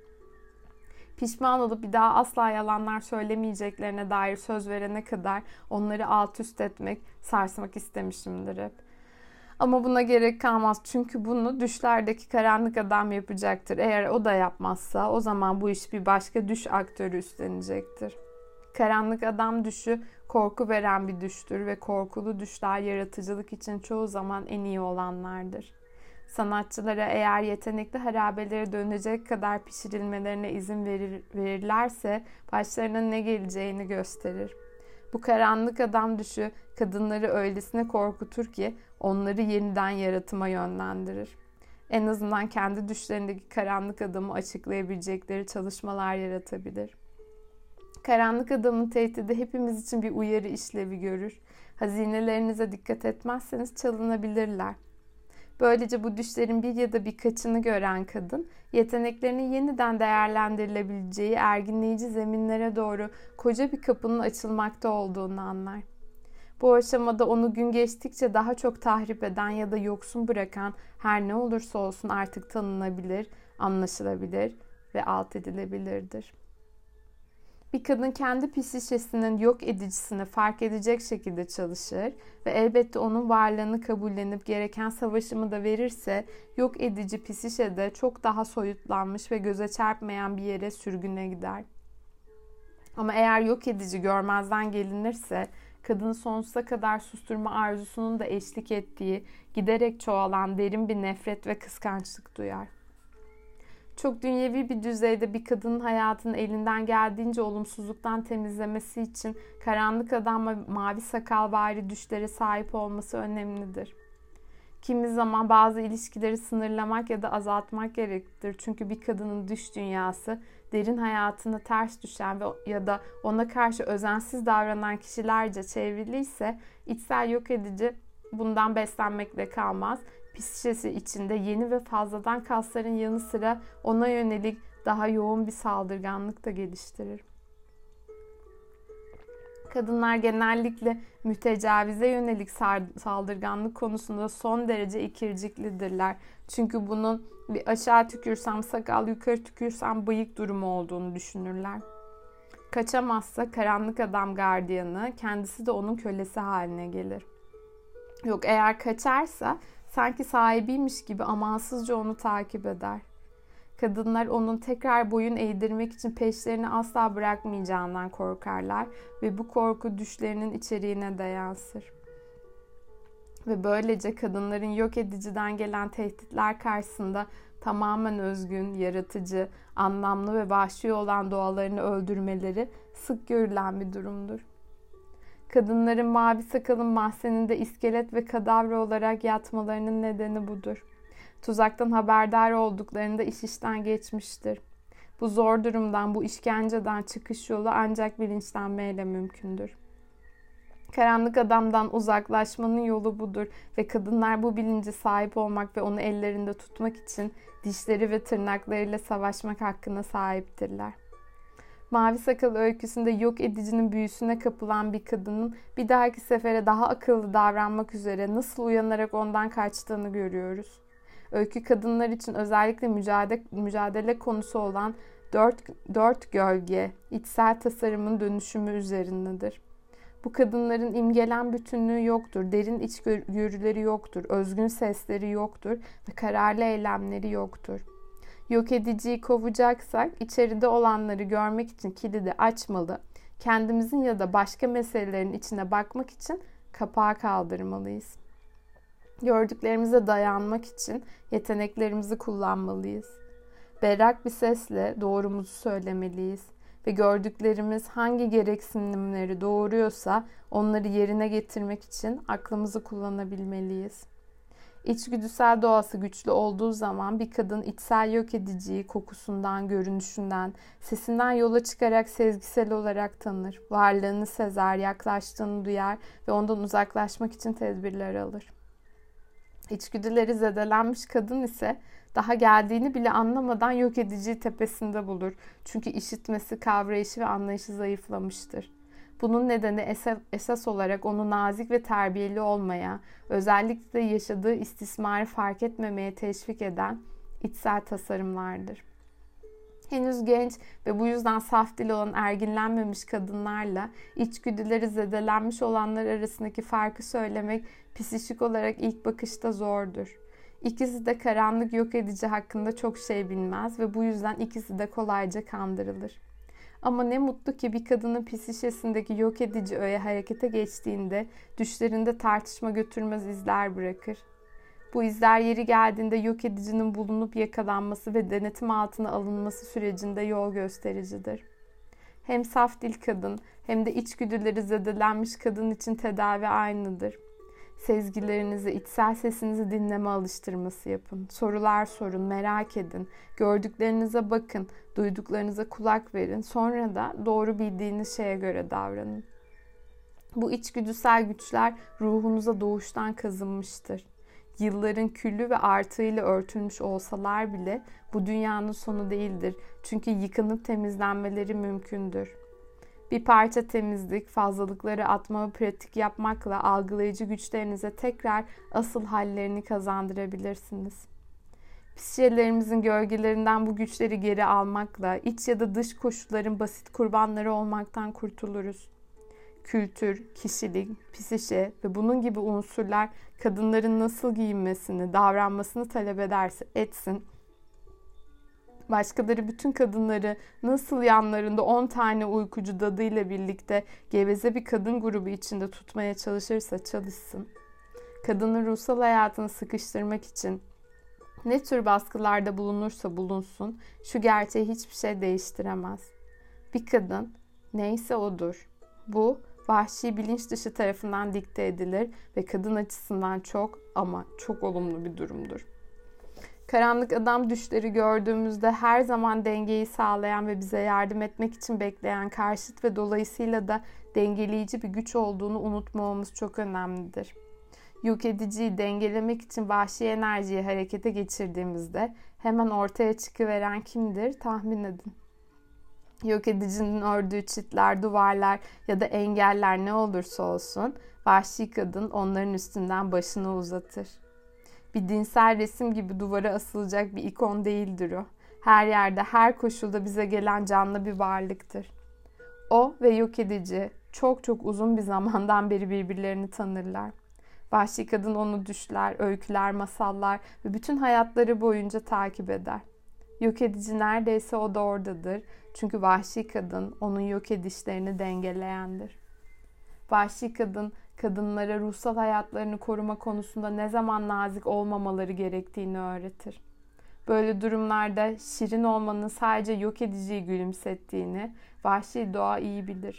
Pişman olup bir daha asla yalanlar söylemeyeceklerine dair söz verene kadar onları alt üst etmek, sarsmak istemişimdir hep. Ama buna gerek kalmaz çünkü bunu düşlerdeki karanlık adam yapacaktır. Eğer o da yapmazsa o zaman bu iş bir başka düş aktörü üstlenecektir. Karanlık adam düşü korku veren bir düştür ve korkulu düşler yaratıcılık için çoğu zaman en iyi olanlardır. Sanatçılara eğer yetenekli harabelere dönecek kadar pişirilmelerine izin verirlerse başlarına ne geleceğini gösterir. Bu karanlık adam düşü kadınları öylesine korkutur ki onları yeniden yaratıma yönlendirir. En azından kendi düşlerindeki karanlık adamı açıklayabilecekleri çalışmalar yaratabilir. Karanlık adamın tehdidi hepimiz için bir uyarı işlevi görür. Hazinelerinize dikkat etmezseniz çalınabilirler. Böylece bu düşlerin bir ya da birkaçını gören kadın, yeteneklerinin yeniden değerlendirilebileceği erginleyici zeminlere doğru koca bir kapının açılmakta olduğunu anlar. Bu aşamada onu gün geçtikçe daha çok tahrip eden ya da yoksun bırakan her ne olursa olsun artık tanınabilir, anlaşılabilir ve alt edilebilirdir. Bir kadın kendi psişesinin yok edicisini fark edecek şekilde çalışır ve elbette onun varlığını kabullenip gereken savaşımı da verirse yok edici psişede çok daha soyutlanmış ve göze çarpmayan bir yere sürgüne gider. Ama eğer yok edici görmezden gelinirse kadını sonsuza kadar susturma arzusunun da eşlik ettiği giderek çoğalan derin bir nefret ve kıskançlık duyar. Çok dünyevi bir düzeyde bir kadının hayatını elinden geldiğince olumsuzluktan temizlemesi için karanlık adam ve mavi sakalvari düşlere sahip olması önemlidir. Kimi zaman bazı ilişkileri sınırlamak ya da azaltmak gereklidir. Çünkü bir kadının dış dünyası derin hayatına ters düşen ya da ona karşı özensiz davranan kişilerce çevriliyse içsel yok edici bundan beslenmekle kalmaz. Psişesi içinde yeni ve fazladan kasların yanı sıra ona yönelik daha yoğun bir saldırganlık da geliştirir. Kadınlar genellikle mütecavize yönelik saldırganlık konusunda son derece ikirciklidirler. Çünkü bunun bir aşağı tükürsem sakal, yukarı tükürsem bıyık durumu olduğunu düşünürler. Kaçamazsa karanlık adam gardiyanı, kendisi de onun kölesi haline gelir. Yok eğer kaçarsa sanki sahibiymiş gibi amansızca onu takip eder. Kadınlar onun tekrar boyun eğdirmek için peşlerini asla bırakmayacağından korkarlar ve bu korku düşlerinin içeriğine de yansır. Ve böylece kadınların yok ediciden gelen tehditler karşısında tamamen özgün, yaratıcı, anlamlı ve vahşi olan doğalarını öldürmeleri sık görülen bir durumdur. Kadınların mavi sakalın mahzeninde iskelet ve kadavra olarak yatmalarının nedeni budur. Tuzaktan haberdar olduklarında iş işten geçmiştir. Bu zor durumdan, bu işkenceden çıkış yolu ancak bilinçlenmeyle mümkündür. Karanlık adamdan uzaklaşmanın yolu budur ve kadınlar bu bilince sahip olmak ve onu ellerinde tutmak için dişleri ve tırnaklarıyla savaşmak hakkına sahiptirler. Mavi Sakal öyküsünde yok edicinin büyüsüne kapılan bir kadının bir dahaki sefere daha akıllı davranmak üzere nasıl uyanarak ondan kaçtığını görüyoruz. Öykü kadınlar için özellikle mücadele konusu olan dört gölge, içsel tasarımın dönüşümü üzerindedir. Bu kadınların imgelen bütünlüğü yoktur, derin içgörüleri yoktur, özgün sesleri yoktur ve kararlı eylemleri yoktur. Yok ediciyi kovacaksak içeride olanları görmek için kilidi açmalı, kendimizin ya da başka meselelerin içine bakmak için kapağı kaldırmalıyız. Gördüklerimize dayanmak için yeteneklerimizi kullanmalıyız. Berrak bir sesle doğrumuzu söylemeliyiz ve gördüklerimiz hangi gereksinimleri doğuruyorsa onları yerine getirmek için aklımızı kullanabilmeliyiz. İçgüdüsel doğası güçlü olduğu zaman bir kadın içsel yok ediciyi kokusundan, görünüşünden, sesinden yola çıkarak sezgisel olarak tanır. Varlığını sezer, yaklaştığını duyar ve ondan uzaklaşmak için tedbirler alır. İçgüdüleri zedelenmiş kadın ise daha geldiğini bile anlamadan yok ediciyi tepesinde bulur. Çünkü işitmesi, kavrayışı ve anlayışı zayıflamıştır. Bunun nedeni esas olarak onu nazik ve terbiyeli olmaya, özellikle de yaşadığı istismarı fark etmemeye teşvik eden içsel tasarımlardır. Henüz genç ve bu yüzden saf dil olan erginlenmemiş kadınlarla içgüdüleri zedelenmiş olanlar arasındaki farkı söylemek psikolojik olarak ilk bakışta zordur. İkisi de karanlık yok edici hakkında çok şey bilmez ve bu yüzden ikisi de kolayca kandırılır. Ama ne mutlu ki bir kadının psişesindeki yok edici öğe harekete geçtiğinde düşlerinde tartışma götürmez izler bırakır. Bu izler yeri geldiğinde yok edicinin bulunup yakalanması ve denetim altına alınması sürecinde yol göstericidir. Hem saf dil kadın hem de içgüdüleri zedelenmiş kadın için tedavi aynıdır. Sezgilerinizi, içsel sesinizi dinleme alıştırması yapın. Sorular sorun, merak edin. Gördüklerinize bakın, duyduklarınıza kulak verin. Sonra da doğru bildiğiniz şeye göre davranın. Bu içgüdüsel güçler ruhunuza doğuştan kazınmıştır. Yılların küllü ve artığıyla örtülmüş olsalar bile bu dünyanın sonu değildir. Çünkü yıkanıp temizlenmeleri mümkündür. Bir parça temizlik, fazlalıkları atma ve pratik yapmakla algılayıcı güçlerinize tekrar asıl hallerini kazandırabilirsiniz. Psişelerimizin gölgelerinden bu güçleri geri almakla iç ya da dış koşulların basit kurbanları olmaktan kurtuluruz. Kültür, kişilik, psişe ve bunun gibi unsurlar kadınların nasıl giyinmesini, davranmasını talep ederse etsin, başkaları bütün kadınları nasıl yanlarında 10 tane uykucu dadıyla birlikte geveze bir kadın grubu içinde tutmaya çalışırsa çalışsın, kadının ruhsal hayatını sıkıştırmak için ne tür baskılarda bulunursa bulunsun, şu gerçeği hiçbir şey değiştiremez. Bir kadın neyse odur. Bu vahşi bilinç dışı tarafından dikte edilir ve kadın açısından çok ama çok olumlu bir durumdur. Karanlık adam düşleri gördüğümüzde her zaman dengeyi sağlayan ve bize yardım etmek için bekleyen karşıt ve dolayısıyla da dengeleyici bir güç olduğunu unutmamamız çok önemlidir. Yok ediciyi dengelemek için vahşi enerjiyi harekete geçirdiğimizde hemen ortaya çıkıveren kimdir tahmin edin. Yok edicinin ördüğü çitler, duvarlar ya da engeller ne olursa olsun vahşi kadın onların üstünden başını uzatır. Bir dinsel resim gibi duvara asılacak bir ikon değildir o. Her yerde, her koşulda bize gelen canlı bir varlıktır. O ve yok edici çok çok uzun bir zamandan beri birbirlerini tanırlar. Vahşi kadın onu düşler, öyküler, masallar ve bütün hayatları boyunca takip eder. Yok edici neredeyse o da oradadır. Çünkü vahşi kadın onun yok edişlerini dengeleyendir. Vahşi kadın kadınlara ruhsal hayatlarını koruma konusunda ne zaman nazik olmamaları gerektiğini öğretir. Böyle durumlarda şirin olmanın sadece yok ediciyi gülümsettiğini vahşi doğa iyi bilir.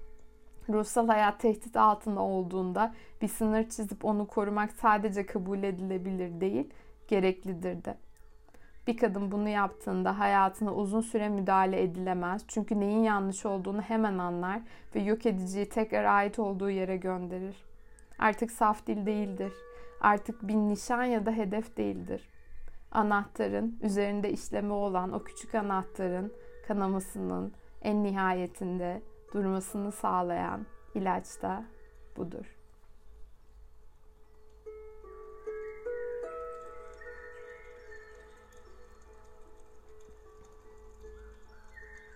Ruhsal hayat tehdit altında olduğunda bir sınır çizip onu korumak sadece kabul edilebilir değil, gereklidir de. Bir kadın bunu yaptığında hayatına uzun süre müdahale edilemez. Çünkü neyin yanlış olduğunu hemen anlar ve yok ediciyi tekrar ait olduğu yere gönderir. Artık saf dil değildir. Artık bir nişan ya da hedef değildir. Anahtarın üzerinde işlemi olan o küçük anahtarın kanamasının en nihayetinde durmasını sağlayan ilaç da budur.